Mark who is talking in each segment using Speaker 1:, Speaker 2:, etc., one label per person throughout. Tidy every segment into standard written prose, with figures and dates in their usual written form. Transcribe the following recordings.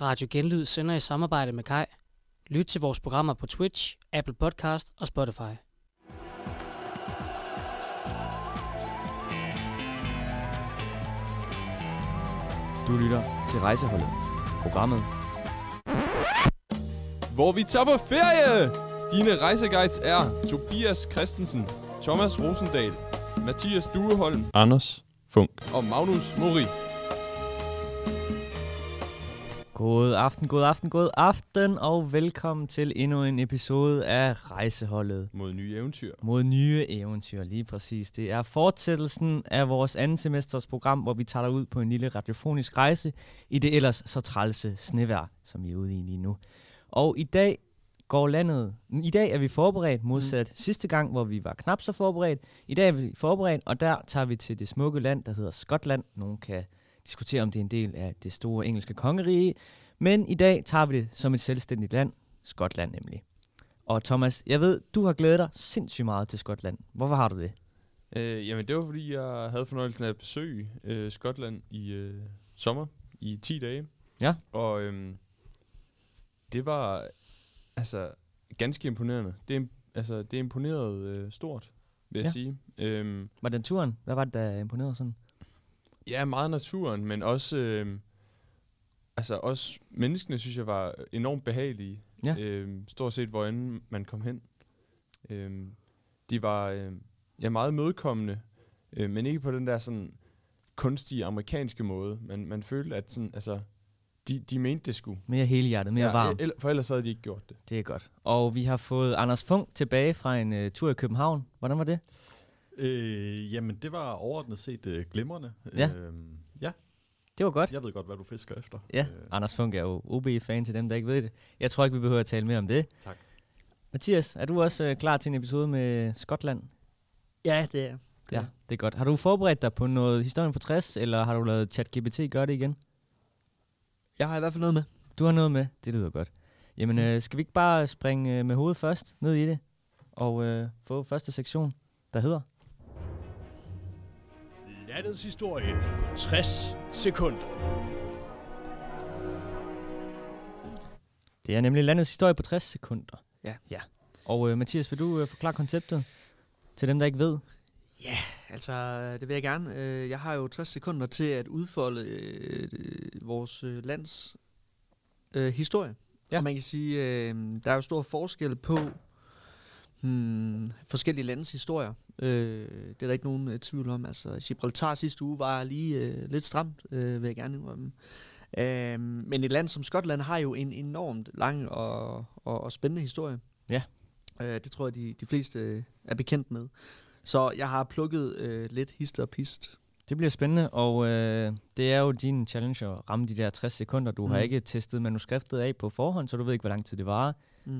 Speaker 1: Radio Genlyd sender i samarbejde med Kai. Lyt til vores programmer på Twitch, Apple Podcast og Spotify.
Speaker 2: Du lytter til Rejseholdet, programmet,
Speaker 3: hvor vi tager på ferie! Dine rejseguides er Tobias Christensen, Thomas Rosendal, Mathias Dueholm, Anders Funk og Magnus Mori.
Speaker 2: God aften, og velkommen til endnu en episode af Rejseholdet.
Speaker 3: Mod nye
Speaker 2: eventyr, lige præcis. Det er fortsættelsen af vores anden semesters program, hvor vi tager dig ud på en lille radiofonisk rejse i det ellers så trælse snevejr, som vi er ude i lige nu. Og i dag er vi forberedt, modsat sidste gang, hvor vi var knap så forberedt. I dag er vi forberedt, og der tager vi til det smukke land, der hedder Skotland. Nogen kan diskutere, om det er en del af det store engelske kongerige. Men i dag tager vi det som et selvstændigt land, Skotland nemlig. Og Thomas, jeg ved, du har glædet dig sindssygt meget til Skotland. Hvorfor har du det?
Speaker 3: Jamen det var fordi, jeg havde fornøjelsen af at besøge Skotland i sommer i 10 dage.
Speaker 2: Ja.
Speaker 3: Og det var altså ganske imponerende. Det er imponeret stort, vil jeg sige.
Speaker 2: Var det turen? Hvad var det, der imponerede sådan?
Speaker 3: Ja, meget naturen, men også også menneskene, synes jeg, var enormt behagelige.
Speaker 2: Ja.
Speaker 3: Stort set, hvor end man kom hen. De var meget mødekommende, men ikke på den der sådan kunstige amerikanske måde. Man følte, at sådan, de mente det sgu.
Speaker 2: Mere helhjertet, mere varmt.
Speaker 3: For ellers havde de ikke gjort det.
Speaker 2: Det er godt. Og vi har fået Anders Funk tilbage fra en tur i København. Hvordan var det?
Speaker 4: Jamen, det var overordnet set glimrende.
Speaker 2: Ja. Det var godt.
Speaker 4: Jeg ved godt, hvad du fisker efter.
Speaker 2: Ja, Anders Funk er jo OB-fan til dem, der ikke ved det. Jeg tror ikke, vi behøver at tale mere om det.
Speaker 4: Tak.
Speaker 2: Mathias, er du også klar til en episode med Skotland?
Speaker 5: Ja, det er.
Speaker 2: Ja, det er godt. Har du forberedt dig på noget historien på 60, eller har du lavet ChatGPT gøre det igen?
Speaker 5: Jeg har i hvert fald noget med.
Speaker 2: Du har noget med? Det lyder godt. Jamen, skal vi ikke bare springe med hovedet først ned i det, og få første sektion, der hedder
Speaker 6: Landets historie på 60 sekunder.
Speaker 2: Det er nemlig landets historie på 60 sekunder.
Speaker 5: Ja.
Speaker 2: Og Mathias, vil du forklare konceptet til dem, der ikke ved?
Speaker 5: Ja, altså det vil jeg gerne. Jeg har jo 60 sekunder til at udfolde vores lands historie.
Speaker 2: Ja.
Speaker 5: Og man kan sige, der er jo stor forskel på forskellige landes historier. Det er der ikke nogen tvivl om. Altså Gibraltar sidste uge var lige lidt stramt, vil jeg gerne indrømme. Men et land som Skotland har jo en enormt lang og spændende historie.
Speaker 2: Ja.
Speaker 5: Det tror jeg, de fleste er bekendt med. Så jeg har plukket lidt hist og pist.
Speaker 2: Det bliver spændende, og det er jo din challenge at ramme de der 60 sekunder. Du har ikke testet manuskriptet af på forhånd, så du ved ikke, hvor lang tid det varer.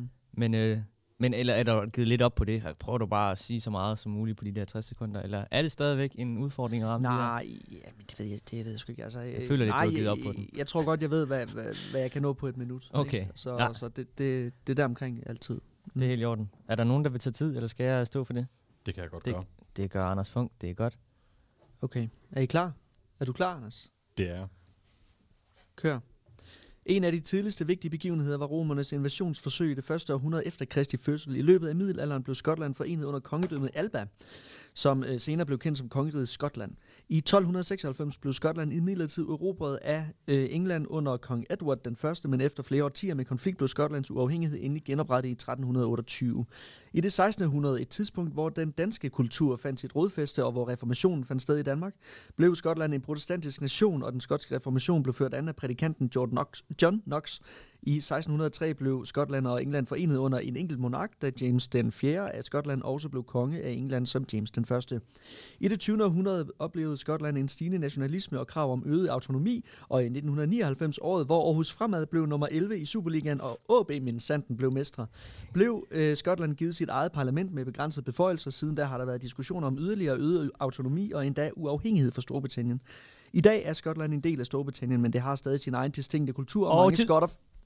Speaker 2: Men eller er der givet lidt op på det? Prøver du bare at sige så meget som muligt på de der 60 sekunder? Eller er det stadigvæk en udfordring at ramme
Speaker 5: Nej, men det ved jeg sgu ikke. Altså,
Speaker 2: jeg føler lidt, du har givet op på den.
Speaker 5: Jeg tror godt, jeg ved, hvad jeg kan nå på et minut.
Speaker 2: Okay.
Speaker 5: Så det er der omkring altid.
Speaker 2: Det er helt i orden. Er der nogen, der vil tage tid, eller skal jeg stå for det?
Speaker 4: Det kan jeg godt gøre.
Speaker 2: Det gør Anders Funk. Det er godt.
Speaker 5: Okay. Er I klar? Er du klar, Anders?
Speaker 4: Det er.
Speaker 5: Kør. En af de tidligste vigtige begivenheder var romernes invasionsforsøg i det første århundrede efter Kristi fødsel. I løbet af middelalderen blev Skotland forenet under kongedømmet Alba, som senere blev kendt som kongeriget Skotland. I 1296 blev Skotland imidlertid erobret af England under kong Edward den første, men efter flere årtier med konflikt blev Skotlands uafhængighed endelig genoprettet i 1328. I det 1600, et tidspunkt, hvor den danske kultur fandt sit rodfæste og hvor reformationen fandt sted i Danmark, blev Skotland en protestantisk nation, og den skotske reformation blev ført an af prædikanten John Knox. I 1603 blev Skotland og England forenet under en enkelt monark, da James den 4. af Skotland også blev konge af England som James den 1. I det 20. århundrede oplevede Skotland en stigende nationalisme og krav om øget autonomi, og i 1999, året hvor Aarhus Fremad blev nummer 11 i Superligaen og AB Minsanden blev mestre, blev Skotland givet sit eget parlament med begrænsede beføjelser. Siden da har der været diskussioner om yderligere øget autonomi og endda uafhængighed for Storbritannien. I dag er Skotland en del af Storbritannien, men det har stadig sin egen distinkte kultur, og mange skotter...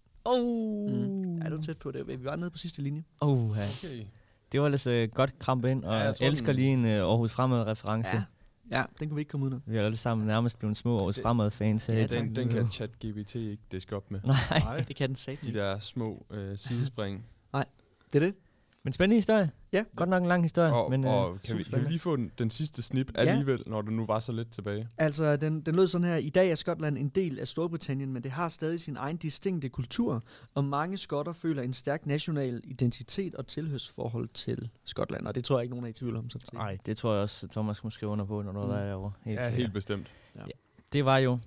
Speaker 5: Er du tæt på det? Vi var nede på sidste linje.
Speaker 2: Okay. Det var ellers godt krampe ind, og jeg elsker lige en Aarhus Fremad-reference.
Speaker 5: Ja, den kunne vi ikke komme ud af.
Speaker 2: Vi er alle sammen nærmest blevet små års fremad-fans.
Speaker 3: Ja, den kan ChatGPT ikke diske op med.
Speaker 2: Nej.
Speaker 5: Det kan den sagt.
Speaker 3: De der små sidespring.
Speaker 5: Det er det.
Speaker 2: Men spændende historie.
Speaker 5: Ja.
Speaker 2: Godt nok en lang historie.
Speaker 3: Og
Speaker 2: men,
Speaker 3: kan vi lige få den sidste snip alligevel, når du nu var så lidt tilbage?
Speaker 5: Altså, den lød sådan her. I dag er Skotland en del af Storbritannien, men det har stadig sin egen distinkte kultur, og mange skotter føler en stærk national identitet og tilhørsforhold til Skotland, og det tror jeg ikke, nogen er i tvivl om.
Speaker 2: Nej, det tror jeg også, Thomas kunne skrive under på, når du er derovre.
Speaker 3: Helt bestemt.
Speaker 5: Ja.
Speaker 2: Det var jo...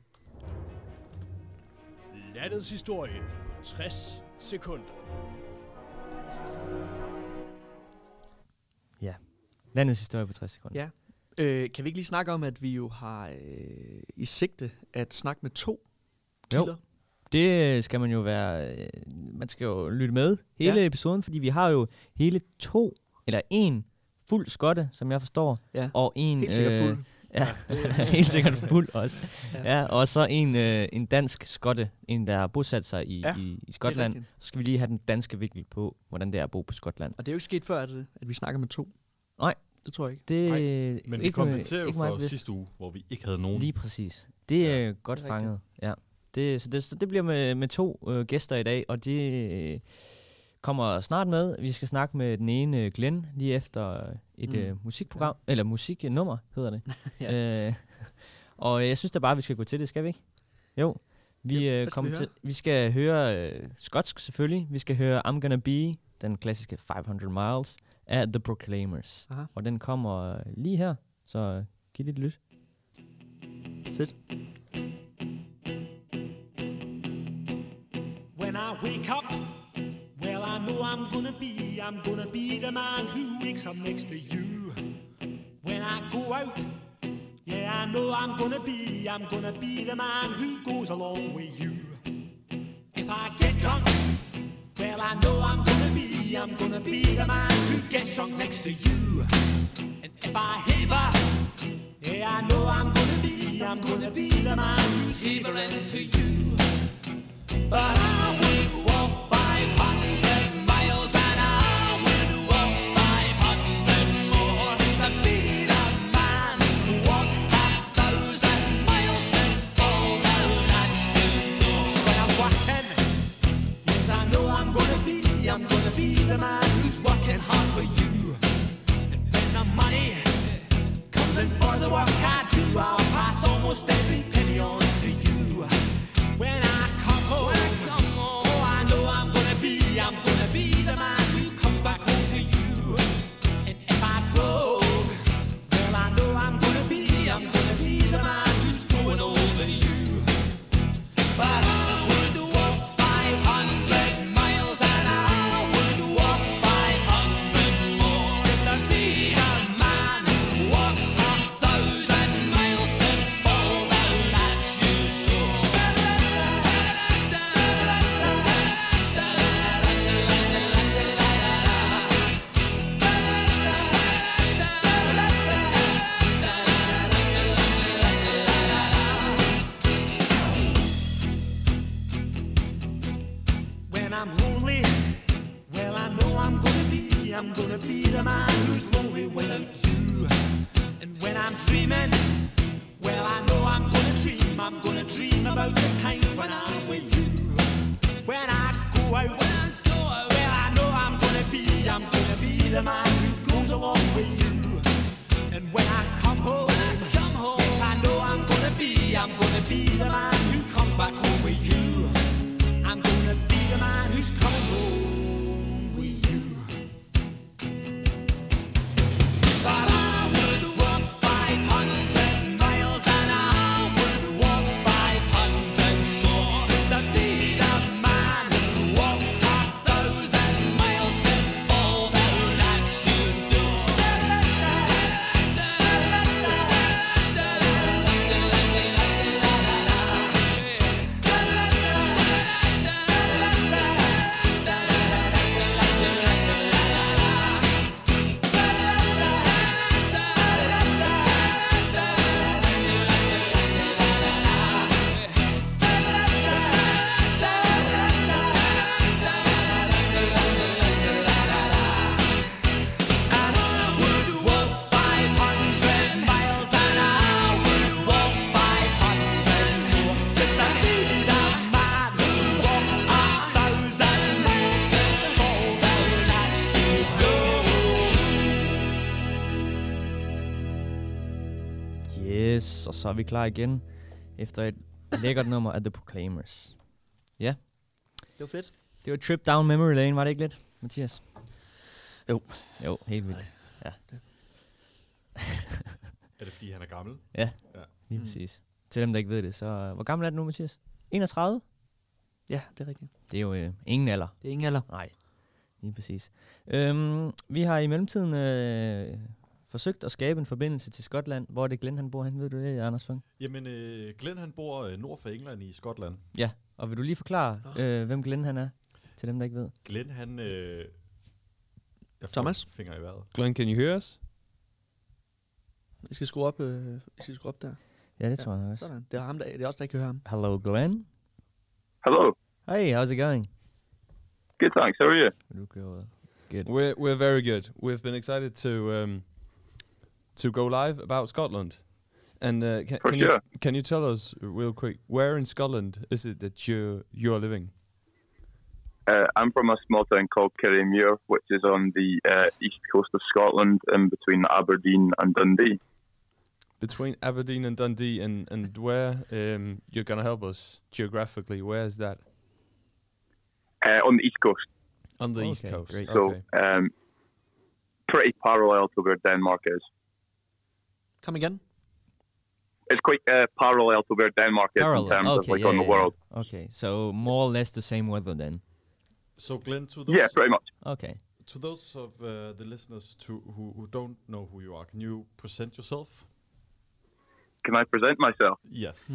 Speaker 6: Landets historie. 60 sekunder.
Speaker 2: Landets historie på 60 sekunder.
Speaker 5: Ja. Kan vi ikke lige snakke om, at vi jo har i sigte at snakke med 2 kilder?
Speaker 2: Jo. Det skal man jo være... man skal jo lytte med hele episoden, fordi vi har jo hele 2 eller 1 fuld skotte, som jeg forstår, og en...
Speaker 5: Helt sikkert fuld.
Speaker 2: Ja, helt sikkert fuld også. Ja, og så en dansk skotte, en der har bosat sig i Skotland. Så skal vi lige have den danske vinkel på, hvordan det er at bo på Skotland.
Speaker 5: Og det er jo ikke sket før, at vi snakker med 2.
Speaker 2: Nej.
Speaker 5: Det tror jeg ikke.
Speaker 2: Det
Speaker 4: men vi kompenserer jo for sidste uge, hvor vi ikke havde nogen.
Speaker 2: Lige præcis. Det er godt fanget. Ja. Så det bliver med 2 gæster i dag, og de kommer snart med. Vi skal snakke med den ene Glenn lige efter et musikprogram, eller musiknummer hedder det. Og jeg synes da bare, vi skal gå til det, skal vi ikke? Jo. Vi skal høre skotsk selvfølgelig. Vi skal høre I'm Gonna Be, den klassiske 500 Miles af The Proclaimers.
Speaker 5: Aha.
Speaker 2: Og den kommer lige her, så giv lidt lyt.
Speaker 5: Fedt.
Speaker 7: When I wake up, well I know I'm gonna be the man who wakes up next to you. When I go out, yeah I know I'm gonna be the man who goes along with you. If I get drunk, well I know I'm gonna be the man who gets drunk next to you. And if I haver, yeah I know I'm gonna be the man who's havering to you. But I would walk 500 miles and I would walk 500 more to be the man who walked 1,000 miles to fall down at your door. When I'm working, yes I know I'm gonna be the man who's working hard for you. And when the money comes in for the work I do, I'll pass almost every penny on to you. When I come home, oh I know I'm gonna be the man who comes back home to you. And if I broke, well I know I'm gonna be the man who's going over you. But I would walk 500 miles and I would walk 500 more just to be the man who walks 1,000 miles to fall down at your door. When I'm lonely, well I know I'm gonna be the man who's lonely without you. And when I'm dreaming, well I know I'm gonna dream about the time when I'm with you. When I go out, well I know I'm gonna be the man who goes along with you. And when I come home, yes I know I'm gonna be the man who comes back home with you. I'm gonna be the man who's coming home with you. But I would walk 500 miles and I would walk 500 more just to be
Speaker 2: og så er vi klar igen efter et lækkert nummer af The Proclaimers. Ja.
Speaker 5: Det var fedt.
Speaker 2: Det var Trip Down Memory Lane, var det ikke lidt, Mathias?
Speaker 5: Jo.
Speaker 2: Jo, helt vildt. Ja.
Speaker 4: Er det fordi, han er gammel?
Speaker 2: Ja, lige præcis. Til dem, der ikke ved det, så hvor gammel er du nu, Mathias? 31?
Speaker 5: Ja, det er rigtigt.
Speaker 2: Det er jo ingen alder.
Speaker 5: Det er ingen alder.
Speaker 2: Nej, lige præcis. Vi har i mellemtiden forsøgt at skabe en forbindelse til Skotland. Hvor er det Glenn, han bor hen? Ved du det, Anders Fung?
Speaker 4: Jamen, Glenn han bor nord for England i Skotland.
Speaker 2: Ja, og vil du lige forklare, hvem Glenn han er, til dem, der ikke ved?
Speaker 4: Glenn han...
Speaker 5: Thomas?
Speaker 4: Finger i vejret.
Speaker 3: Glenn, can you hear us?
Speaker 5: I skal skrue op, der.
Speaker 2: Ja, det tror jeg også.
Speaker 5: Sådan. Det er ham, det er også der ikke kan høre ham.
Speaker 2: Hello, Glenn.
Speaker 8: Hello.
Speaker 2: Hey, how's it going?
Speaker 8: Good, thanks. How are you?
Speaker 2: Good.
Speaker 3: We're very good. We've been excited to go live about Scotland. And can you tell us real quick, where in Scotland is it that you're living?
Speaker 8: I'm from a small town called Kirriemuir, which is on the east coast of Scotland, in between Aberdeen and Dundee.
Speaker 3: Between Aberdeen and Dundee, and where you're going to help us geographically, where is that?
Speaker 8: On the east coast.
Speaker 3: On the east coast.
Speaker 2: Great.
Speaker 8: So, pretty parallel to where Denmark is.
Speaker 5: Come again?
Speaker 8: It's quite parallel to where Denmark is in terms of on the world.
Speaker 2: Okay, so more or less the same weather then.
Speaker 4: So Glenn, to those
Speaker 8: pretty much.
Speaker 2: Okay.
Speaker 4: To those of the listeners who don't know who you are, can you present yourself?
Speaker 8: Can I present myself?
Speaker 4: Yes.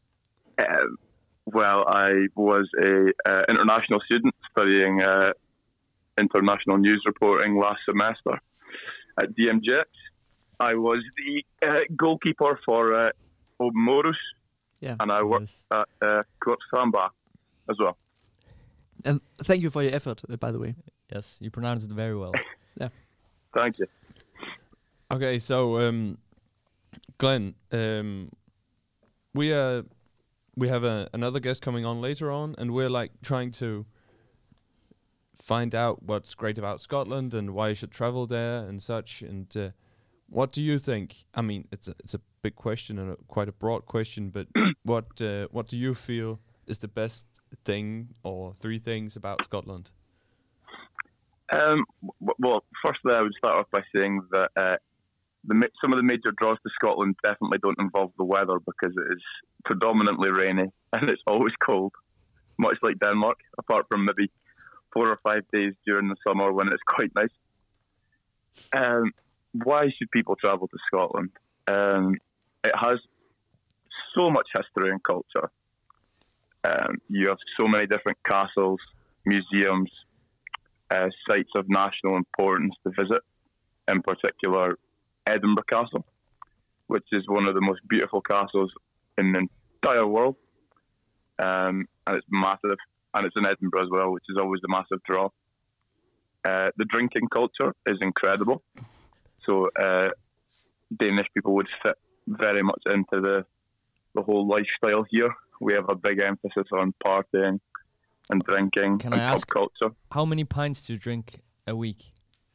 Speaker 8: Well, I was a international student studying international news reporting last semester at DMGX. I was the goalkeeper for Morus, and I worked at Kortsamba as well.
Speaker 5: And thank you for your effort, by the way.
Speaker 2: Yes, you pronounced it very well.
Speaker 5: Yeah.
Speaker 8: Thank you.
Speaker 3: Okay, so Glenn, we have another guest coming on later on, and we're like trying to find out what's great about Scotland and why you should travel there and such. And what do you think? I mean, it's a big question and quite a broad question, but what do you feel is the best thing or three things about Scotland?
Speaker 8: Well, firstly, I would start off by saying that some of the major draws to Scotland definitely don't involve the weather, because it is predominantly rainy and it's always cold, much like Denmark, apart from maybe 4 or 5 days during the summer when it's quite nice. Why should people travel to Scotland? It has so much history and culture. You have so many different castles, museums, sites of national importance to visit, in particular Edinburgh Castle, which is one of the most beautiful castles in the entire world, and it's massive, and it's in Edinburgh as well, which is always a massive draw. The drinking culture is incredible, so Danish people would fit very much into the whole lifestyle here. We have a big emphasis on partying and drinking and pub culture.
Speaker 2: How many pints do you drink a week?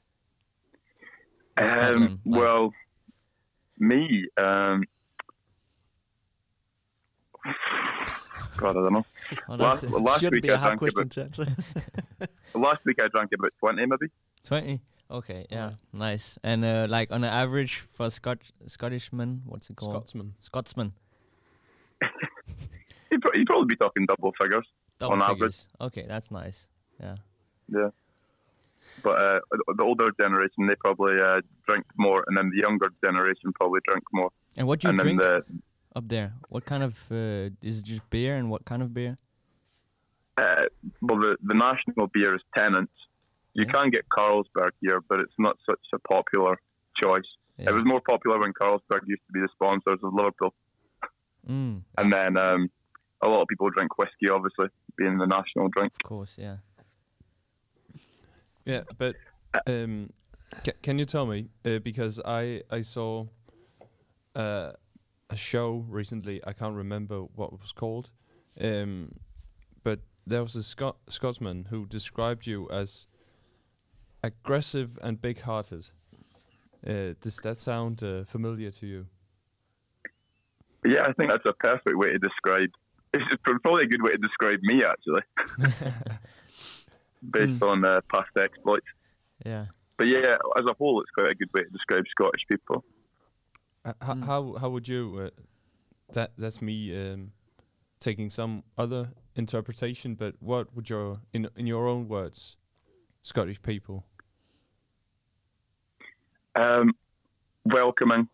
Speaker 8: Well, me, God, I don't know.
Speaker 2: Well,
Speaker 8: last
Speaker 5: should
Speaker 8: week
Speaker 5: be a
Speaker 8: I
Speaker 5: hard
Speaker 8: drank
Speaker 5: question to answer.
Speaker 8: last week I drank about 20, maybe.
Speaker 2: 20? Okay, yeah, nice. And like on an average for Scottishman, what's it called? Scotsman.
Speaker 8: You'd probably be talking double figures on average.
Speaker 2: Okay, that's nice. Yeah.
Speaker 8: Yeah. But the older generation, they probably drink more, and then the younger generation probably drink more.
Speaker 2: And what do you drink up there? What kind of, is it just beer, and what kind of beer?
Speaker 8: Well, the national beer is Tennent's. You can get Carlsberg here, but it's not such a popular choice. Yeah. It was more popular when Carlsberg used to be the sponsors of Liverpool. And then a lot of people drink whiskey, obviously, being the national drink.
Speaker 2: Of course, yeah.
Speaker 3: Yeah, but can you tell me, because I saw a show recently, I can't remember what it was called, but there was a Scotsman who described you as aggressive and big-hearted. Does that sound familiar to you?
Speaker 8: Yeah, I think that's a perfect way to describe. It's probably a good way to describe me, actually, based on past exploits.
Speaker 2: Yeah.
Speaker 8: But yeah, as a whole, it's quite a good way to describe Scottish people.
Speaker 3: How would you? That's me taking some other interpretation. But what would your in your own words, Scottish people?
Speaker 8: Welcoming,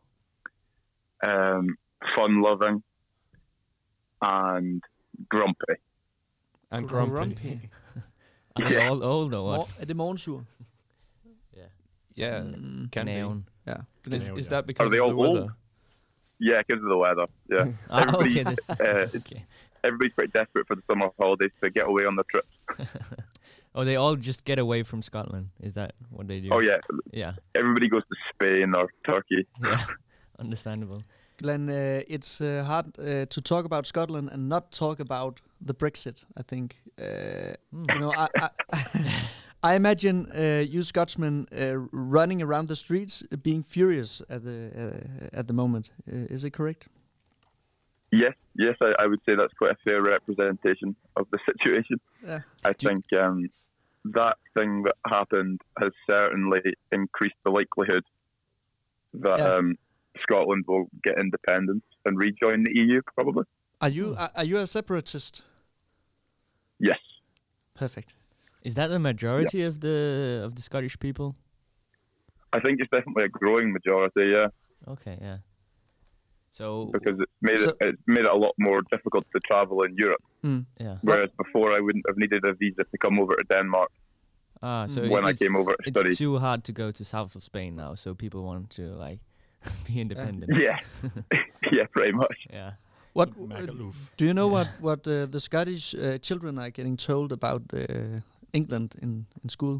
Speaker 8: fun-loving, and grumpy.
Speaker 3: And grumpy.
Speaker 2: Are they all old or what?
Speaker 5: Er det morgensur?
Speaker 3: Yeah, can be.
Speaker 2: Noun.
Speaker 5: Ja.
Speaker 3: Is that because
Speaker 8: they
Speaker 3: of
Speaker 8: all
Speaker 3: the weather?
Speaker 8: old? Yeah, because of the weather. Yeah,
Speaker 2: Okay.
Speaker 8: everybody's pretty desperate for the summer holidays to get away on the trips.
Speaker 2: Oh, they all just get away from Scotland. Is that what they do?
Speaker 8: Oh yeah,
Speaker 2: Yeah.
Speaker 8: everybody goes to Spain or Turkey.
Speaker 2: Yeah. Understandable.
Speaker 5: Glenn, it's hard to talk about Scotland and not talk about the Brexit, I think. You know, I imagine you Scotsmen running around the streets, being furious at the moment. Is it correct?
Speaker 8: Yes, I would say that's quite a fair representation of the situation.
Speaker 5: Yeah.
Speaker 8: I think that thing that happened has certainly increased the likelihood that Scotland will get independence and rejoin the EU, probably.
Speaker 5: Are you a separatist?
Speaker 8: Yes.
Speaker 5: Perfect.
Speaker 2: Is that the majority of the Scottish people?
Speaker 8: I think it's definitely a growing majority, yeah.
Speaker 2: Okay, yeah. So
Speaker 8: because it's made it a lot more difficult to travel in Europe.
Speaker 2: Yeah.
Speaker 8: Whereas before I wouldn't have needed a visa to come over to Denmark.
Speaker 2: So
Speaker 8: when I came over to study.
Speaker 2: It's too hard to go to south of Spain now, so people want to like be independent.
Speaker 8: Yeah. Yeah, pretty much.
Speaker 2: Yeah.
Speaker 5: What do you know? What the Scottish children are getting told about England in school?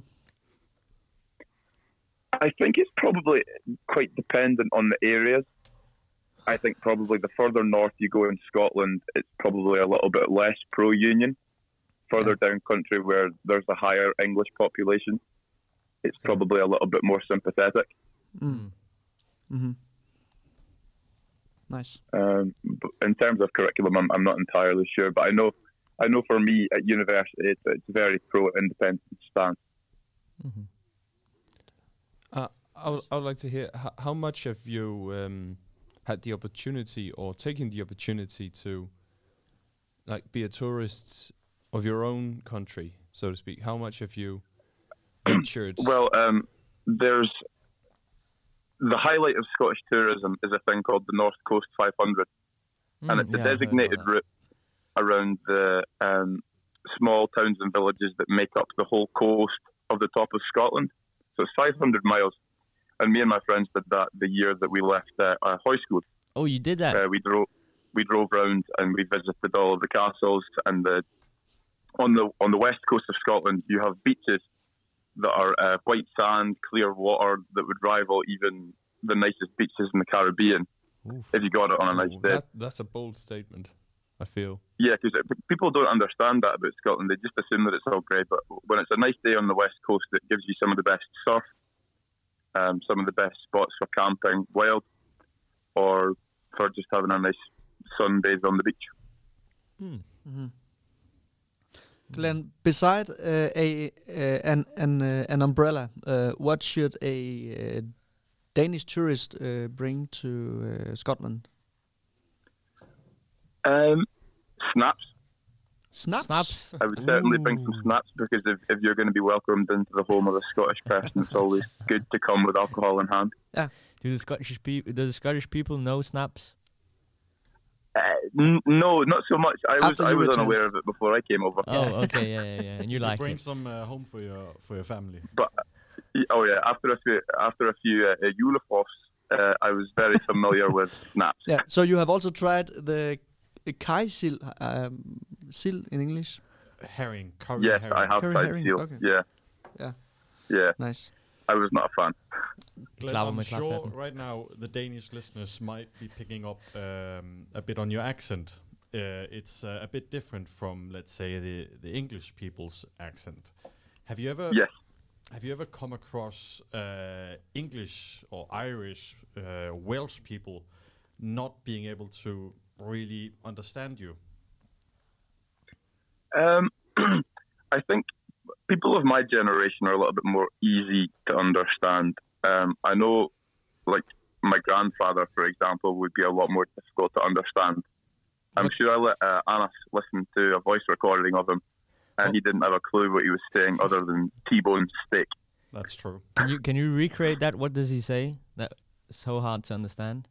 Speaker 8: I think it's probably quite dependent on the areas. I think probably the further north you go in Scotland, it's probably a little bit less pro-union. Further down country where there's a higher English population, it's probably a little bit more sympathetic.
Speaker 5: Nice.
Speaker 8: In terms of curriculum, I'm not entirely sure, but I know for me at university, it's very pro-independent stance.
Speaker 3: I would like to hear how much have you had the opportunity or taken the opportunity to like be a tourist of your own country, so to speak. How much have you ventured?
Speaker 8: Well, there's the highlight of Scottish tourism is a thing called the North Coast 500, and it's a designated route around the small towns and villages that make up the whole coast of the top of Scotland. So it's 500 miles. And me and my friends did that the year that we left high school.
Speaker 2: Oh, you did that?
Speaker 8: We drove around and we visited all of the castles. And on the west coast of Scotland, you have beaches that are white sand, clear water that would rival even the nicest beaches in the Caribbean. If you got it on a nice day.
Speaker 3: That's a bold statement, I feel.
Speaker 8: Yeah, because people don't understand that about Scotland. They just assume that it's all great. But when it's a nice day on the west coast, it gives you some of the best surf. Some of the best spots for camping wild or for just having a nice sunbathe on the beach.
Speaker 5: Glenn, beside an umbrella, what should a Danish tourist bring to Scotland?
Speaker 8: Snaps.
Speaker 5: Snaps?
Speaker 8: I would certainly bring some snaps because if you're going to be welcomed into the home of a Scottish person, it's always good to come with alcohol in hand.
Speaker 5: Yeah.
Speaker 2: Do the Scottish people know snaps?
Speaker 8: No, not so much. I was unaware of it before I came over.
Speaker 2: Oh, okay, yeah. And you like
Speaker 4: bring
Speaker 2: it?
Speaker 4: some home for your family.
Speaker 8: But after a few julefrosts, I was very familiar with snaps.
Speaker 5: Yeah. So you have also tried the kajsild, sild in English?
Speaker 4: Herring.
Speaker 8: Yes,
Speaker 4: herring.
Speaker 8: I have tried seal. Okay. Yeah.
Speaker 5: Nice.
Speaker 8: I was not a fan.
Speaker 4: Glenn, I'm sure right now the Danish listeners might be picking up a bit on your accent. It's a bit different from, let's say, the English people's accent. Have you ever?
Speaker 8: Yes.
Speaker 4: Have you ever come across English or Irish, Welsh people not being able to really understand you?
Speaker 8: I think people of my generation are a little bit more easy to understand. I know, like, my grandfather, for example, would be a lot more difficult to understand. I'm sure I let Anas listen to a voice recording of him, and he didn't have a clue what he was saying other than T-bone steak.
Speaker 4: That's true.
Speaker 2: Can you recreate that? What does he say? That's so hard to understand.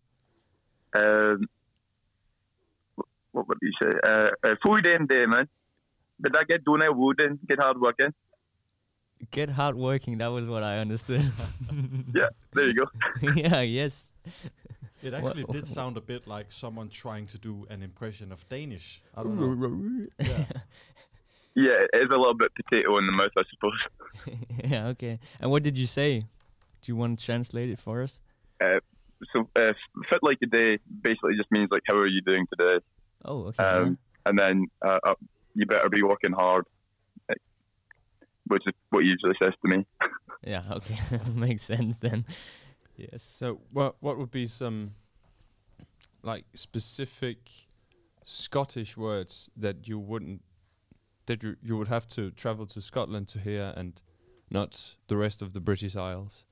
Speaker 8: What would he say? Food in day, man. But I get doing wooden, get hard working.
Speaker 2: Get hard working. That was what I understood.
Speaker 8: Yeah, there you go.
Speaker 2: Yeah. Yes.
Speaker 4: It actually did sound a bit like someone trying to do an impression of Danish. I don't know.
Speaker 8: Yeah, it is a little bit potato in the mouth, I suppose.
Speaker 2: Yeah. Okay. And what did you say? Do you want to translate it for us?
Speaker 8: Fit like a day basically just means like, how are you doing today?
Speaker 2: Oh, okay.
Speaker 8: And then you better be working hard, which is what he usually says to me.
Speaker 2: Yeah, okay. Makes sense then. Yes.
Speaker 3: So what would be some like specific Scottish words that you wouldn't, that you would have to travel to Scotland to hear and not the rest of the British Isles?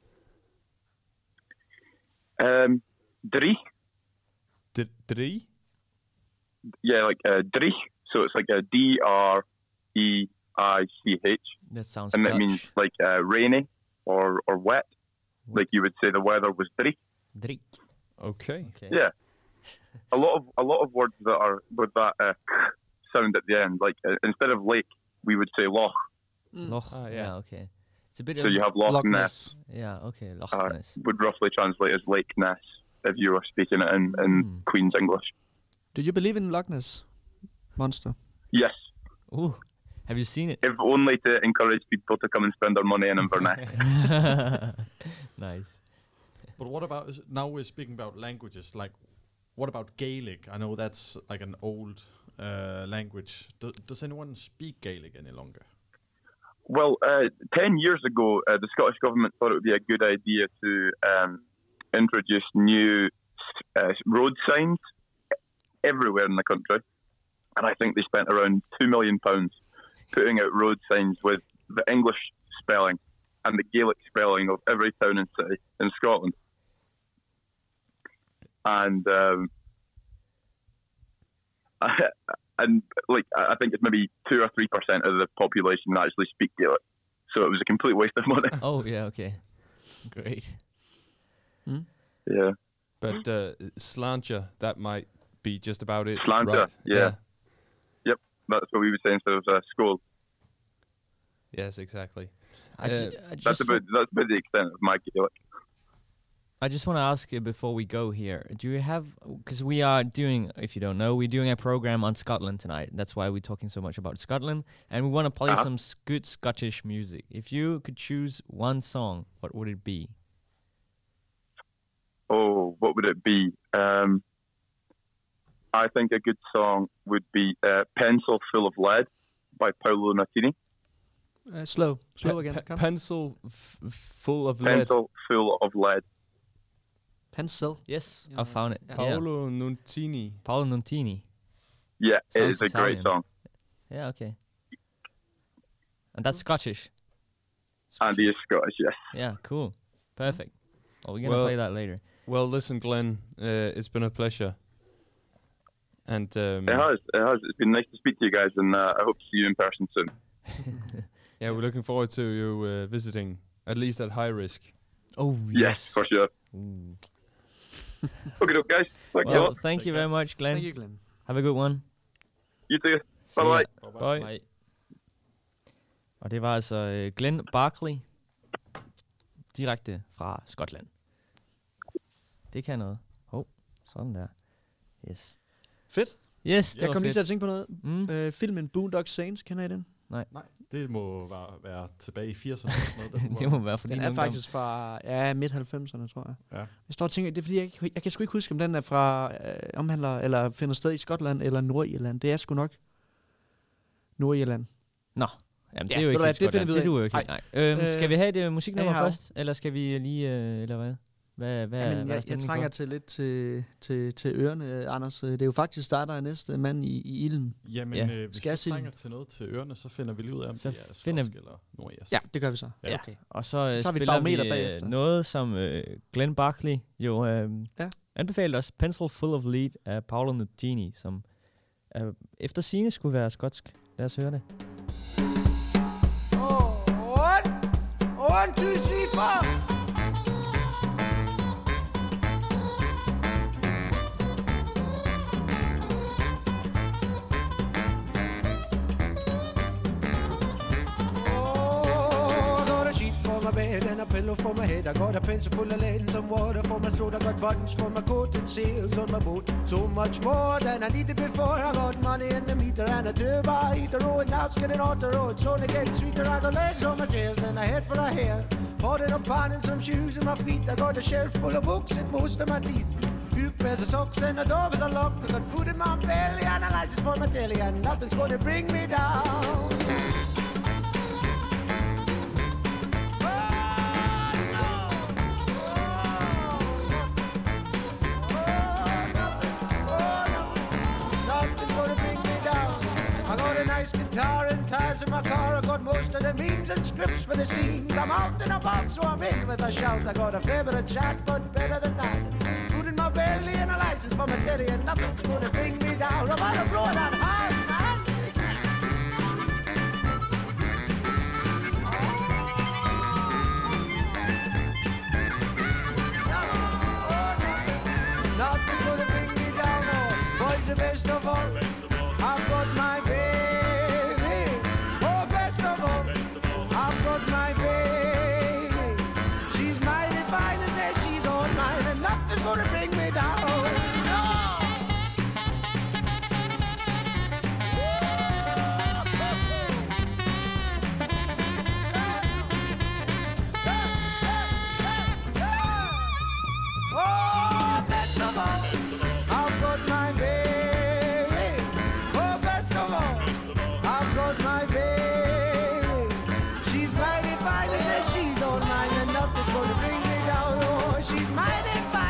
Speaker 8: Drich.
Speaker 3: Drich?
Speaker 8: Yeah, like Drich. So it's like a Dreich.
Speaker 2: That sounds
Speaker 8: and
Speaker 2: Dutch.
Speaker 8: that means like rainy or wet. Like you would say the weather was Drich.
Speaker 2: Drich.
Speaker 3: Okay.
Speaker 8: Yeah. A lot of words that are with that sound at the end. Like instead of lake, we would say loch.
Speaker 2: Loch. Yeah. Okay. It's a bit
Speaker 8: So
Speaker 2: of
Speaker 8: you have Loch Ness.
Speaker 2: Yeah. Okay. Loch Ness.
Speaker 8: Would roughly translate as Lake Ness if you were speaking it in Queen's English.
Speaker 5: Do you believe in Loch Ness monster?
Speaker 8: Yes.
Speaker 2: Ooh. Have you seen it?
Speaker 8: If only to encourage people to come and spend their money in Inverness.
Speaker 2: Nice.
Speaker 4: But what about, now we're speaking about languages, like what about Gaelic? I know that's like an old language. Does anyone speak Gaelic any longer?
Speaker 8: Well, 10 years ago, the Scottish Government thought it would be a good idea to introduce new road signs everywhere in the country. And I think they spent around £2 million putting out road signs with the English spelling and the Gaelic spelling of every town and city in Scotland. And I think it's maybe 2 or 3% of the population that actually speak Gaelic. So it was a complete waste of money.
Speaker 2: Oh, yeah, okay. Great.
Speaker 8: Yeah.
Speaker 3: But sláinte, that might be just about it.
Speaker 8: Sláinte,
Speaker 3: right?
Speaker 8: yeah. Yep, that's what we would say instead of school.
Speaker 3: Yes, exactly.
Speaker 8: That's about the extent of my Gaelic.
Speaker 2: I just want to ask you before we go here, do you have, because we are doing, if you don't know, we're doing a program on Scotland tonight. That's why we're talking so much about Scotland. And we want to play some good Scottish music. If you could choose one song, what would it be?
Speaker 8: Oh, what would it be? I think a good song would be Pencil Full of Lead by Paolo Nutini.
Speaker 5: Slow again. Come.
Speaker 3: Pencil full of lead.
Speaker 8: Pencil Full of Lead.
Speaker 5: Pencil.
Speaker 2: Yes, I found it.
Speaker 3: Paolo Nutini.
Speaker 2: Paolo Nutini.
Speaker 8: Yeah, it
Speaker 2: Sounds
Speaker 8: is a great
Speaker 2: Italian.
Speaker 8: song.
Speaker 2: Yeah, okay. And that's Scottish.
Speaker 8: And he is Scottish, yes.
Speaker 2: Yeah, cool. Perfect. Well, we're going to play that later.
Speaker 3: Well, listen, Glenn, it's been a pleasure. And
Speaker 8: It has. It's been nice to speak to you guys, and I hope to see you in person soon.
Speaker 3: Yeah, we're looking forward to you visiting, at least at high risk.
Speaker 2: Oh,
Speaker 8: yes. For sure.
Speaker 2: Ooh.
Speaker 8: Okay, guys.
Speaker 2: Well, thank you very much, Glenn.
Speaker 5: Thank you, Glenn.
Speaker 2: Have a good one.
Speaker 8: You too.
Speaker 2: See
Speaker 8: Bye-bye.
Speaker 2: ya. Bye. Og det var altså Glenn Barkley, direkte fra Skotland. Det kan noget. Sådan der. Yes.
Speaker 5: Fedt.
Speaker 2: Yes, det
Speaker 5: Jeg
Speaker 2: var
Speaker 5: kom lige
Speaker 2: fedt.
Speaker 5: til at tænke på noget. Filmen Boondock Saints, kender I den?
Speaker 2: Nej.
Speaker 4: Det må være tilbage i 80'erne. Eller sådan noget,
Speaker 2: Det må være fordi
Speaker 5: den er faktisk fra midt-90'erne, tror jeg.
Speaker 4: Ja.
Speaker 5: Jeg står og tænker, det er fordi, jeg kan sgu ikke huske, om den er fra omhandler, eller finder sted i Skotland eller Nordirland. Det er sgu nok Nordirland.
Speaker 2: Nå, jamen det
Speaker 5: Ja,
Speaker 2: er jo
Speaker 5: ved
Speaker 2: ikke
Speaker 5: du
Speaker 2: helt
Speaker 5: hvad, det
Speaker 2: Skotland.
Speaker 5: finder vi ud
Speaker 2: Det
Speaker 5: af.
Speaker 2: duer jo ikke helt, nej. Skal vi have det musiknummer
Speaker 5: anyhow.
Speaker 2: først, eller skal vi lige, eller hvad?
Speaker 5: Jeg trænger til lidt til ørerne, Anders. Det er jo faktisk dig, der er næste mand i ilden.
Speaker 4: Jamen, hvis du trænger til noget til ørerne, så finder vi lige ud af, om det er skotsk eller nordjæs.
Speaker 5: Ja, det gør vi så.
Speaker 2: Ja.
Speaker 5: Okay.
Speaker 2: Og så spiller vi noget, som Glenn Barkley jo anbefalede os. Pencil Full of Lead af Paolo Nutini, som efter sigende skulle være skotsk. Lad os høre det.
Speaker 9: 1, 2, 3, 4. Bed and a pillow for my head. I got a pencil full of lead and some water for my throat. I got buttons for my coat and sails on my boat. So much more than I needed before. I got money in the meter and a turbo heater. Oh, and now it's getting on the road. It's only getting sweeter. I got legs on my chairs and a head for a hair. Bought it up on and some shoes in my feet. I got a shelf full of books and most of my teeth. Few pairs of socks and a door with a lock. I got food in my belly and a license for my telly. And nothing's gonna bring me down. Guitar and tires in my car. I got most of the means and scripts for the scenes. I'm out in a box, so I'm in with a shout. I got a fair bit of chat, but better than that. Food in my belly and a license for my daddy, and nothing's gonna bring me down. I'm on a blow that hard, man. Nothing's gonna bring me down. Oh, boys, the best of all. I've got my baby. Gonna bring me down. No! Oh, best of all, I've got my baby. Oh, best of all, I've got my baby. She's mighty fine and says she's all mine, and nothing's gonna bring me down. Oh, she's mighty.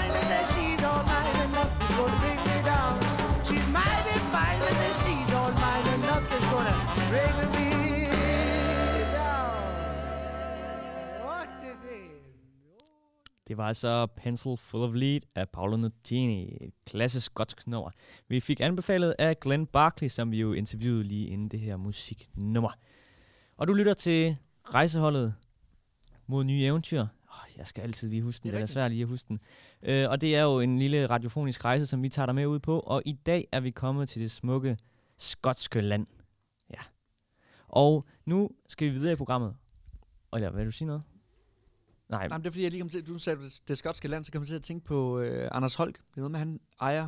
Speaker 2: Det var altså Pencil Full of Lead af Paolo Nutini, et klassisk skotsk nummer. Vi fik anbefalet af Glenn Barkley, som vi jo interviewede lige inden det her musiknummer. Og du lytter til Rejseholdet mod nye eventyr. Jeg skal altid lige huske den, det er svært lige at huske den. Og det er jo en lille radiofonisk rejse, som vi tager dig med ud på. Og i dag er vi kommet til det smukke skotske land. Ja. Og nu skal vi videre i programmet. Og ja, vil du sige noget? Nej,
Speaker 5: men det er fordi, jeg lige kom til, du sagde det skotske land, så kom jeg til at tænke på Anders Holk. Det er noget med, han ejer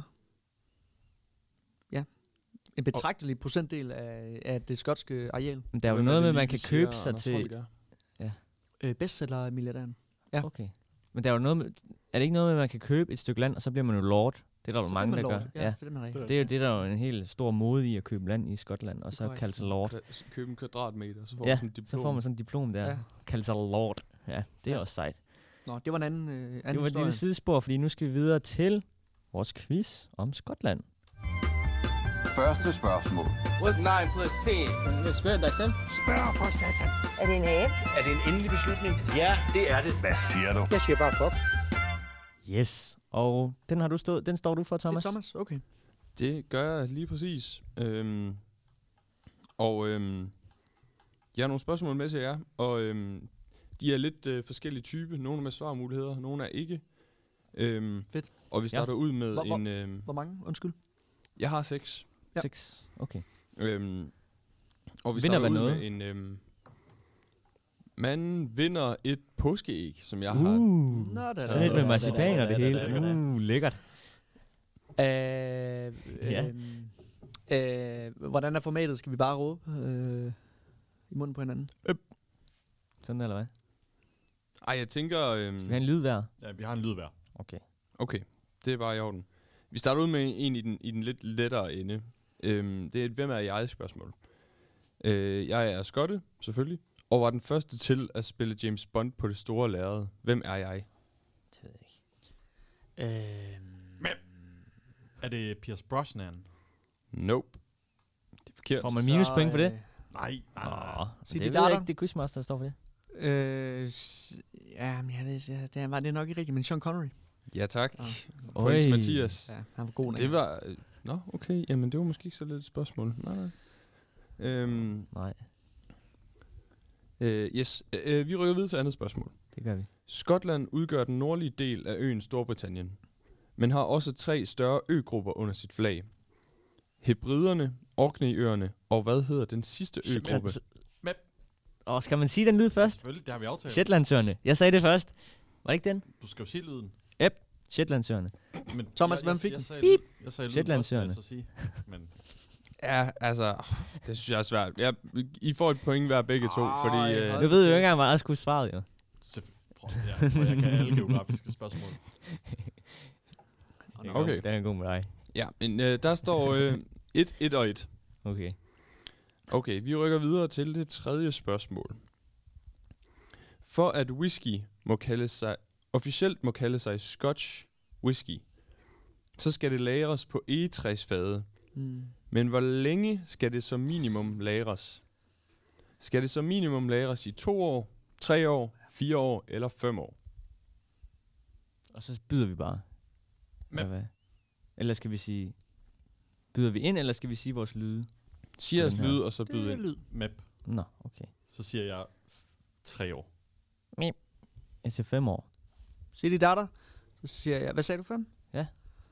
Speaker 5: en betragtelig procentdel af det skotske areal.
Speaker 2: Men der er jo noget med, man kan købe sig til...
Speaker 5: Bestseller-milliardæren. Ja.
Speaker 2: Okay. Men der er jo noget med, er det ikke noget med, at man kan købe et stykke land, og så bliver man jo lord? Det er der jo mange, der gør.
Speaker 5: Ja, det
Speaker 2: er jo det, der er jo en helt stor mode i at købe land i Skotland, og så kalde sig lord.
Speaker 3: Købe en kvadratmeter, så får man sådan et diplom.
Speaker 2: Så får man sådan et diplom der. Ja. Kalde sig lord. Ja, det er også sejt.
Speaker 5: Nå, det var en anden
Speaker 2: det var et lille sidespor, fordi nu skal vi videre til vores quiz om Skotland.
Speaker 10: Første spørgsmål.
Speaker 11: What's 9 plus 10? Spørg dig selv.
Speaker 10: Spørg for satan.
Speaker 12: Er det en æg?
Speaker 6: Er det en endelig beslutning? Ja, det er det.
Speaker 10: Hvad siger du?
Speaker 12: Jeg siger bare fuck.
Speaker 2: Yes. Og den står du for, Thomas?
Speaker 5: Det er Thomas, okay.
Speaker 3: Det gør jeg lige præcis. Jeg har nogle spørgsmål med til jer, og de er lidt forskellige typer. Nogle er med svarmuligheder, nogle er ikke.
Speaker 5: Fedt.
Speaker 3: Og vi starter ud med
Speaker 5: Hvor mange? Undskyld.
Speaker 3: Jeg har 6.
Speaker 5: Ja.
Speaker 2: 6, okay.
Speaker 3: Og vi starter ud med en... man vinder et påskeæg, som jeg har.
Speaker 2: Sådan et med marcipan og det hele. Lækkert.
Speaker 5: Hvordan er formatet? Skal vi bare råbe i munden på hinanden?
Speaker 2: Sådan eller hvad?
Speaker 3: Ej, jeg tænker...
Speaker 2: Skal vi have en lyd hver?
Speaker 4: Ja, vi har en lyd hver.
Speaker 3: Okay, det er bare i orden. Vi starter ud med en i den lidt lettere ende. Det er et hvem er jeg spørgsmål. Jeg er skotte, selvfølgelig, og var den første til at spille James Bond på det store lærred. Hvem er jeg?
Speaker 2: Det ved jeg ikke.
Speaker 4: Er det Pierce Brosnan?
Speaker 3: Nope. Det er forkert.
Speaker 2: Får man minuspoint for det?
Speaker 4: Nej.
Speaker 2: Det ved jeg ikke, det er Quizmaster, der står for det.
Speaker 5: Det er nok ikke rigtigt, men Sean Connery.
Speaker 3: Ja, tak.
Speaker 2: Oj.
Speaker 3: Mathias.
Speaker 5: Ja, han var god.
Speaker 3: Det var... Nå, okay. Jamen, det var måske ikke så lidt et spørgsmål. Nej.
Speaker 2: Nej.
Speaker 3: Yes. Vi rykker videre til andet spørgsmål.
Speaker 2: Det gør vi.
Speaker 3: Skotland udgør den nordlige del af øen Storbritannien, men har også 3 større øgrupper under sit flag. Hebriderne, Orkney-øerne, og hvad hedder den sidste øgruppe?
Speaker 2: Skal man sige den lyd først?
Speaker 4: Selvfølgelig, det har vi aftalt.
Speaker 2: Shetlandsøerne. Jeg sagde det først. Var det ikke den?
Speaker 4: Du skal jo sige lyden.
Speaker 2: Yep. Shetlandsøerne.
Speaker 4: Men
Speaker 5: Thomas, hvem fik den?
Speaker 4: Jeg sagde
Speaker 2: Shetlandsøerne.
Speaker 4: Men
Speaker 3: Ja, altså, det synes jeg er svært. I får et point hver begge to, fordi...
Speaker 2: Du ved jo ikke engang, hvad jeg skulle svare, jo.
Speaker 4: jeg kan alle geografiske spørgsmål.
Speaker 3: Okay.
Speaker 2: Den er god med dig.
Speaker 3: Ja, men der står 1 og 1.
Speaker 2: Okay.
Speaker 3: Okay, vi rykker videre til det tredje spørgsmål. For at whisky officielt må kalde sig Scotch whisky, så skal det lagres på egetræsfade. Men hvor længe skal det som minimum lagres? Skal det som minimum lagres i 2 år, 3 år, 4 år eller 5 år?
Speaker 2: Og så byder vi bare. Eller skal vi sige... Byder vi ind, eller skal vi sige vores lyde?
Speaker 3: Siger os lyde, og så byder ind.
Speaker 5: Lyd.
Speaker 4: Map.
Speaker 2: Nå, okay.
Speaker 4: Så siger jeg 3 år.
Speaker 2: Jeg siger 5 år.
Speaker 5: Sig de datter. Så siger jeg, hvad sagde du, 5?
Speaker 2: Ja.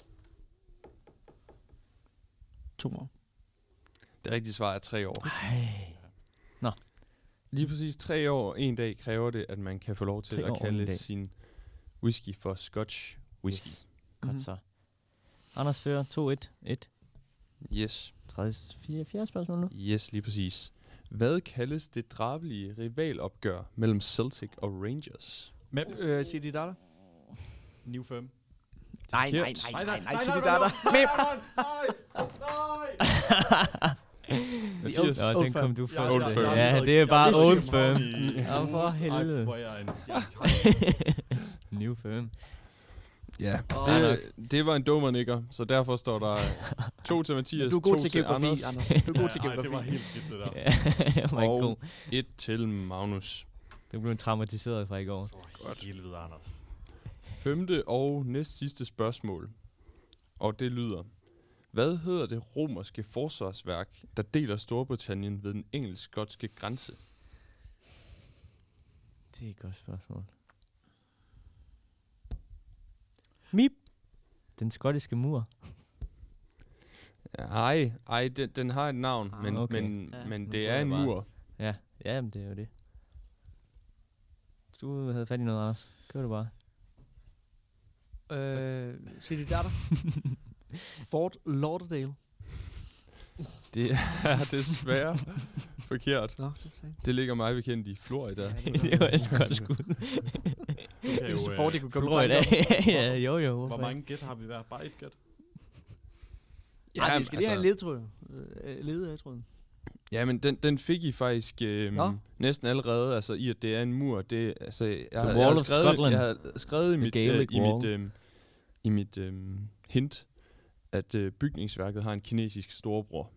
Speaker 5: 2 år.
Speaker 3: Det rigtige svar er 3 år.
Speaker 2: Nå.
Speaker 3: Lige præcis 3 år og 1 dag kræver det, at man kan få lov til at kalde sin whisky for Scotch whisky.
Speaker 2: Yes. Godt så. Anders fører 2-1.
Speaker 3: Yes.
Speaker 2: Fjerde spørgsmål nu.
Speaker 3: Yes, lige præcis. Hvad kaldes det drabelige rivalopgør mellem Celtic og Rangers?
Speaker 4: Map.
Speaker 5: Sig de datter.
Speaker 4: New firm.
Speaker 5: Nej, sig de datter.
Speaker 3: Mathias.
Speaker 2: Den kom du først.
Speaker 3: Old Firm.
Speaker 2: Ja, det er bare Old Firm. For helvede. New Firm.
Speaker 3: Ja, det var en dummer nikker, så derfor står der 2 til Mathias, 2 til Anders.
Speaker 5: Du er god til geografi.
Speaker 4: Det var helt skidt, det der.
Speaker 2: Det var ikke god.
Speaker 3: 1 til Magnus.
Speaker 2: Det blev traumatiseret fra i går.
Speaker 4: Godt. Helvede, Anders.
Speaker 3: 5. og næst sidste spørgsmål. Og det lyder: hvad hedder det romerske forsvarsværk, der deler Storbritannien ved den engelsk-skotske grænse?
Speaker 2: Det er et godt spørgsmål. Mip. Den skottiske mur.
Speaker 3: Ej, den har et navn, men det er en mur.
Speaker 2: Ja, men det er jo det. Du havde fat i noget, Anders. Gør det bare.
Speaker 5: Sig de datter. Fort Lauderdale.
Speaker 3: Det er desværre forkert.
Speaker 5: Nå,
Speaker 3: det ligger mig bekendt i Florida.
Speaker 2: Det var et godt skud.
Speaker 5: Hvis du får, det kunne komme
Speaker 2: Florida. Ja, jo.
Speaker 4: Hvor mange gæt har vi været? Bare 1 gæt?
Speaker 5: Ja, vi skal lige have en ledetråd.
Speaker 3: Ja, men den fik I faktisk næsten allerede, altså i at det er en mur. Det, altså, jeg har skrevet i mit hint, at bygningsværket har en kinesisk storebror.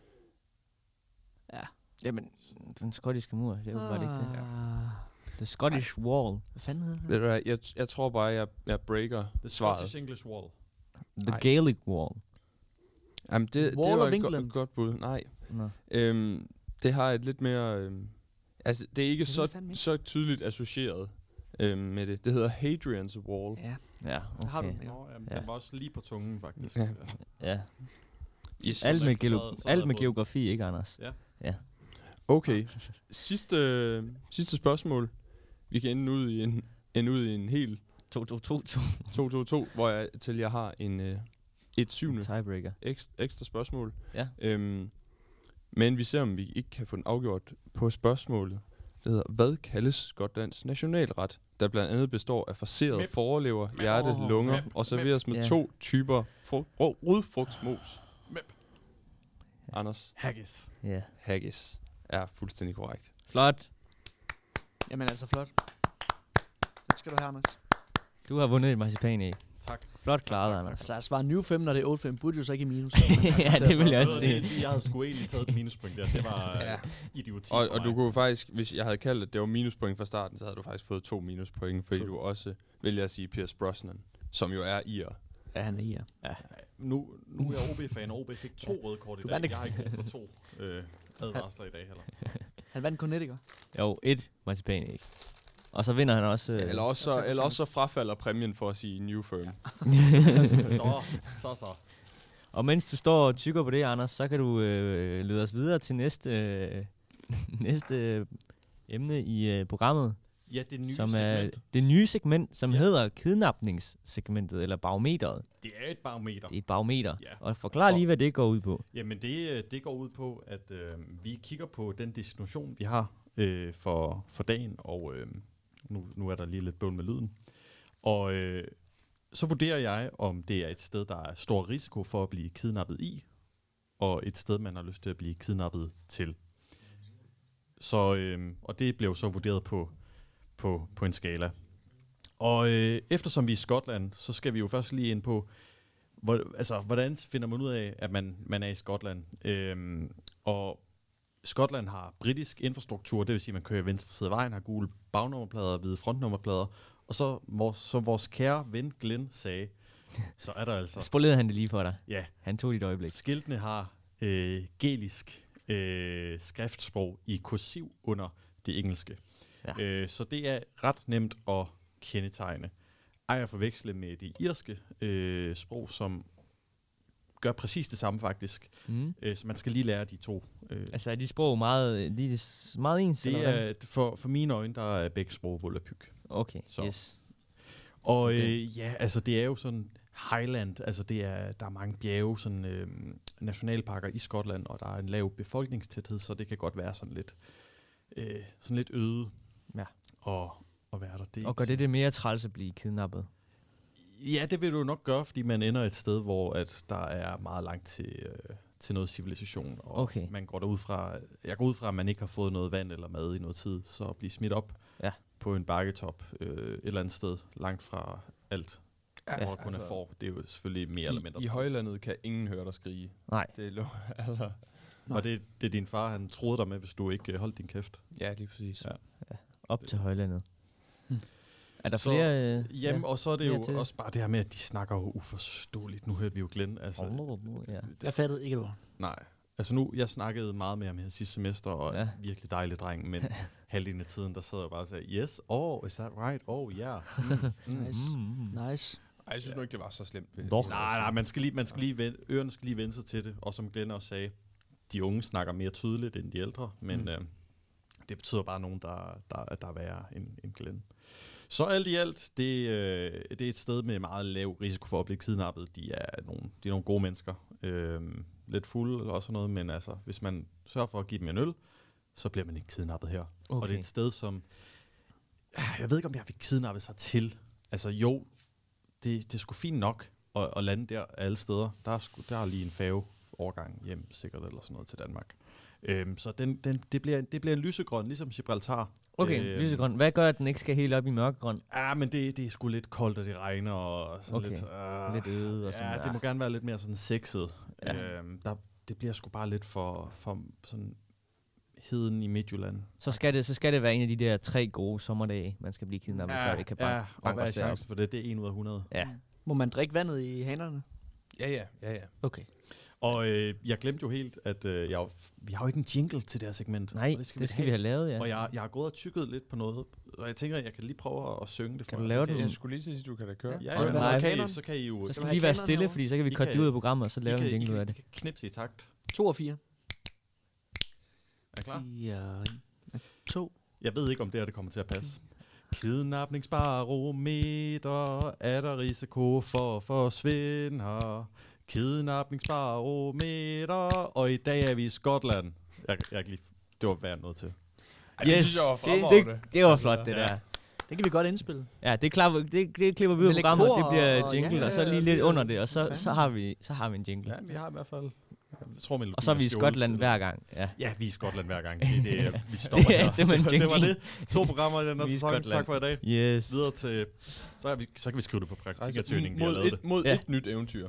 Speaker 2: Ja. Jamen, den skottiske mur, det var bare ikke det. Ja. The Scottish Wall.
Speaker 5: Hvad fanden hedder
Speaker 3: det? Jeg tror bare, jeg breaker
Speaker 4: The
Speaker 3: svaret.
Speaker 4: Scottish English Wall.
Speaker 2: The Gaelic Wall.
Speaker 3: Jamen, det var et godt bud. Nej.
Speaker 2: No.
Speaker 3: Det har et lidt mere... altså, det er ikke så tydeligt associeret med det. Det hedder Hadrian's Wall.
Speaker 2: Ja, okay.
Speaker 5: Har du den?
Speaker 4: Den var også lige på tungen, faktisk.
Speaker 2: Ja. Alt med geografi, ikke, Anders? Ja.
Speaker 3: Okay. Sidste spørgsmål. Vi kan ende ud i en hel 2-2-2, hvor jeg har et 7.
Speaker 2: tiebreaker.
Speaker 3: Ekstra spørgsmål.
Speaker 2: Ja.
Speaker 3: Men vi ser, om vi ikke kan få den afgjort på spørgsmålet. Det hedder: hvad kaldes Skotlands nationalret, der blandt andet består af farseret forlever, hjerte, lunger og serveres med 2 typer rodfrugtsmos? Anders?
Speaker 4: Haggis.
Speaker 2: Ja.
Speaker 3: Haggis er fuldstændig korrekt.
Speaker 2: Flot.
Speaker 5: Jamen altså, flot. Det skal du have, Anders.
Speaker 2: Du har vundet et marcipan i.
Speaker 4: Tak. Tak.
Speaker 2: Flot klaret, Anders.
Speaker 5: Så jeg svarer New 5, når det er 8-5, burde jo så ikke i minus.
Speaker 2: Ja, det vil jeg også sige.
Speaker 4: Jeg havde sgu egentlig taget et minuspoint der. Det var idioti.
Speaker 3: Og du kunne faktisk, hvis jeg havde kaldt det var minuspoint fra starten, så havde du faktisk fået 2 minuspoint, fordi du også vælger at sige Pierce Brosnan, som jo er IR.
Speaker 5: Ja, han er IR.
Speaker 4: Ja. Nu er jeg OB-fan, og OB fik 2 røde kort i dag. Jeg har ikke brug for 2 advarsler i dag heller.
Speaker 5: Han vandt kun 1, ikke?
Speaker 2: Jo, 1 marcipan ikke. Og så vinder han også...
Speaker 3: eller også så frafalder præmien for at sige New Firm.
Speaker 4: Så.
Speaker 2: Og mens du står og tykker på det, Anders, så kan du lede os videre til næste emne i programmet.
Speaker 4: Ja, det nye
Speaker 2: som
Speaker 4: segment.
Speaker 2: Er det nye segment, som hedder kidnapningssegmentet, eller barometeret.
Speaker 4: Det er et barometer.
Speaker 2: Det er et barometer.
Speaker 4: Ja.
Speaker 2: Og forklar lige, hvad det går ud på.
Speaker 4: Jamen, det går ud på, at vi kigger på den destination, vi har for dagen, og nu er der lige lidt bøvl med lyden. Og så vurderer jeg, om det er et sted, der er stor risiko for at blive kidnappet i, og et sted, man har lyst til at blive kidnappet til. Så, og det blev så vurderet på en skala. Og eftersom vi er i Skotland, så skal vi jo først lige ind på, hvordan finder man ud af, at man er i Skotland. Og Skotland har britisk infrastruktur, det vil sige, at man kører venstre side af vejen, har gule bagnummerplader, hvide frontnummerplader, og så vores kære ven Glenn sagde, så er der altså...
Speaker 2: Spolerede han det lige for dig?
Speaker 4: Ja.
Speaker 2: Han tog dit øjeblik.
Speaker 4: Skiltene har gælisk skriftsprog i kursiv under det engelske. Ja. Så det er ret nemt at kendetegne. Ej at forveksle med det irske sprog, som gør præcis det samme faktisk. Så man skal lige lære de to.
Speaker 2: Altså er de sprog meget ens?
Speaker 4: Det er, for mine øjne, der er begge sprog volapyk.
Speaker 2: Okay,
Speaker 4: så.
Speaker 2: Yes.
Speaker 4: Og okay. Altså det er jo sådan Highland, altså der er mange bjerge, sådan nationalparker i Skotland, og der er en lav befolkningstæthed, så det kan godt være sådan lidt øde.
Speaker 2: Ja.
Speaker 4: Og være der. Det
Speaker 2: og gør det mere træls at blive kidnappet?
Speaker 4: Ja, det vil du nok gøre, fordi man ender et sted, hvor at der er meget langt til noget civilisation. Og
Speaker 2: okay.
Speaker 4: Man går derud fra, jeg går ud fra, at man ikke har fået noget vand eller mad i noget tid, så at blive smidt op på en bakketop et eller andet sted, langt fra alt, hvor kun er for. Det er jo selvfølgelig mere eller mindre.
Speaker 3: I højlandet kan ingen høre dig skrige.
Speaker 2: Nej.
Speaker 3: Det er altså.
Speaker 4: Og det er din far, han troede dig med, hvis du ikke holdt din kæft.
Speaker 3: Ja, lige præcis.
Speaker 2: Ja. Op til højlandet. Er der flere?
Speaker 4: Jamen, og så er det jo også bare det her med, at de snakker jo uforståeligt. Nu hørte vi jo Glenn. Altså,
Speaker 5: jeg fattede ikke et ord.
Speaker 4: Nej. Altså jeg snakkede meget med ham her sidste semester, og virkelig dejlig dreng, men halvdelen af tiden, der sad jeg bare og sagde, yes, is that right? Yeah.
Speaker 5: Nice.
Speaker 3: Ej, jeg synes nu ikke, det var så slemt.
Speaker 4: Nej, ørerne skal lige vende sig til det, og som Glenn også sagde, de unge snakker mere tydeligt end de ældre, men det betyder bare nogen, der er værre end Glenn. Så alt i alt, det er et sted med meget lav risiko for at blive kidnappet. De er nogle gode mennesker. Lidt fulde eller også noget, men altså, hvis man sørger for at give dem en øl, så bliver man ikke kidnappet her. Okay. Og det er et sted, som... Jeg ved ikke, om jeg fik kidnappet sig til. Altså jo, det er sgu fint nok at lande der alle steder. Der er lige en færgeovergang hjem, sikkert, eller sådan noget til Danmark. Så det bliver en lysegrøn, ligesom Gibraltar.
Speaker 2: Okay, lysegrøn. Hvad gør, at den ikke skal helt op i mørkegrøn?
Speaker 4: Ja, men det er sgu lidt koldt, og det regner, og sådan
Speaker 2: lidt øde og sådan.
Speaker 4: Ja, det må gerne være lidt mere sådan sexet. Ja. Det bliver sgu bare lidt for sådan heden i Midtjylland.
Speaker 2: Så skal det være en af de der 3 gode sommerdage, man skal blive kidnappet, før det kan banke
Speaker 4: og hvad er chancen for det? Det er 1 ud af 100.
Speaker 2: Ja.
Speaker 5: Må man drikke vandet i hanerne?
Speaker 3: Ja.
Speaker 5: Okay.
Speaker 4: Og jeg glemte jo helt, at vi har jo ikke en jingle til det her segment.
Speaker 2: Nej, det skal vi have lavet, ja.
Speaker 4: Og jeg har gået og tykket lidt på noget, og jeg tænker, at jeg kan lige prøve at synge det for.
Speaker 2: Kan du lave det?
Speaker 3: Jeg skulle lige sige, at du kan da køre.
Speaker 4: Ja, så kan I jo...
Speaker 2: Så skal lige være stille, fordi så kan vi cutte det ud af programmet, og så lave en jingle ud af det.
Speaker 4: I kan knipse i takt.
Speaker 5: 2 og 4.
Speaker 4: Er I klar?
Speaker 5: 4, 2.
Speaker 4: Jeg ved ikke, om det kommer til at passe. Kidnapningsbarometer, er der risiko for at forsvinde her? Kidnapningsbarometer, og i dag er vi i Skotland. Jeg kan lige... Det var værd noget til.
Speaker 2: Yes, det var flot, det der.
Speaker 5: Det kan vi godt indspille.
Speaker 2: Ja, det klipper vi ud af programmet, det bliver jingle, og så lige lidt under det, og så har vi en jingle.
Speaker 4: Ja, vi har i hvert fald Jeg tror,
Speaker 2: og så er vi i Skotland hver gang.
Speaker 4: Ja, vi er i Skotland hver gang. Vi stopper her. Det var det. 2 programmer i den her sæson. Tak for i dag.
Speaker 2: Yes.
Speaker 4: Videre til... Så kan vi skrive det på praktikatøgning.
Speaker 3: Mod et nyt eventyr.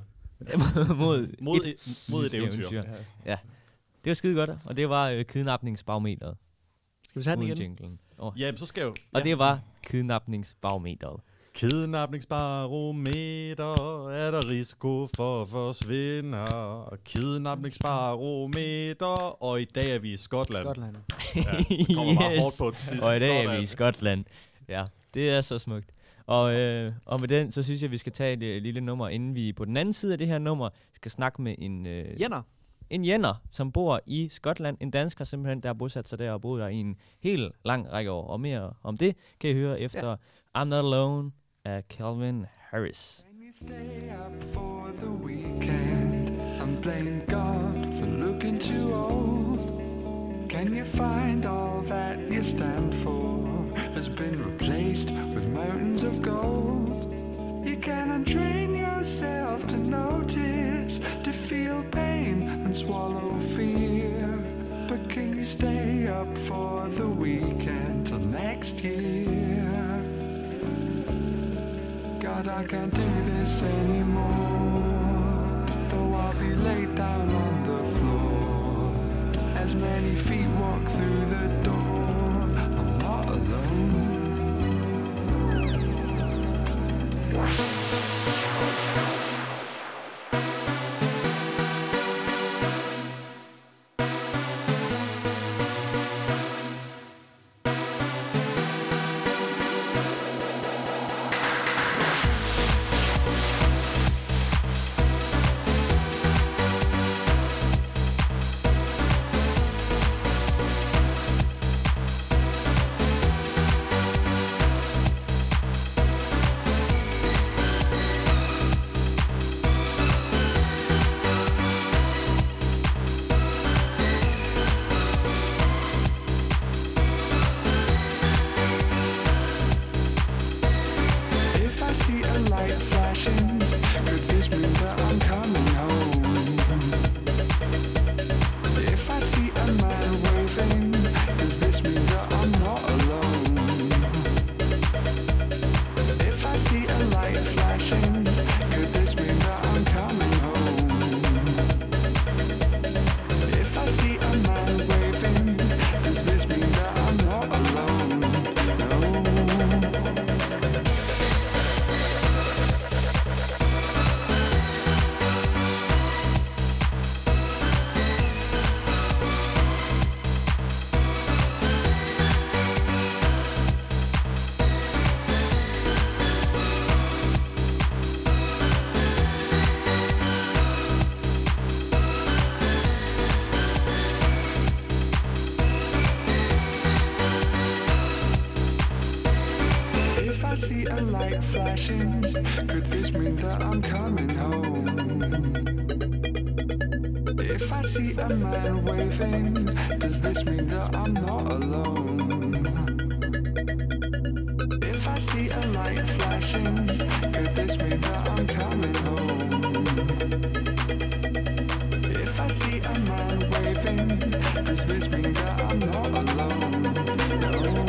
Speaker 2: mod et eventyr. Ja. Det var skide godt, og det var kidnapningsbarometeret.
Speaker 5: Skal vi tage den igen?
Speaker 4: Ja, så skal jo...
Speaker 2: Og det var kidnapningsbarometeret.
Speaker 4: Kidnapningsbarometer, er der risiko for forsvinder. Kidnapningsbarometer, og i dag er vi i Skotland.
Speaker 5: Ja,
Speaker 4: kommer bare hårdt på til sidst.
Speaker 2: Og i dag er vi i Skotland. Ja, det er så smukt. Og med den, så synes jeg, vi skal tage et lille nummer, inden vi på den anden side af det her nummer skal snakke med en... En jener, som bor i Skotland. En dansker simpelthen, der har bosat sig der og boet der i en helt lang række år. Og mere om det kan I høre efter I'm Not Alone af Calvin Harris.
Speaker 12: Can you stay up for the weekend and blame God for looking too old? Can you find all that you stand for has been replaced with mountains of gold? You can untrain yourself to notice, to feel pain and swallow fear. But can you stay up for the weekend till next year? God, I can't do this anymore, though I'll be laid down on the floor. As many feet walk through the door, I'm not alone. Flashing, could this mean that I'm coming home? If I see a man waving, does this mean that I'm not alone? If I see a light flashing, could this mean that I'm coming home? If I see a man waving, does this mean that I'm not alone? No.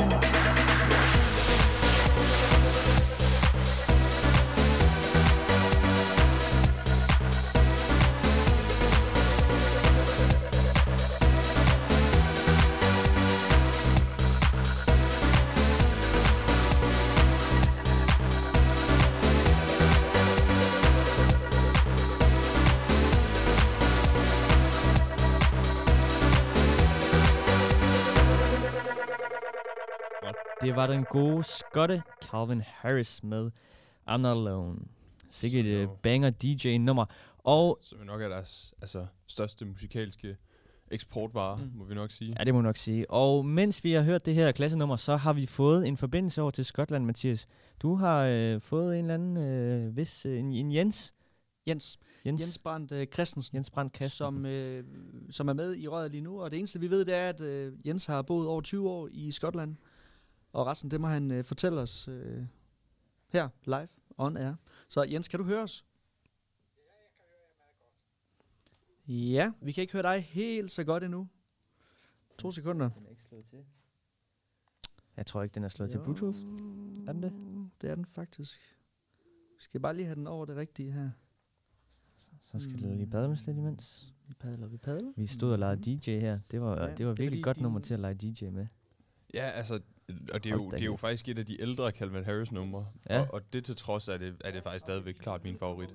Speaker 2: Det var den gode skotte Calvin Harris med I'm Not Alone. Sikkert et banger DJ-nummer. Og
Speaker 3: som nok er deres største musikalske eksportvare, må vi nok sige.
Speaker 2: Ja, det må vi nok sige. Og mens vi har hørt det her klassenummer, så har vi fået en forbindelse over til Skotland, Mathias. Du har fået en eller anden en Jens
Speaker 5: Brandt Christensen.
Speaker 2: Jens Brandt Christensen.
Speaker 5: Som er med i røret lige nu. Og det eneste, vi ved, det er, at Jens har boet over 20 år i Skotland. Og resten, det må han fortælle os her live on air. Så Jens, kan du høre os?
Speaker 13: Ja, jeg kan høre jer meget godt.
Speaker 5: Ja, vi kan ikke høre dig helt så godt endnu. 2 sekunder.
Speaker 2: Den er ikke slået til. Jeg tror ikke, den er slået til Bluetooth. Er den det?
Speaker 5: Det er den faktisk. Vi skal bare lige have den over det rigtige her.
Speaker 2: Så skal vi lige padle lidt imens.
Speaker 5: Vi padler.
Speaker 2: Vi stod og legede DJ her. Det var virkelig et godt nummer til at lege DJ med.
Speaker 3: Ja, altså, og det er jo faktisk et af de ældre Calvin Harris numre.
Speaker 2: Ja.
Speaker 3: Og det til trods er det faktisk stadigvæk klart min favorit.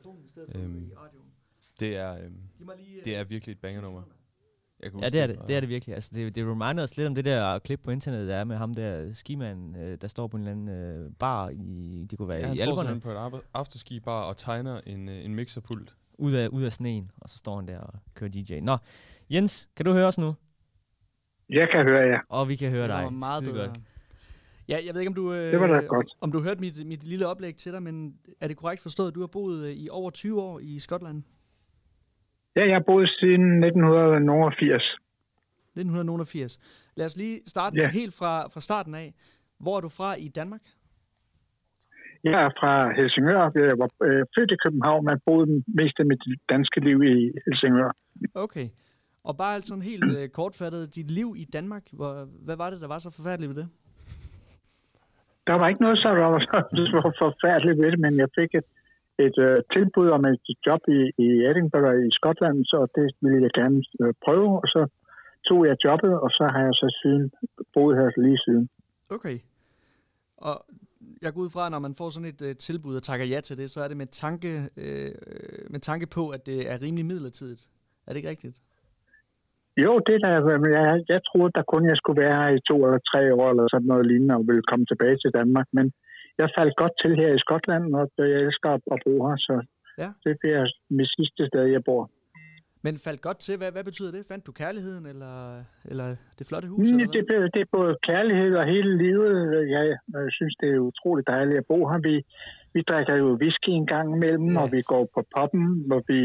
Speaker 3: Det er virkelig et bangernummer.
Speaker 2: Ja, det er det virkelig. Altså, det reminder os lidt om det der klip på internettet, der er med ham der skimanden, der står på en eller anden bar i, det kunne være i Alperne.
Speaker 3: Han står på et afterski-bar og tegner en mixerpult.
Speaker 2: Ud af sneen, og så står han der og kører DJ. Nå, Jens, kan du høre os nu?
Speaker 13: Jeg kan høre jer.
Speaker 2: Og vi kan høre dig.
Speaker 5: Det var meget bedre. Godt. Ja, jeg ved ikke,
Speaker 13: det var da godt.
Speaker 5: Om du hørte mit lille oplæg til dig, men er det korrekt forstået, at du har boet i over 20 år i Skotland?
Speaker 13: Ja, jeg har boet siden 1989.
Speaker 5: 1989. Lad os lige starte helt fra starten af. Hvor er du fra i Danmark?
Speaker 13: Jeg er fra Helsingør. Jeg var født i København, men boede det meste af mit danske liv i Helsingør.
Speaker 5: Okay. Og bare sådan helt kortfattet, dit liv i Danmark, hvad var det, der var så forfærdeligt ved det?
Speaker 13: Der var ikke noget, så der var så forfærdeligt ved det, men jeg fik et tilbud om et job i Edinburgh i Skotland, så det ville jeg gerne prøve, og så tog jeg jobbet, og så har jeg så boet her lige siden.
Speaker 5: Okay. Og jeg går ud fra, når man får sådan et tilbud og takker ja til det, så er det med tanke på, at det er rimelig midlertidigt. Er det ikke rigtigt?
Speaker 13: Jo, det der, jeg troede, der kun jeg skulle være her i 2 eller 3 år, eller sådan noget lignende, og ville komme tilbage til Danmark, men jeg faldt godt til her i Skotland, og jeg elsker at bo her, så det bliver mit sidste sted, jeg bor.
Speaker 5: Men faldt godt til, hvad betyder det? Fandt du kærligheden, eller det flotte hus?
Speaker 13: Det er både kærlighed og hele livet. Jeg synes, det er utroligt dejligt at bo her. Vi drikker jo whisky en gang imellem, og vi går på pubben, hvor vi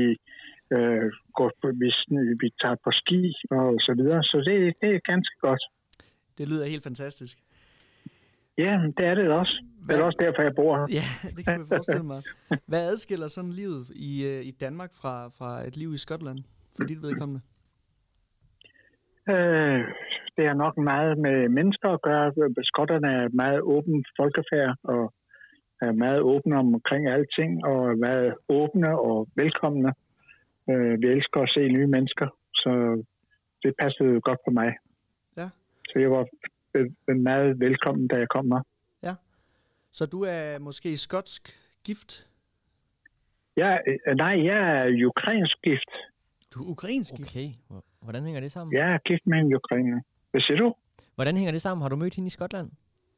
Speaker 13: vi tager på ski og så videre, så det er ganske godt.
Speaker 5: Det lyder helt fantastisk.
Speaker 13: Ja, det er det også. Det er også derfor, jeg bor her.
Speaker 5: Ja, det kan jeg forestille mig. Hvad adskiller sådan livet i Danmark fra et liv i Skotland, for dit vedkommende?
Speaker 13: Det har nok meget med mennesker at gøre. Skotterne er meget åben folkefærd, og er meget åbne omkring alting, og er meget åbne og velkomne. Vi elsker at se nye mennesker, så det passede godt på mig.
Speaker 5: Ja.
Speaker 13: Så jeg var meget velkommen, da jeg kom her.
Speaker 5: Ja. Så du er måske skotsk gift?
Speaker 13: Nej, jeg er ukrainsk gift.
Speaker 5: Du er ukrainsk gift?
Speaker 2: Okay. Hvordan hænger det sammen?
Speaker 13: Jeg er gift med en ukrainer. Hvad siger du?
Speaker 2: Hvordan hænger det sammen? Har du mødt hende i Skotland?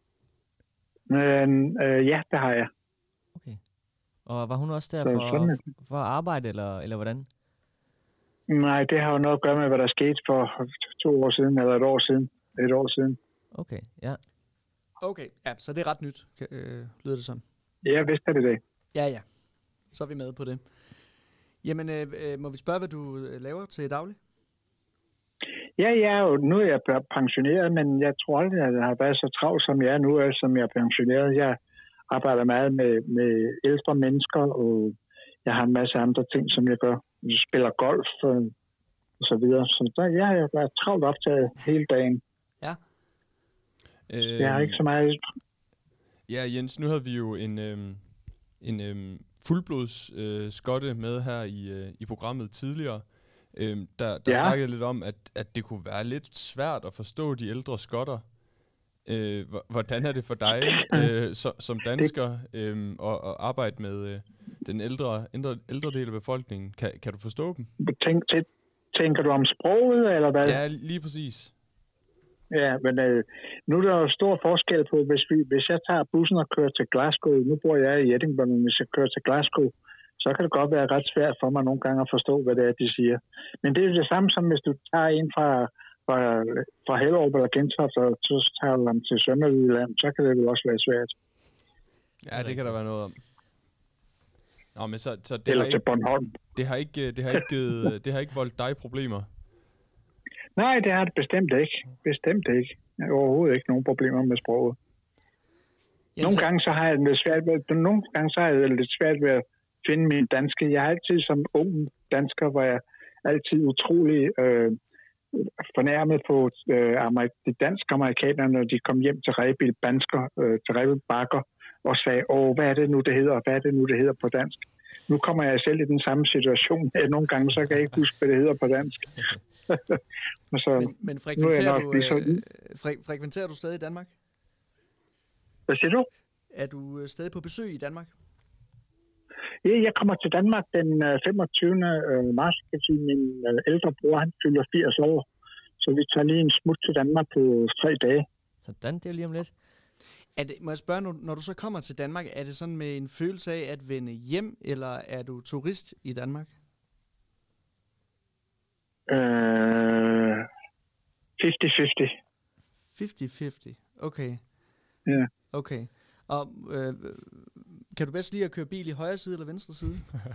Speaker 13: Ja, det har jeg.
Speaker 2: Okay. Og var hun også der for at arbejde, eller hvordan?
Speaker 13: Nej, det har jo noget at gøre med, hvad der skete for 2 år siden, eller 1 år siden. 1 år siden.
Speaker 2: Okay, ja.
Speaker 5: Okay, ja, så det er ret nyt, lyder det som.
Speaker 13: Ja, vist er det.
Speaker 5: Ja. Så er vi med på det. Jamen, må vi spørge, hvad du laver til daglig?
Speaker 13: Ja, nu er jeg pensioneret, men jeg tror aldrig, at jeg har været så travlt, som jeg er nu, som jeg er pensioneret. Jeg arbejder meget med ældre mennesker, og jeg har en masse andre ting, som jeg gør. Jeg spiller golf og så videre. Så jeg har været travlt optaget hele dagen.
Speaker 5: Ja.
Speaker 13: Jeg har ikke så meget.
Speaker 3: Ja, Jens, nu havde vi jo en fuldblods skotte med her i programmet tidligere. Der snakkede lidt om, at det kunne være lidt svært at forstå de ældre skotter. Hvordan er det for dig som dansker at arbejde med den ældre del af befolkningen? Kan du forstå dem?
Speaker 13: Tænker du om sproget, eller hvad?
Speaker 3: Ja, lige præcis.
Speaker 13: Ja, men nu er der jo stor forskel på, hvis jeg tager bussen og kører til Glasgow, nu bor jeg i Edinburgh, men hvis jeg kører til Glasgow, så kan det godt være ret svært for mig nogle gange at forstå, hvad det er, de siger. Men det er det samme som, hvis du tager en fra Hellerup eller Gentofte, og så tager du dem til Sønderjylland, så kan det vel også være svært.
Speaker 3: Ja, det kan der være noget om. Nå, men så det
Speaker 13: eller
Speaker 3: har
Speaker 13: til Bornholm.
Speaker 3: Det har ikke voldt dig problemer?
Speaker 13: Nej, det har det bestemt ikke. Bestemt ikke. Jeg har overhovedet ikke nogen problemer med sproget. Nogle gange så har jeg lidt svært ved at finde min danske. Jeg har altid som ung dansker, hvor jeg altid utrolig fornærmet på de danske amerikanere, når de kom hjem til Rebild Bakker og sagde, hvad er det nu, det hedder? Hvad er det nu, det hedder på dansk? Nu kommer jeg selv i den samme situation. Nogle gange, så kan jeg ikke huske, hvad det hedder på dansk. Så,
Speaker 5: men frekventerer du stadig i Danmark?
Speaker 13: Hvad siger du?
Speaker 5: Er du stadig på besøg i Danmark?
Speaker 13: Ja, jeg kommer til Danmark den 25. marts, fordi min ældre bror, han fylder 80 år. Så vi tager lige en smut til Danmark på 3 dage.
Speaker 2: Sådan, det er lige om lidt.
Speaker 5: Må jeg spørge, når du så kommer til Danmark, er det sådan med en følelse af at vende hjem, eller er du turist i Danmark?
Speaker 13: 50-50.
Speaker 5: 50-50, okay.
Speaker 13: Ja.
Speaker 5: Okay. Og kan du bedst lide at køre bil i højre side eller venstre side?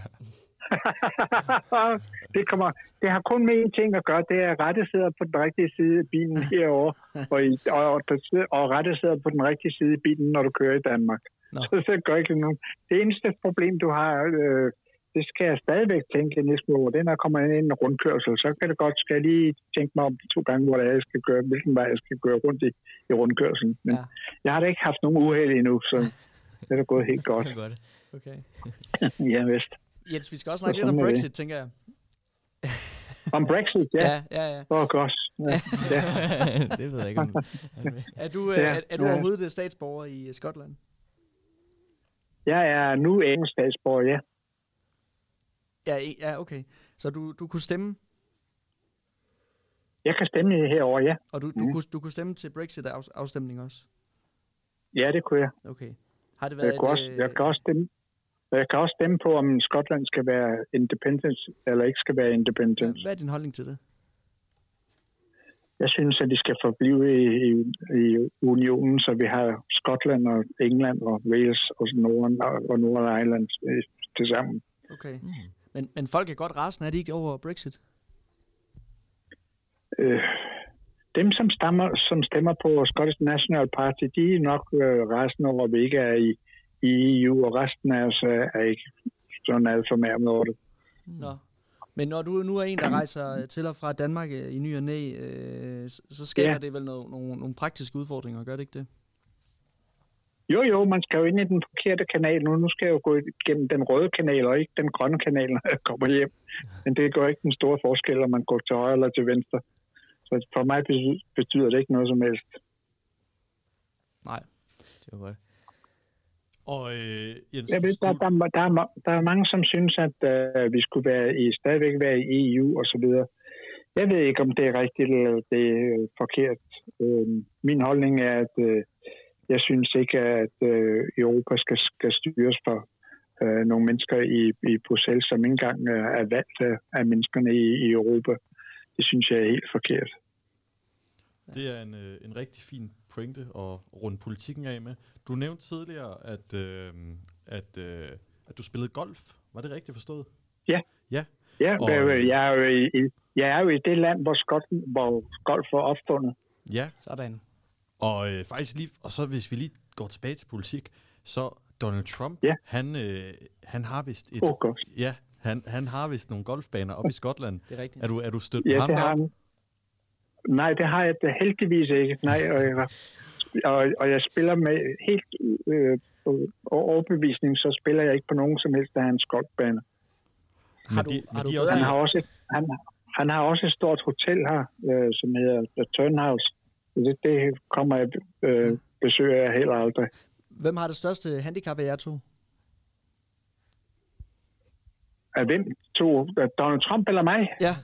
Speaker 13: Det har kun med en ting at gøre, det er rette sidder på den rigtige side af bilen herovre, og rette sidder på den rigtige side af bilen, når du kører i Danmark. Så det gør ikke nogen. Det eneste problem, du har, det skal jeg stadigvæk tænke næsten over. Det er, når jeg kommer ind i en rundkørsel, så kan det godt, skal jeg lige tænke mig om 2 gange, hvor jeg skal køre, hvilken vej jeg skal køre rundt i rundkørselen. Men jeg har da ikke haft nogen uheld endnu, så det er da gået helt godt.
Speaker 5: Okay.
Speaker 13: Ja, vist.
Speaker 5: Jens, vi skal også snakke lidt om Brexit, tænker jeg.
Speaker 13: Om Brexit, ja. Godt. Ja.
Speaker 2: Det ved jeg ikke, om
Speaker 5: Er du overhovedet statsborger i Skotland?
Speaker 13: Jeg er nu engelsk statsborger, ja.
Speaker 5: Ja, okay. Så du kunne stemme?
Speaker 13: Jeg kan stemme herover, ja.
Speaker 5: Og du kunne stemme til Brexit-afstemning også?
Speaker 13: Ja, det kunne jeg.
Speaker 5: Okay. Har det været
Speaker 13: jeg kan også stemme på, om Skotland skal være independent eller ikke skal være independent.
Speaker 5: Hvad er din holdning til det?
Speaker 13: Jeg synes, at de skal forblive i unionen, så vi har Skotland og England og Wales og Northern Ireland til sammen.
Speaker 5: Okay. Men folk er godt rasende, er de ikke over Brexit?
Speaker 13: Dem, som stemmer på Scottish National Party, de er nok rasende over, at vi ikke er i EU, og resten af os er ikke sådan alt for mere over det.
Speaker 5: Nå. Men når du nu er en, der rejser til og fra Danmark i ny og næ, så skaber det vel nogle praktiske udfordringer, gør det ikke det?
Speaker 13: Jo, man skal jo ind i den forkerte kanal nu. Nu skal jeg jo gå igennem den røde kanal, og ikke den grønne kanal, når jeg kommer hjem. Men det går ikke den store forskel, om man går til højre eller til venstre. Så for mig betyder det ikke noget som helst.
Speaker 5: Nej,
Speaker 2: det var godt.
Speaker 4: Og Jens,
Speaker 13: jeg ved, der er mange, som synes, at vi skulle stadigvæk være i EU og så videre. Jeg ved ikke, om det er rigtigt eller det er forkert. Min holdning er, at jeg synes ikke, at Europa skal styres for nogle mennesker i Bruxelles, som ikke engang er valgt af menneskerne i Europa. Det synes jeg er helt forkert.
Speaker 4: Det er en rigtig fin pointe at runde politikken af med. Du nævnte tidligere, at du spillede golf. Var det rigtigt forstået?
Speaker 13: Ja. Jeg er jo i det land, hvor golf var opfundet.
Speaker 4: Ja.
Speaker 5: Sådan.
Speaker 4: Og faktisk og så hvis vi lige går tilbage til politik, så Donald Trump, han har vist han har vist nogle golfbaner op i Skotland.
Speaker 5: Det er rigtigt.
Speaker 4: Er du stødt på ham der?
Speaker 13: Nej, det har jeg heldigvis ikke. Nej, og jeg spiller med helt overbevisning, så spiller jeg ikke på nogen som helst af hans golfbaner. Han har også et stort hotel her, som hedder The Turnhouse. Det kommer jeg besøger jeg heller aldrig.
Speaker 5: Hvem har det største handicap af jer to?
Speaker 13: Af hvem to? Donald Trump eller mig?
Speaker 5: Ja.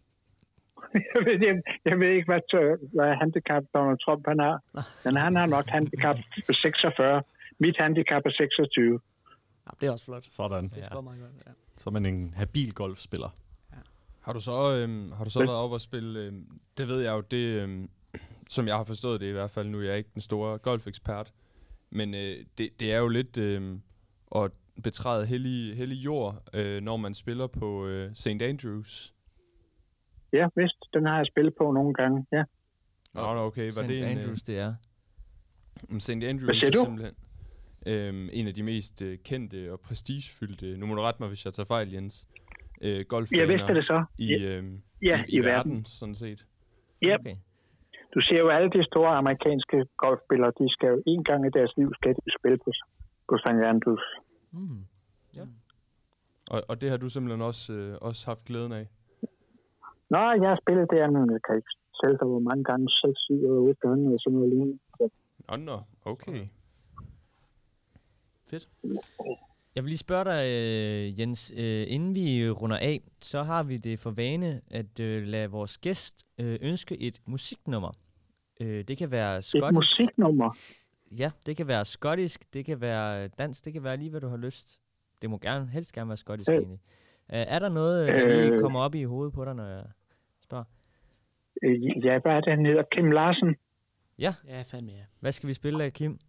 Speaker 13: Jeg ved ikke, hvad handicap Donald Trump han har. Men han har nok handicap 46. Mit handicap er 26.
Speaker 5: Ja, det er også flot.
Speaker 4: Sådan.
Speaker 5: Det er meget godt, ja.
Speaker 4: Så er man en habil golfspiller.
Speaker 3: Ja. Har du så været op og spille, det ved jeg jo, det som jeg har forstået det i hvert fald, nu er jeg ikke den store golfekspert, men det er jo lidt at betræde hellig jord, når man spiller på St. Andrews.
Speaker 13: Ja, vist. Den har jeg spillet på nogle gange, ja.
Speaker 3: Okay. Var det
Speaker 2: Andrews, det er?
Speaker 3: St. Andrews er simpelthen en af de mest kendte og prestigefyldte, nu må du rette mig, hvis jeg tager fejl, Jens, golfbaner
Speaker 13: Jeg vidste det så.
Speaker 3: i verden, sådan set.
Speaker 13: Ja. Okay. Du ser jo alle de store amerikanske golfspillere, de skal jo en gang i deres liv skal de spille på St. Andrews.
Speaker 3: Ja. Og det har du simpelthen også haft glæden af?
Speaker 13: Nå, jeg har spillet der, men jeg kan ikke selv hvor mange gange, 6, 7 eller 8 gange, eller sådan noget lignende.
Speaker 3: Nå, okay.
Speaker 5: Fedt.
Speaker 2: Jeg vil lige spørge dig, Jens, inden vi runder af, så har vi det for vane at lade vores gæst ønske et musiknummer. Det kan være skotsk.
Speaker 13: Et musiknummer?
Speaker 2: Ja, det kan være skotsk, det kan være dansk, det kan være lige, hvad du har lyst. Det må helst gerne være skotsk egentlig. Er der noget, der lige kommer op i hovedet på dig, når jeg spørger?
Speaker 13: Ja, hvad er det, han hedder? Kim Larsen?
Speaker 2: Ja.
Speaker 1: Ja, fandme ja.
Speaker 2: Hvad skal vi spille af, Kim?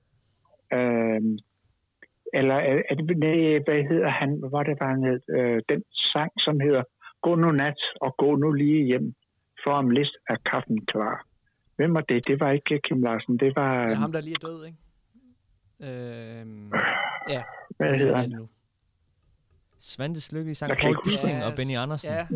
Speaker 13: Eller hvad hedder han? Hvad var det, han hed? Den sang, som hedder Gå nu nat og gå nu lige hjem, for om lidt er kaffen klar. Hvem var det? Det var ikke Kim Larsen, det var...
Speaker 5: Ja, ham, der lige er død, ikke? Ja.
Speaker 13: Hvad hedder han nu?
Speaker 2: Svantes lykkelige sang. Paul Dissing og Benny Andersen.
Speaker 13: Ja.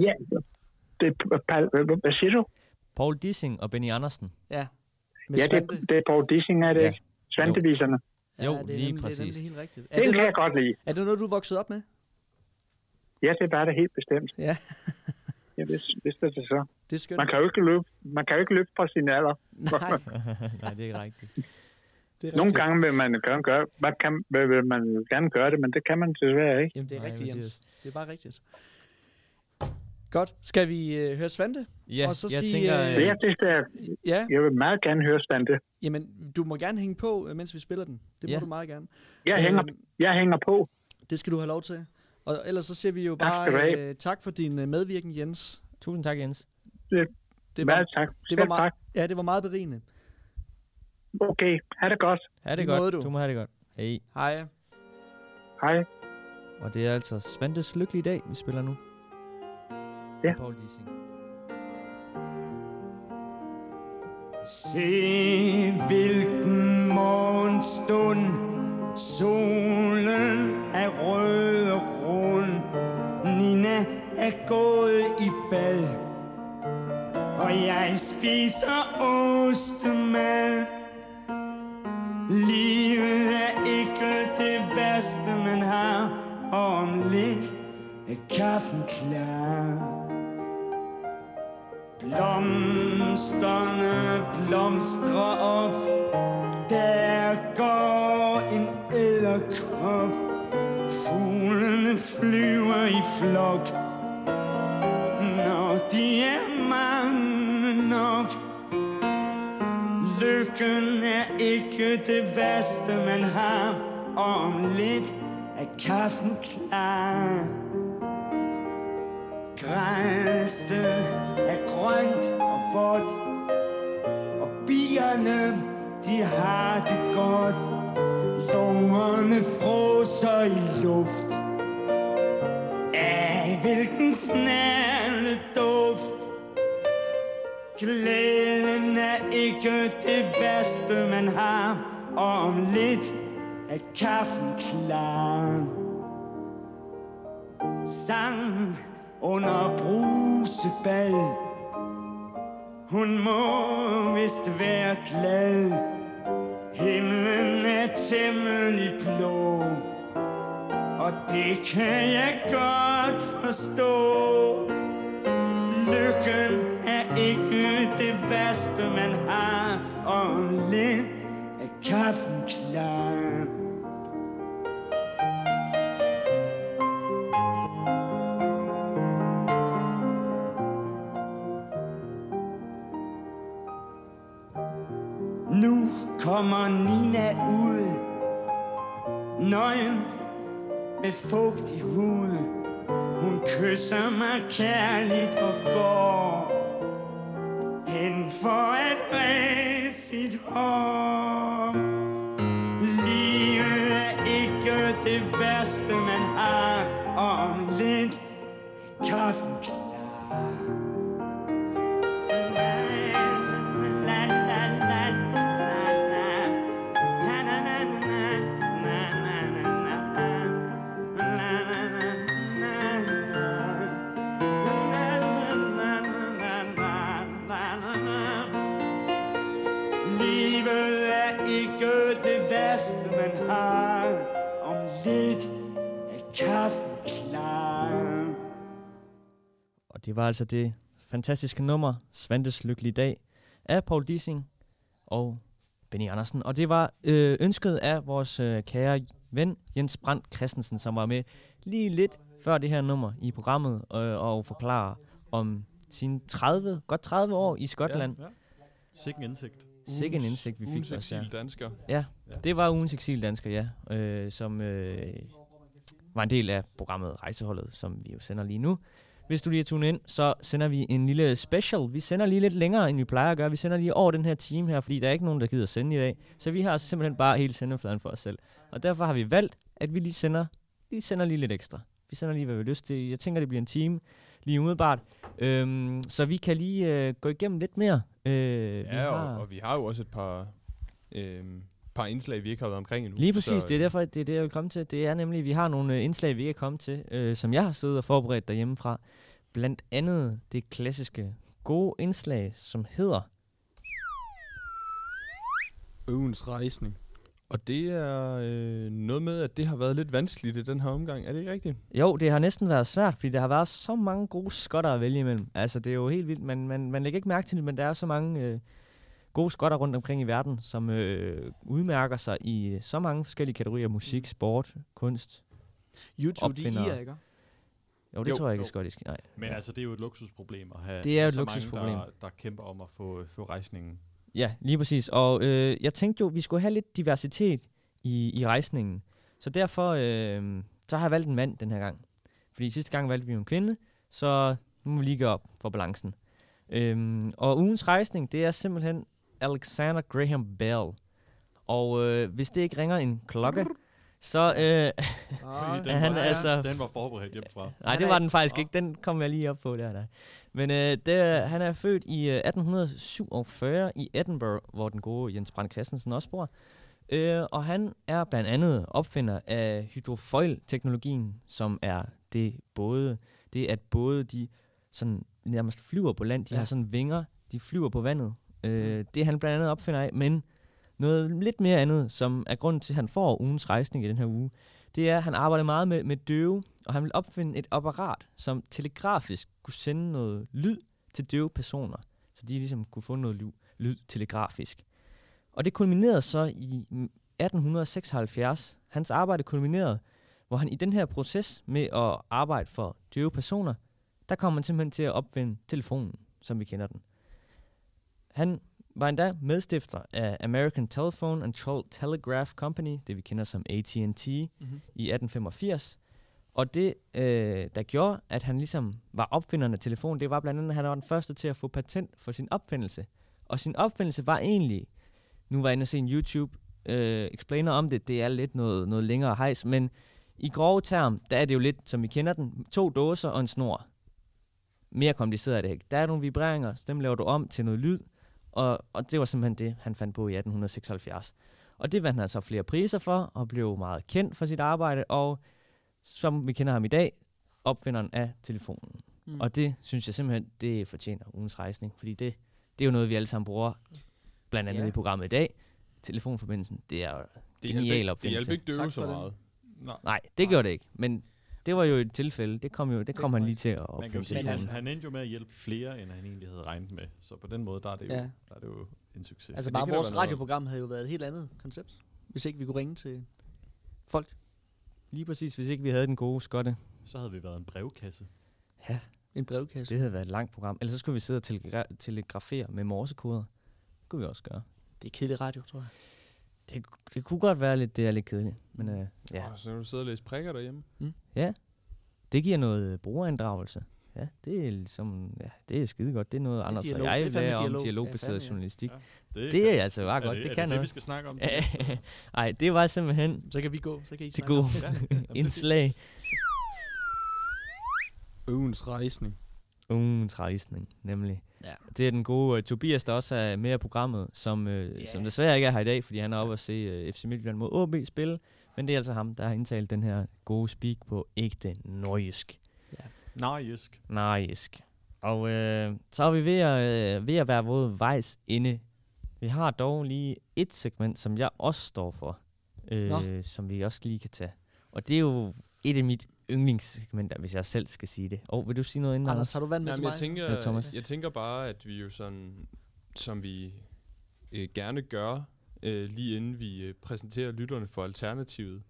Speaker 13: Hvad siger du?
Speaker 2: Paul Dissing og Benny Andersen.
Speaker 5: Ja.
Speaker 13: Det er Paul Dissing, er det ikke? Svanteviserne.
Speaker 2: Jo, lige præcis.
Speaker 5: Det er helt rigtigt.
Speaker 13: Den kan jeg godt lide.
Speaker 5: Er det noget, du er vokset op med?
Speaker 13: Ja, det var det helt bestemt.
Speaker 5: Ja.
Speaker 13: Jeg vidste det så.
Speaker 5: Det er skønt.
Speaker 13: Man kan jo ikke løbe fra sin alder.
Speaker 2: Nej, det er ikke rigtigt.
Speaker 13: Nogle gange vil man gerne gøre, vil man gerne gøre det, men det kan man desværre ikke.
Speaker 5: Jamen, det er rigtigt, Jens. Det er bare rigtigt. Godt. Skal vi høre Svante?
Speaker 2: Ja,
Speaker 5: og så
Speaker 2: jeg
Speaker 5: sige,
Speaker 2: tænker...
Speaker 13: Ja, det skal jeg. Jeg vil meget gerne høre Svante.
Speaker 5: Jamen, du må gerne hænge på, mens vi spiller den. Det må du meget gerne.
Speaker 13: Jeg hænger på.
Speaker 5: Det skal du have lov til. Og ellers så siger vi jo bare tak for din medvirken, Jens.
Speaker 2: Tusind tak, Jens.
Speaker 13: Det var tak.
Speaker 5: Ja, det var meget berigende.
Speaker 13: Okay, ha' det godt.
Speaker 2: Ha' det godt. Du må have det godt. Hej.
Speaker 5: Hej.
Speaker 13: Hej.
Speaker 2: Og det er altså Svantes lykkelige dag, vi spiller nu.
Speaker 13: Ja.
Speaker 2: Paul Dissing.
Speaker 7: Se hvilken morgenstund, solen er rød og rund, Nina er gået i bad, og jeg spiser ostemad. Livet er ikke det værste man har, og om lidt er kaffen klar. Blomsterne blomstrer op, der går en edderkop. Fuglene flyver i flok, når de er mange nok. Lykken er ikke det værste man har, og om lidt er kaffen klar. Græsset er grønt og vådt, og bierne, de har det godt. Lungerne froser i luft af hvilken snærende duft. Glæden er ikke det værste man har, og om lidt er kaffen klar. Sang under brusebad, hun må vist være glad. Himlen er temmelig blå, og det kan jeg godt forstå. Lykken er ikke det værste man har, og om lidt er kaffen klar. Nu kommer Nina ud, nøgen med fugtig hud. Hun kysser mig kærligt og går hen for at ræse sit hår. Livet er ikke det værste man har, og om lidt er kaffen klar.
Speaker 14: ikke det værste, man har. Om lidt er kaffen klar.
Speaker 2: Og det var altså det fantastiske nummer, Svantes Lykkelige Dag, af Paul Dissing og Benny Andersen. Og det var ønsket af vores kære ven, Jens Brandt Christensen, som var med lige lidt før det her nummer i programmet og forklare om sine 30 år i Skotland.
Speaker 4: Ja. Sikke indsigt.
Speaker 2: Sikke en indsigt, vi fik.
Speaker 3: Ugens eksildansker.
Speaker 2: Ja, det var ugens eksildansker, ja. Som var en del af programmet Rejseholdet, som vi jo sender lige nu. Hvis du lige er tunet ind, så sender vi en lille special. Vi sender lige lidt længere, end vi plejer at gøre. Vi sender lige over den her time her, fordi der er ikke nogen, der gider sende i dag. Så vi har simpelthen bare hele sendefladen for os selv. Og derfor har vi valgt, at vi lige sender lige lidt ekstra. Vi sender lige, hvad vi har lyst til. Jeg tænker, det bliver en time lige umiddelbart. Så vi kan lige gå igennem lidt mere.
Speaker 3: Og vi har jo også et par indslag, vi ikke har været omkring endnu.
Speaker 2: Lige præcis, det er derfor, det er det, jeg vil komme til. Det er nemlig, at vi har nogle indslag, vi ikke er kommet til, som jeg har siddet og forberedt derhjemmefra. Blandt andet det klassiske gode indslag, som hedder
Speaker 3: Ugens rejsning. Og det er noget med, at det har været lidt vanskeligt i den her omgang. Er det ikke rigtigt?
Speaker 2: Jo, det har næsten været svært, fordi der har været så mange gode skotter at vælge imellem. Altså, det er jo helt vildt. Man lægger ikke mærke til det, men der er så mange gode skotter rundt omkring i verden, som udmærker sig i så mange forskellige kategorier. Musik, sport, kunst,
Speaker 5: YouTube, de er ikke?
Speaker 2: Jo, det tror jeg ikke er skottisk. Nej.
Speaker 4: Men altså, det er jo et luksusproblem at have
Speaker 2: det er et
Speaker 4: så
Speaker 2: luksusproblem.
Speaker 4: mange, der kæmper om at få rejsningen.
Speaker 2: Ja, lige præcis. Og jeg tænkte jo, vi skulle have lidt diversitet i rejsningen. Så derfor så har jeg valgt en mand den her gang. Fordi sidste gang valgte vi jo en kvinde, så nu må vi lige gå op for balancen. Og ugens rejsning, det er simpelthen Alexander Graham Bell. Og hvis det ikke ringer en klokke, så han altså...
Speaker 4: Den var forberedt hjemmefra.
Speaker 2: Nej, det var den faktisk ikke. Den kom jeg lige op på der. Men han er født i 1847 i Edinburgh, hvor den gode Jens Brandt Christensen også bor. Og han er blandt andet opfinder af hydrofoil-teknologien, som er det at både de sådan nærmest flyver på land, de har sådan vinger, de flyver på vandet. Det er han blandt andet opfinder af, men noget lidt mere andet, som er grunden til, at han får ugens rejsning i den her uge, det er, at han arbejder meget med døve, og han vil opfinde et apparat, som telegrafisk kunne sende noget lyd til døve personer, så de ligesom kunne få noget lyd telegrafisk. Og det kulminerede så i 1876. Hans arbejde kulminerede, hvor han i den her proces med at arbejde for døve personer, der kom man simpelthen til at opfinde telefonen, som vi kender den. Han var endda medstifter af American Telephone and Telegraph Company, det vi kender som AT&T, i 1885. Og det, der gjorde, at han ligesom var opfinderen af telefonen, det var blandt andet, at han var den første til at få patent for sin opfindelse. Og sin opfindelse var egentlig, nu var jeg inde og se en YouTube explainer om det, det er lidt noget længere hejs, men i grove term, der er det jo lidt, som vi kender den, 2 dåser og en snor. Mere kompliceret er det ikke. Der er nogle vibreringer, så dem laver du om til noget lyd, og det var simpelthen det, han fandt på i 1876. Og det vandt han altså flere priser for, og blev meget kendt for sit arbejde, og som vi kender ham i dag, opfinderen af telefonen. Og det synes jeg simpelthen, det fortjener ugens rejsning, fordi det er jo noget, vi alle sammen bruger, blandt andet i programmet i dag. Telefonforbindelsen, det er genial opfindelse.
Speaker 3: Det hjalp ikke døve så meget.
Speaker 2: Nej, det gjorde det ikke, men det var jo et tilfælde. Det kom han lige til at opfinde telefonen.
Speaker 4: Han endte jo med at hjælpe flere, end han egentlig havde regnet med. Så på den måde, der er det jo en succes.
Speaker 5: Altså bare vores radioprogram havde jo været et helt andet koncept, hvis ikke vi kunne ringe til folk.
Speaker 2: Lige præcis, hvis ikke vi havde den gode skotte.
Speaker 4: Så havde vi været en brevkasse.
Speaker 2: Ja,
Speaker 5: en brevkasse.
Speaker 2: Det havde været et langt program. Ellers så skulle vi sidde og telegrafere med morsekoder. Det kunne vi også gøre.
Speaker 5: Det er kedelig radio, tror jeg.
Speaker 2: Det kunne godt være lidt kedeligt. Men ja.
Speaker 3: Så når du sidder og læser prikker derhjemme.
Speaker 2: Ja, det giver noget brugerinddragelse. Ja, det er ligesom, det er skide godt. Det er noget andet, så jeg vil lære om dialogbaseret journalistik. Ja, det er altså bare godt. Det kan
Speaker 4: noget. Vi skal snakke om det.
Speaker 2: Nej, det var simpelthen...
Speaker 5: Så kan vi gå. Så kan I
Speaker 2: til gode indslag.
Speaker 3: Ugens rejsning.
Speaker 2: Ugens rejsning, nemlig. Ja. Det er den gode Tobias, der også er med af programmet, som desværre ikke er her i dag, fordi han er oppe at se FC Midtjylland mod OB spille. Men det er altså ham, der har indtalt den her gode speak på ægte nordjysk.
Speaker 4: Ja. Nordjysk.
Speaker 2: Nordjysk. Og så er vi ved at være vejs inde Vi har dog lige et segment, som jeg også står for, som vi også lige kan tage. Og det er jo et af mit yndlingssegmenter, hvis jeg selv skal sige det. Vil du sige noget inden?
Speaker 5: Anders, tager du vand med til mig?
Speaker 3: Jeg tænker bare, at vi jo sådan, som vi gerne gør, lige inden vi præsenterer lytterne for Alternativet,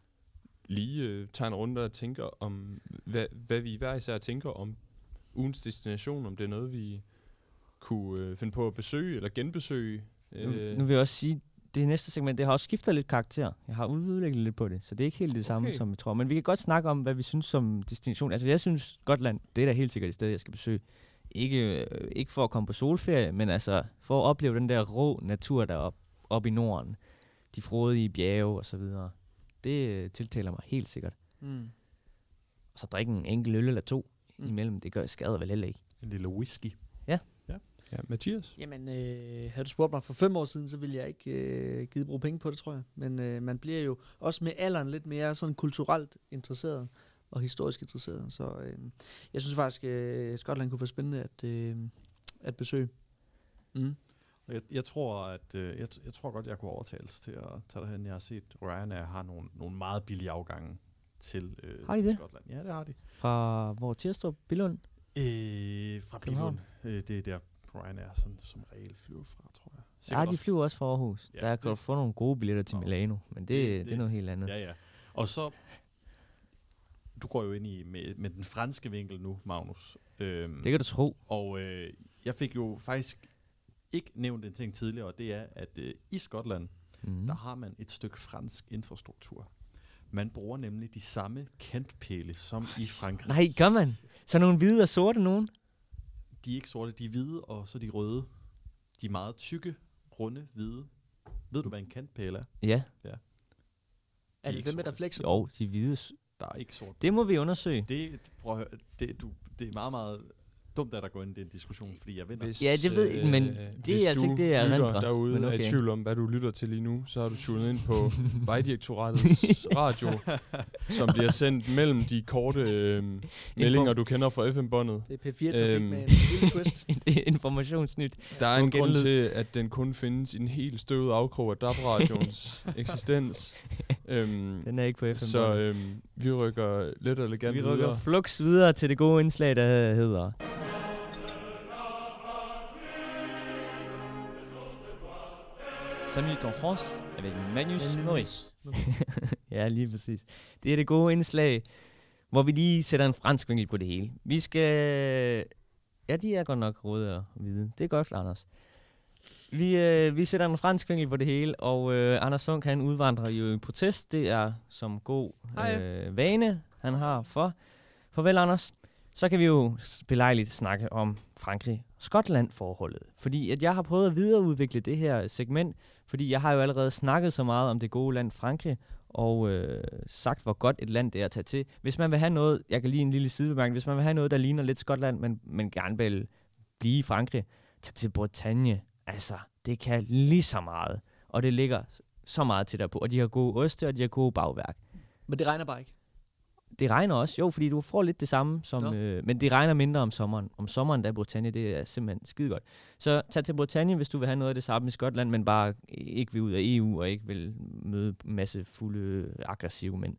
Speaker 3: lige tager en runde og tænker om, hvad vi hver især tænker om ugens destination, om det er noget, vi kunne finde på at besøge eller genbesøge.
Speaker 2: Nu vil jeg også sige, det næste segment, det har også skiftet lidt karakter. Jeg har udviklet lidt på det, så det er ikke helt det samme, som vi tror. Men vi kan godt snakke om, hvad vi synes som destination. Altså jeg synes, Skotland, det er da helt sikkert et sted, jeg skal besøge. Ikke for at komme på solferie, men altså for at opleve den der rå natur deroppe op i Norden. De frodige bjerge og så videre. Det tiltaler mig helt sikkert. Og så drikke en enkelt øl eller 2 imellem. Det skader vel heller ikke.
Speaker 4: En lille whisky.
Speaker 2: Ja.
Speaker 3: Ja, Mathias?
Speaker 5: Jamen, havde du spurgt mig for 5 år siden, så ville jeg ikke give bruge penge på det, tror jeg. Men man bliver jo også med alderen lidt mere sådan kulturelt interesseret og historisk interesseret. Så jeg synes faktisk, Skotland kunne være spændende at besøge.
Speaker 4: Jeg tror godt, jeg kunne overtales til at tage derhen. Jeg har set, Ryanair har nogle meget billige afgange til Skotland. Ja, det har de.
Speaker 2: Fra hvor? Tirstrup? Billund?
Speaker 4: Fra Billund. Det er der Ryanair sådan, som regel flyver fra, tror jeg.
Speaker 2: Ja, de flyver også fra Aarhus. Ja, der kan du få nogle gode billetter til Milano, men det er noget helt andet.
Speaker 4: Ja. Og så, du går jo ind i med den franske vinkel nu, Magnus.
Speaker 2: Det kan du tro.
Speaker 4: Og jeg fik jo faktisk ikke nævnt en ting tidligere, og det er, at i Skotland, der har man et stykke fransk infrastruktur. Man bruger nemlig de samme kantpæle som i Frankrig.
Speaker 2: Nej, gør man? Så nogle hvide og sorte nogen?
Speaker 4: De er ikke sorte, de er hvide, og så de røde. De er meget tykke, runde, hvide. Ved du, hvad en kantpæle er?
Speaker 2: Ja.
Speaker 5: Er det dem med, der flexer?
Speaker 2: Jo, de hvide.
Speaker 4: Der er ikke sorte.
Speaker 2: Det må vi undersøge.
Speaker 4: Det er meget, meget dumt, at der går ind i den diskussion, fordi jeg vinder.
Speaker 2: Ja, det ved jeg, men det er altså ikke det, jeg
Speaker 3: lytter derude men okay. Er i tvivl om, hvad du lytter til lige nu, så har du tunet ind på Vejdirektoratets radio, som bliver sendt mellem de korte meldinger, du kender fra FM-båndet.
Speaker 5: Det er P4-trafik med en lille twist.
Speaker 2: Det er informationsnyt.
Speaker 3: Der er en grund til, at den kun findes i en helt støvet afkrog af DAB-radioens eksistens.
Speaker 2: Den er ikke på FM-båndet.
Speaker 3: Så vi rykker lidt elegant videre.
Speaker 2: Vi rykker flux videre til det gode indslag, der hedder... Salut en France avec Magnus Maurice. Ja, lige præcis. Det er det gode indslag, hvor vi lige sætter en fransk vinkel på det hele. Vi skal... Ja, de er godt nok røde og hvide. Det er godt, Anders. Vi sætter en fransk vinkel på det hele, og Anders Funk, han udvandrer jo i protest. Det er som god vane, han har for. Farvel, Anders. Så kan vi jo belejligt snakke om Frankrig-Skotland-forholdet. Fordi at jeg har prøvet at videreudvikle det her segment, fordi jeg har jo allerede snakket så meget om det gode land Frankrig, og sagt, hvor godt et land det er at tage til. Hvis man vil have noget, jeg kan lige en lille sidebemærkning, hvis man vil have noget, der ligner lidt Skotland, men gerne vil blive i Frankrig, tag til Bretagne. Altså, det kan lige så meget, og det ligger så meget til derpå, og de har gode oste, og de har gode bagværk.
Speaker 5: Men det regner bare ikke?
Speaker 2: Det regner også, jo, fordi du får lidt det samme, som, men det regner mindre om sommeren. Om sommeren, der Bretagne, det er simpelthen skide godt. Så tag til Bretagne, hvis du vil have noget af det samme i Skotland, men bare ikke vil ud af EU, og ikke vil møde en masse fulde, aggressive mænd.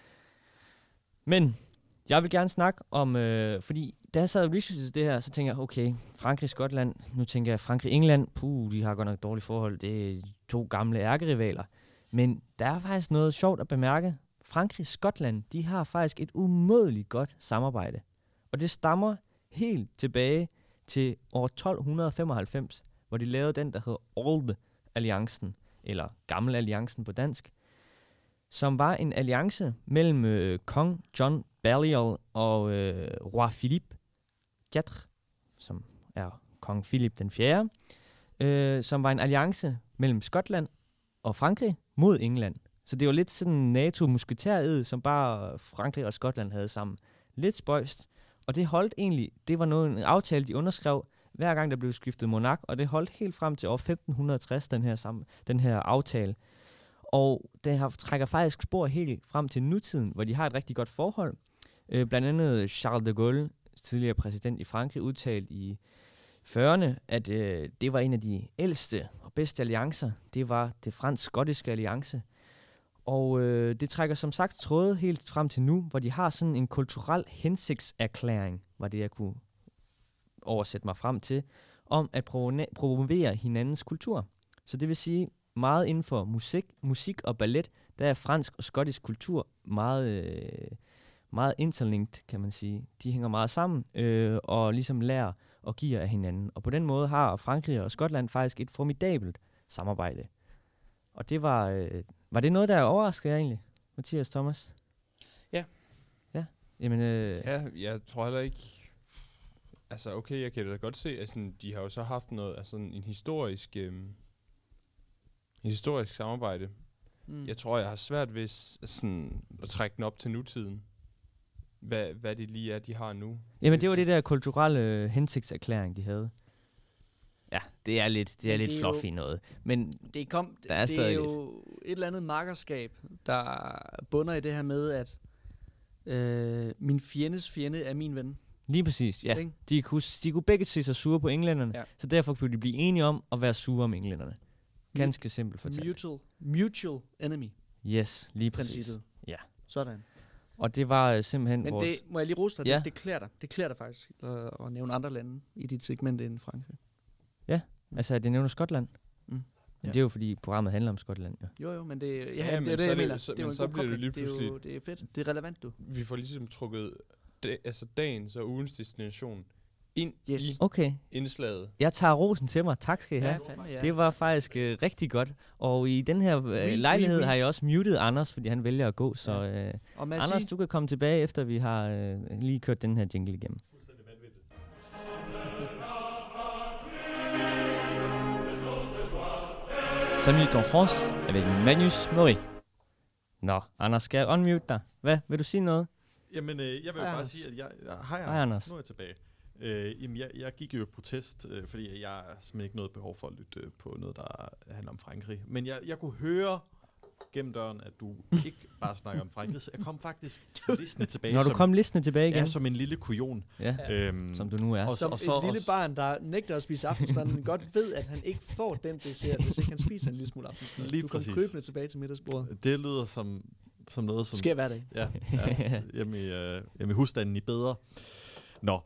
Speaker 2: Men jeg vil gerne snakke om, fordi da jeg sad og researchede det her, så tænker jeg, okay, Frankrig-Skotland, nu tænker jeg Frankrig-England, de har godt nok dårlige forhold, det er 2 gamle ærkerivaler. Men der er faktisk noget sjovt at bemærke. Frankrig-Skotland, de har faktisk et umådeligt godt samarbejde. Og det stammer helt tilbage til år 1295, hvor de lavede den, der hedder Old Alliancen, eller Gammel Alliancen på dansk, som var en alliance mellem kong John Balliol og roi Philippe IV, som er kong Philip den 4., som var en alliance mellem Skotland og Frankrig mod England. Så det var lidt sådan en NATO-musketæred, som bare Frankrig og Skotland havde sammen. Lidt spøjst. Og det holdt egentlig, det var en aftale, de underskrev, hver gang der blev skiftet monark, og det holdt helt frem til år 1560, den her aftale. Og det trækker faktisk spor helt frem til nutiden, hvor de har et rigtig godt forhold. Blandt andet Charles de Gaulle, tidligere præsident i Frankrig, udtalte i 40'erne, at det var en af de ældste og bedste alliancer, det var det fransk-skottiske alliance. Og det trækker som sagt tråde helt frem til nu, hvor de har sådan en kulturel hensigtserklæring, var det jeg kunne oversætte mig frem til, om at promovere hinandens kultur. Så det vil sige, meget inden for musik og ballet, der er fransk og skottisk kultur meget interlinked, kan man sige. De hænger meget sammen og ligesom lærer og giver af hinanden. Og på den måde har Frankrig og Skotland faktisk et formidabelt samarbejde. Og det var det noget, der overraskede jer egentlig, Mathias Thomas?
Speaker 1: Ja.
Speaker 2: Ja, jamen...
Speaker 3: Ja, jeg tror heller ikke... Altså, okay, jeg kan da godt se, at sådan, de har jo så haft noget af sådan en historisk samarbejde. Jeg tror, jeg har svært ved sådan at trække den op til nutiden. Hvad det lige er, de har nu.
Speaker 2: Jamen, det var det der kulturelle hensigtserklæring, de havde. Ja, det er lidt fluffy noget. Men
Speaker 5: det
Speaker 2: er stadig
Speaker 5: jo et eller andet makkerskab, der bunder i det her med, at min fjendes fjende er min ven.
Speaker 2: Lige præcis, ja. De kunne begge se sig sure på englænderne, så derfor kunne de blive enige om at være sure om englænderne. Ganske simpelt fortalt.
Speaker 5: Mutual enemy.
Speaker 2: Yes, lige præcis.
Speaker 5: Princippet.
Speaker 2: Ja.
Speaker 5: Sådan.
Speaker 2: Og det var simpelthen
Speaker 5: Men
Speaker 2: vores...
Speaker 5: det må jeg lige rose dig,
Speaker 2: ja.
Speaker 5: det klæder dig. Det klæder dig faktisk at nævne andre lande i dit segment inden Frankrig.
Speaker 2: Ja, altså det nævner Skotland. Men det er jo fordi programmet handler om Skotland, ja.
Speaker 5: Jo, men det, det
Speaker 3: men
Speaker 5: er det, jeg mener.
Speaker 3: Så,
Speaker 5: det er jo en
Speaker 3: så
Speaker 5: god
Speaker 3: bliver det
Speaker 5: kobling.
Speaker 3: lige pludselig...
Speaker 5: Det er fedt. Det er relevant, du.
Speaker 3: Vi får ligesom trukket dagens og ugens destination ind i indslaget.
Speaker 2: Jeg tager rosen til mig. Tak skal I have.
Speaker 5: Ja, fandme, ja.
Speaker 2: Det var faktisk rigtig godt. Og i den her lejlighed har jeg også muted Anders, fordi han vælger at gå. Så Anders, du kan komme tilbage, efter vi har lige kørt den her jingle igennem. Salut en France avec Manus Mori. Nå, Anders, skal jeg unmute dig? Hvad? Vil du sige noget?
Speaker 4: Jamen, jeg vil bare sige, at hej Anders. Nu er jeg tilbage. Jamen, jeg gik jo i protest, fordi jeg har simpelthen ikke noget behov for at lytte på noget, der handler om Frankrig. Men jeg kunne høre gennem døren, at du ikke bare snakker om Frankrig, så jeg kom faktisk listende tilbage.
Speaker 2: Når du kom listende tilbage igen?
Speaker 4: Ja, som en lille kujon.
Speaker 2: Ja, som du nu er.
Speaker 5: Som et lille barn, der nægter at spise aftensmad, men godt ved, at han ikke får den dessert, hvis ikke han spiser en lille smule aftensmad.
Speaker 4: Lige
Speaker 5: du
Speaker 4: præcis.
Speaker 5: Du kom krybende tilbage til middagsbordet.
Speaker 4: Det lyder som noget, som...
Speaker 5: Sker hver dag.
Speaker 4: Ja, hjemme i husstanden i Bedre. Nå,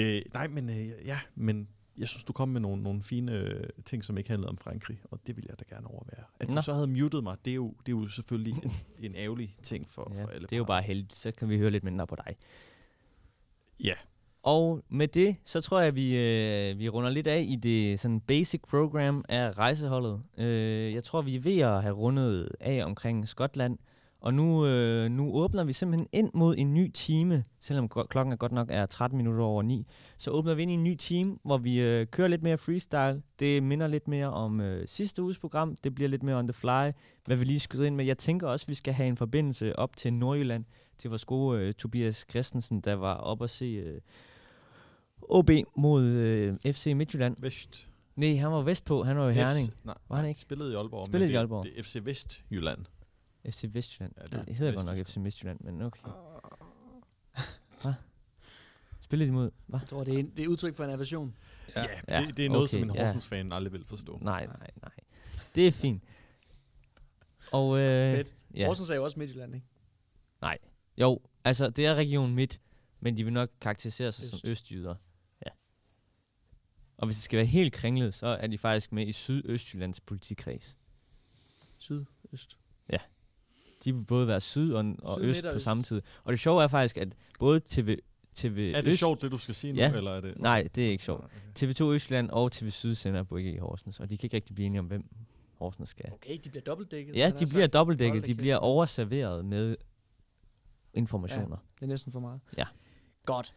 Speaker 4: men jeg synes, du kom med nogle fine ting, som ikke handlede om Frankrig, og det vil jeg da gerne overvære. At du så havde muted mig, det er jo selvfølgelig en ærgerlig ting for alle.
Speaker 2: Det er jo bare heldigt, så kan vi høre lidt mindre på dig.
Speaker 4: Ja.
Speaker 2: Og med det, så tror jeg, vi runder lidt af i det sådan basic program af rejseholdet. Jeg tror, vi er ved at have rundet af omkring Skotland, og nu åbner vi simpelthen ind mod en ny time, selvom klokken er godt nok er 13 minutter over 9. Så åbner vi ind i en ny time, hvor vi kører lidt mere freestyle. Det minder lidt mere om sidste uges program. Det bliver lidt mere on the fly, hvad vi lige skyder ind med. Jeg tænker også, at vi skal have en forbindelse op til Nordjylland, til vores gode Tobias Christensen, der var op at se OB mod FC Midtjylland.
Speaker 4: Vest.
Speaker 2: Nej, han var vestpå. Han var jo Herning.
Speaker 4: Var han ikke? Spillede i Aalborg.
Speaker 2: Spillede i Aalborg.
Speaker 4: Det er FC Vestjylland.
Speaker 2: FC Vestjylland. Ja, det hedder godt nok FC Midtjylland, men okay. Hvad? Spillede de mod? Hvad?
Speaker 5: Jeg tror, det er udtryk for en aversion.
Speaker 4: Ja, det er noget, som en Horsens-fan aldrig vil forstå.
Speaker 2: Nej. Det er fint. Og,
Speaker 5: fedt.
Speaker 2: Ja.
Speaker 5: Horsens er jo også Midtjylland, ikke?
Speaker 2: Nej. Jo, altså det er region Midt, men de vil nok karakterisere sig som østjyder. Ja. Og hvis det skal være helt kringlet, så er de faktisk med i Sydøstjyllands politikreds.
Speaker 5: Sydøst.
Speaker 2: Ja. De vil både være syd og øst på samme tid. Og det sjove er faktisk, at både TV
Speaker 4: er det sjovt, det du skal sige nu, eller er det...
Speaker 2: Nej, det er ikke sjovt. TV2 Østjylland og TV Syd sender begge i Horsens, og de kan ikke rigtig blive enige om, hvem Horsens skal.
Speaker 5: Okay, de bliver dobbeltdækket.
Speaker 2: Ja, de bliver dobbeltdækket. De bliver overserveret med informationer.
Speaker 5: Ja, det er næsten for meget.
Speaker 2: Ja.
Speaker 5: Godt.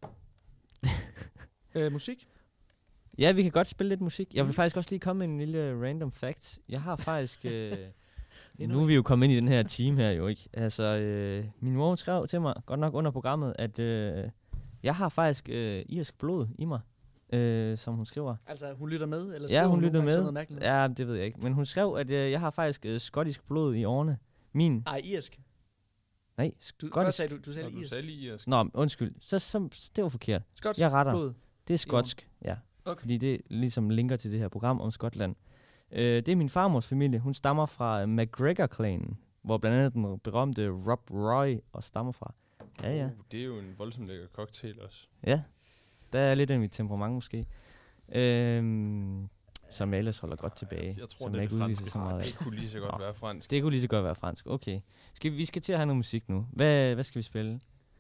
Speaker 5: Musik?
Speaker 2: Ja, vi kan godt spille lidt musik. Jeg vil faktisk også lige komme med en lille random fact. Jeg har faktisk... nu er vi jo kommet ind i den her team her jo, ikke? Altså, min mor skrev til mig, godt nok under programmet, at jeg har faktisk irsk blod i mig, som hun skriver.
Speaker 5: Altså, hun lytter med? Eller
Speaker 2: ja, hun lytter med. Ja, det ved jeg ikke. Men hun skrev, at jeg har faktisk skottisk blod i årene.
Speaker 5: Ej, irsk.
Speaker 2: Nej, skotsk.
Speaker 5: Du sagde
Speaker 3: irsk.
Speaker 2: Nå, undskyld. Så det var forkert.
Speaker 5: Skotsk
Speaker 2: jeg retter.
Speaker 5: blod.
Speaker 2: Det er skotsk, ja. Okay. Fordi det ligesom linker til det her program om Skotland. Det er min farmors familie. Hun stammer fra McGregor-klanen, hvor blandt andet den berømte Rob Roy også stammer fra. Ja.
Speaker 3: Det er jo en voldsomt lækker cocktail også.
Speaker 2: Ja, der er lidt af mit temperament måske. Som jeg ellers holder godt tilbage.
Speaker 4: Jeg tror, det er fransk.
Speaker 3: Det kunne lige så godt være fransk.
Speaker 2: Det kunne lige så godt være fransk. Okay. Vi skal til at have noget musik nu. Hvad skal vi spille?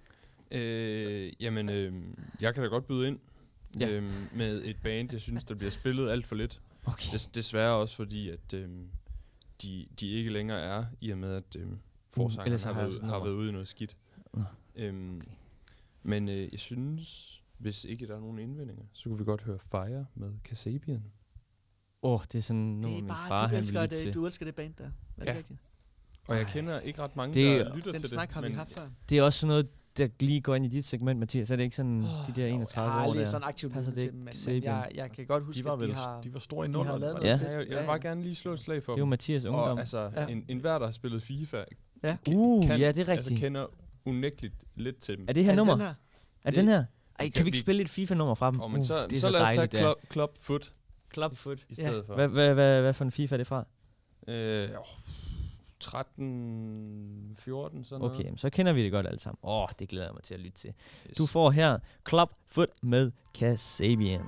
Speaker 3: Jeg kan da godt byde ind med et band, jeg synes, der bliver spillet alt for lidt.
Speaker 2: Okay.
Speaker 3: Desværre også fordi, at de ikke længere er, i og med at forsangeren har været ude i noget skidt. Okay. Men jeg synes, hvis ikke der er nogen indvendinger, så kunne vi godt høre Fire med Kasabian.
Speaker 2: Det er sådan noget, min far han ville til.
Speaker 5: Du elsker det band der. Er det rigtigt?
Speaker 3: Og jeg kender ikke ret mange, der lytter til det.
Speaker 5: Den snak har vi haft før.
Speaker 2: Det er også sådan noget, der lige går ind i dit segment, Mathias. Er det ikke sådan de der 31 år der?
Speaker 5: Jeg har lige sådan aktivt lyttet til dem, men jeg kan godt huske,
Speaker 4: de var store i nullerne.
Speaker 3: Jeg vil bare gerne lige slå et slag for
Speaker 2: dem. Det er jo Mathias ungdom.
Speaker 3: Og altså, en hver, der har spillet FIFA,
Speaker 2: ja, det er rigtigt.
Speaker 3: Altså kender unægteligt lidt til dem.
Speaker 2: Er det her nummer? Er den her? Ej, kan vi ikke spille et FIFA-nummer fra dem?
Speaker 3: Men så lad os tage Club Foot.
Speaker 2: Club Foot
Speaker 3: i stedet for.
Speaker 2: Hvad for en FIFA er det fra?
Speaker 3: 13, 14, sådan noget.
Speaker 2: Okay, så kender vi det godt alle sammen. Det glæder jeg mig til at lytte til. Yes. Du får her Club Foot med Kasabian.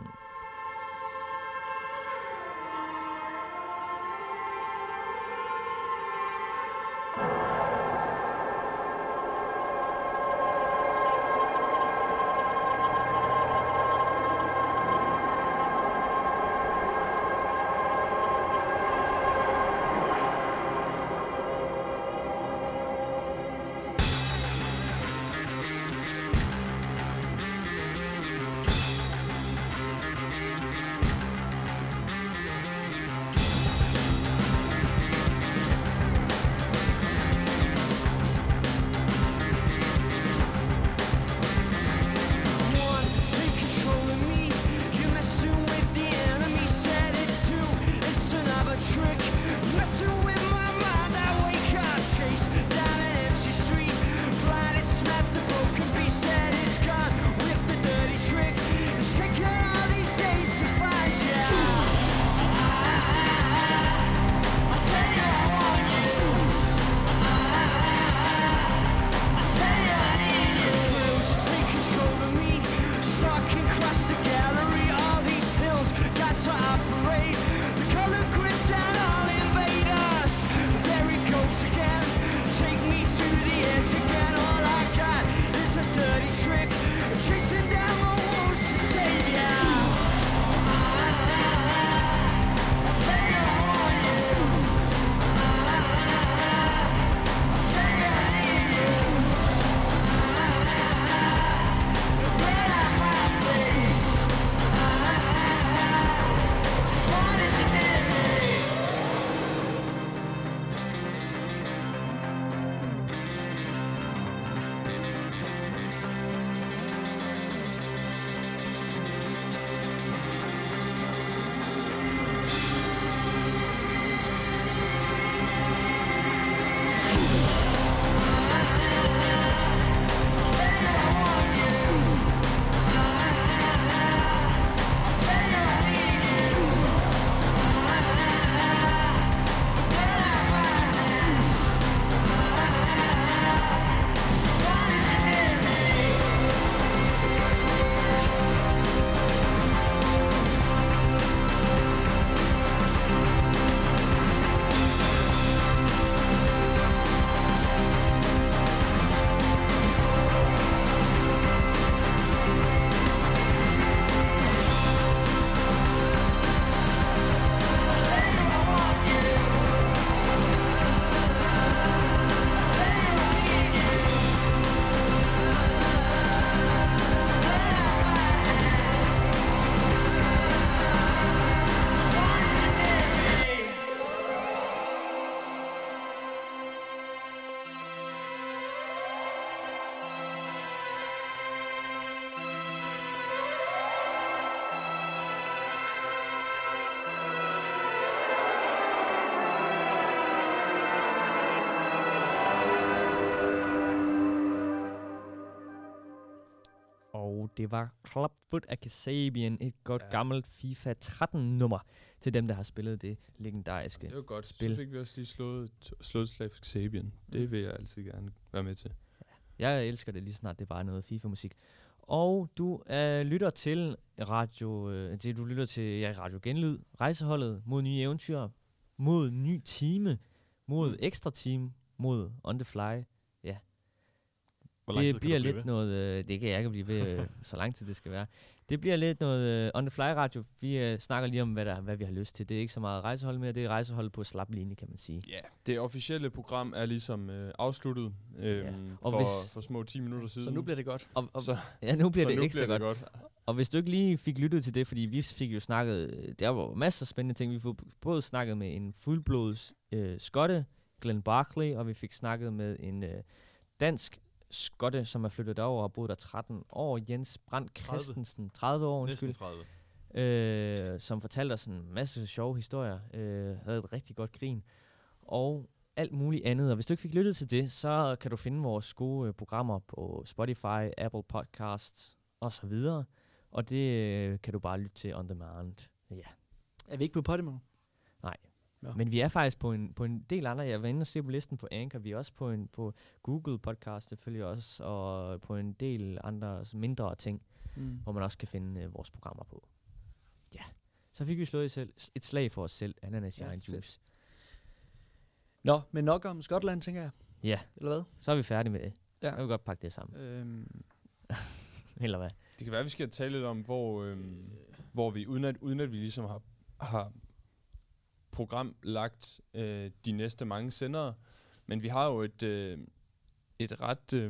Speaker 2: det var Clubfoot af Kasabian, et godt gammelt FIFA 13-nummer til dem, der har spillet det legendariske
Speaker 3: det var godt.
Speaker 2: spil.
Speaker 3: Så fik vi også lige slået slag for Kasabian. Det vil jeg altid gerne være med til.
Speaker 2: Jeg elsker det lige snart, det er bare noget FIFA-musik. Og du lytter til Radio Genlyd, rejseholdet mod nye eventyr, mod ny time, mod ekstra team, mod On The Fly. Ja. Det bliver lidt noget, det kan jeg ikke blive ved, så lang tid det skal være. Det bliver lidt noget On The Fly radio. Vi snakker lige om, hvad vi har lyst til. Det er ikke så meget rejsehold mere, det er rejsehold på slap linje, kan man sige.
Speaker 3: Ja, det officielle program er ligesom afsluttet for små 10 minutter siden.
Speaker 5: Så nu bliver det godt.
Speaker 2: Nu bliver det ekstra godt. Og hvis du ikke lige fik lyttet til det, fordi vi fik jo snakket, der var masser af spændende ting. Vi fik både snakket med en fuldblods skotte, Glenn Barkley, og vi fik snakket med en dansk skotte, som er flyttet over og boet der 13 år, Jens Brandt Christensen, 30 år,
Speaker 4: næsten 30.
Speaker 2: Som fortalte os en masse sjove historier, havde et rigtig godt grin, og alt muligt andet. Og hvis du ikke fik lyttet til det, så kan du finde vores gode programmer på Spotify, Apple Podcasts og så videre, og det kan du bare lytte til on demand. Ja.
Speaker 5: Er vi ikke på Podimo?
Speaker 2: Nej. Men vi er faktisk på en del andre. Jeg var inde og se på listen på Anchor. Vi er også på Google Podcast selvfølgelig også, og på en del andre mindre ting, hvor man også kan finde vores programmer på. Ja. Så fik vi slået et slag for os selv. Ananas i egen juice.
Speaker 5: Nå, men nok om Skotland, tænker jeg.
Speaker 2: Ja.
Speaker 5: Eller hvad?
Speaker 2: Så er vi færdige med det.
Speaker 5: Ja.
Speaker 2: Jeg vil godt pakke det sammen. Eller hvad?
Speaker 3: Det kan være, at vi skal tale lidt om, hvor vi, uden at vi ligesom har program lagt de næste mange sendere, men vi har jo et ret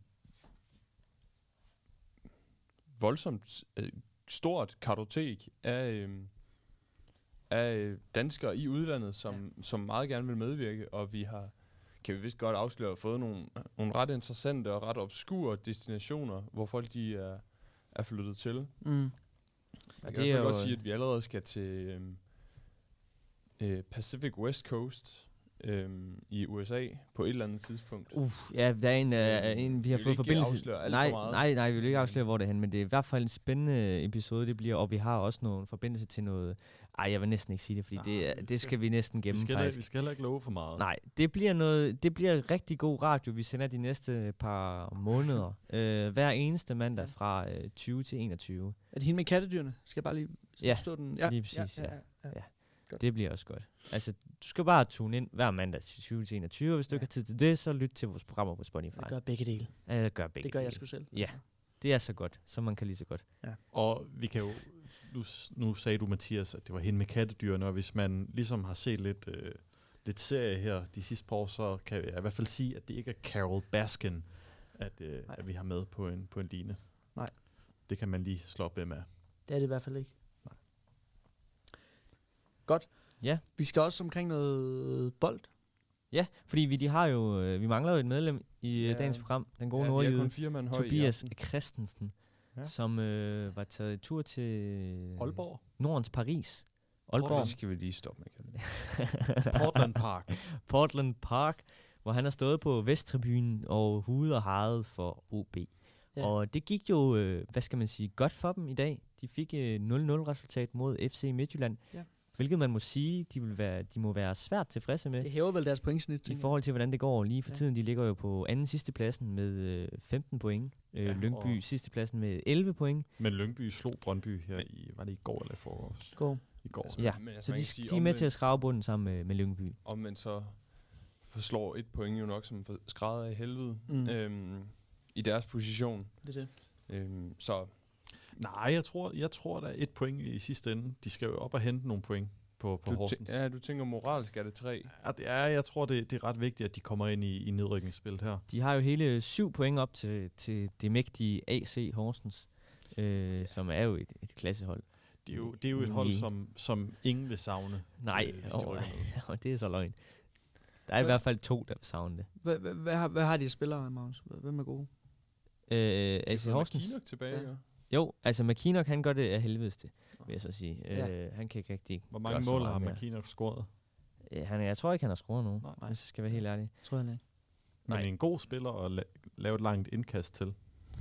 Speaker 3: voldsomt stort kartotek af danskere i udlandet, som meget gerne vil medvirke, og vi har, kan vi vist godt afsløre, fået nogle ret interessante og ret obskure destinationer, hvor folk de er flyttet til. Jeg kan i hvert fald også sige, at vi allerede skal til Pacific West Coast i USA på et eller andet tidspunkt.
Speaker 2: Ja, der er en vi har fået forbindelse. Nej, vi vil ikke afsløre, hvor det er hen, men det er i hvert fald en spændende episode, det bliver, og vi har også nogle forbindelse til noget. Jeg vil næsten ikke sige det, fordi det skal vi næsten gemme.
Speaker 4: Vi skal heller ikke love for meget.
Speaker 2: Nej, det bliver rigtig god radio, vi sender de næste par måneder. Hver eneste mandag fra 20 til 21.
Speaker 5: Er det hende med kattedyrene? Skal jeg bare lige stå den?
Speaker 2: Ja, lige præcis, ja. Godt. Det bliver også godt. Altså, du skal bare tune ind hver mandag til 20 til 21, og hvis du ikke har tid til det, så lyt til vores programmer på Spotify.
Speaker 5: Det gør begge dele.
Speaker 2: Ja, det gør begge
Speaker 5: Det gør
Speaker 2: dele.
Speaker 5: jeg sgu selv.
Speaker 2: Ja, det er så godt, så man kan lige så godt.
Speaker 5: Ja.
Speaker 4: Og vi kan jo, nu sagde du, Mathias, at det var hende med kattedyrene, og hvis man ligesom har set lidt serie her de sidste par år, så kan jeg i hvert fald sige, at det ikke er Carol Baskin, at vi har med på en line.
Speaker 5: Nej. Det
Speaker 4: kan man lige slå op med.
Speaker 5: Det er det i hvert fald ikke. Nej. Godt.
Speaker 2: Ja.
Speaker 5: Vi skal også omkring noget bold.
Speaker 2: Ja, fordi vi mangler jo et medlem i dagens program, den gode nordjyde, Tobias Christensen, som var taget tur til
Speaker 4: Aalborg.
Speaker 2: Nordens Paris.
Speaker 3: Aalborg. Det skal vi lige stoppe med.
Speaker 4: Portland Park,
Speaker 2: hvor han har stået på Vesttribunen og hudet og haret for OB. Ja. Og det gik jo, godt for dem i dag. De fik 0-0 resultat mod FC Midtjylland. Ja. Hvilket man må sige, de må være svært tilfredse med.
Speaker 5: Det hæver vel deres pointsnit.
Speaker 2: I forhold til, hvordan det går lige for tiden. De ligger jo på anden sidste pladsen med 15 point. Lyngby sidste pladsen med 11 point.
Speaker 4: Men Lyngby slog Brøndby her var det i går eller i forgårs?
Speaker 5: I går.
Speaker 2: Altså, ja, så de er med til at skrave bunden sammen med Lyngby.
Speaker 3: Om man så forslår et point jo nok som skrædder af helvede i deres position.
Speaker 5: Det er det.
Speaker 3: Så...
Speaker 4: Nej, jeg tror, der er et point i sidste ende. De skal jo op og hente nogle point på Horsens.
Speaker 3: Du tænker moralsk er det 3?
Speaker 4: Ja, jeg tror, det er ret vigtigt, at de kommer ind i nedrykningsspillet her.
Speaker 2: De har jo hele 7 point op til det mægtige AC Horsens, som er jo et klassehold.
Speaker 4: Det er jo et hold, som ingen vil savne.
Speaker 2: Nej, det er så løgn. Der er i hvert fald 2, der vil savne det.
Speaker 5: Hvad har de spillere, Magnus? Hvem er gode?
Speaker 2: AC Horsens.
Speaker 3: McKinnock tilbage, ja.
Speaker 2: Jo, altså McKinnock, han gør det af helvedes til, vil jeg så sige. Han kan ikke rigtig...
Speaker 4: Hvor mange mål har McKinnock scoret?
Speaker 2: Jeg tror ikke, han har scoret nogen, hvis jeg skal være helt ærlig.
Speaker 5: Tror jeg ikke.
Speaker 4: Men en god spiller at lave et langt indkast til.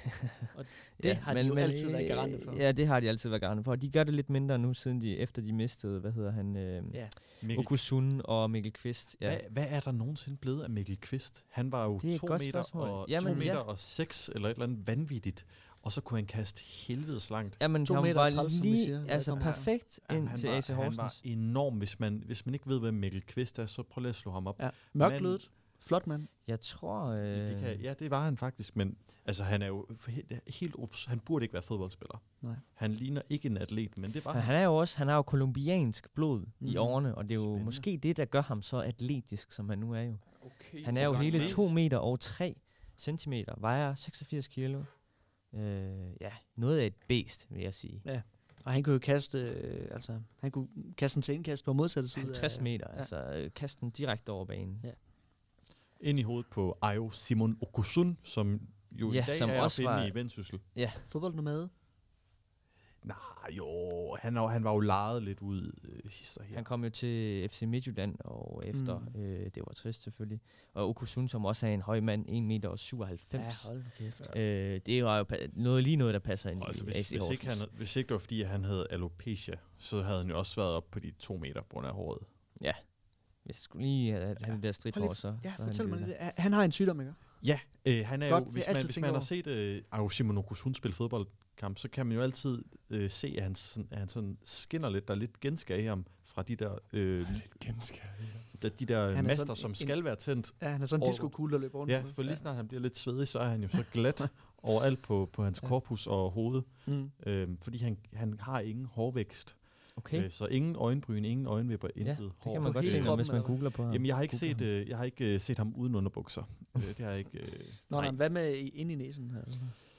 Speaker 5: Og det har de jo altid været garante for.
Speaker 2: Ja, det har de altid været garante for. De gør det lidt mindre nu, siden efter de mistede, Okusun og Mikkel Kvist. Ja.
Speaker 4: Hvad er der nogensinde blevet af Mikkel Kvist? Han var jo 2 meter og 6 eller et eller andet vanvittigt. Og så kunne han kaste helvedes langt.
Speaker 2: Jamen, han var lige perfekt ind til AC Horsens.
Speaker 4: Han var enorm. Hvis man ikke ved, hvad Mikkel Kvist er, så prøv lige at slå ham op.
Speaker 5: Ja. Mørklødet. Flot mand.
Speaker 2: Jeg tror...
Speaker 4: det var han faktisk, men altså, han er jo helt han burde ikke være fodboldspiller.
Speaker 5: Nej.
Speaker 4: Han ligner ikke en atlet, men det var
Speaker 2: han. Han har jo kolumbiansk blod i årene, og det er jo måske det, der gør ham så atletisk, som han nu er jo. Okay. Han er jo hele 2 meter og 3 centimeter, vejer 86 kilo. Noget af et bæst, vil jeg sige.
Speaker 5: Ja. Og han kunne jo kaste, han kunne kaste en indkast på modsatte side.
Speaker 2: 50 meter, kaste den direkte over banen. Ja.
Speaker 4: Ind i hovedet på Ayo Simon Okusun, som jo i dag som er også inde i Vendsyssel.
Speaker 5: Ja. Fodboldnomade?
Speaker 4: Nej, jo, han var jo lejet lidt ud her.
Speaker 2: Han kom jo til FC Midtjylland, og efter, det var trist selvfølgelig, og Okusun, som også er en høj mand, 1,97 meter.
Speaker 5: Ja, hold kæft.
Speaker 2: Det var jo noget, der passer ind
Speaker 4: altså, hvis ikke det var, fordi han havde alopecia, så havde han jo også været op på de 2 meter på grund af håret.
Speaker 2: Ja. Hvis jeg skulle lige have det der stridthår, så...
Speaker 5: Ja, fortæl mig lidt. Han har en sygdom, ikke?
Speaker 4: Ja, han er godt, jo... Hvis man har set Ayo Simon Okusun spille fodboldkamp, så kan man jo altid se, at han sådan skinner lidt. Der er lidt genskær i ham fra de der... de der master, som skal være tændt.
Speaker 5: Ja, han er sådan en disco-kugle, der løber rundt.
Speaker 4: Ja, for lige snart han bliver lidt svedig, så er han jo så glat overalt på hans korpus og hoved. Fordi han har ingen hårvækst.
Speaker 2: Okay.
Speaker 4: Så ingen øjenbryn, ingen øjenvipper, intet hår.
Speaker 2: Det kan man godt se, hvis man googler på ham.
Speaker 4: Jamen, jeg har ikke set ham uden underbukser. Det har jeg ikke...
Speaker 5: Hvad med inde i næsen her?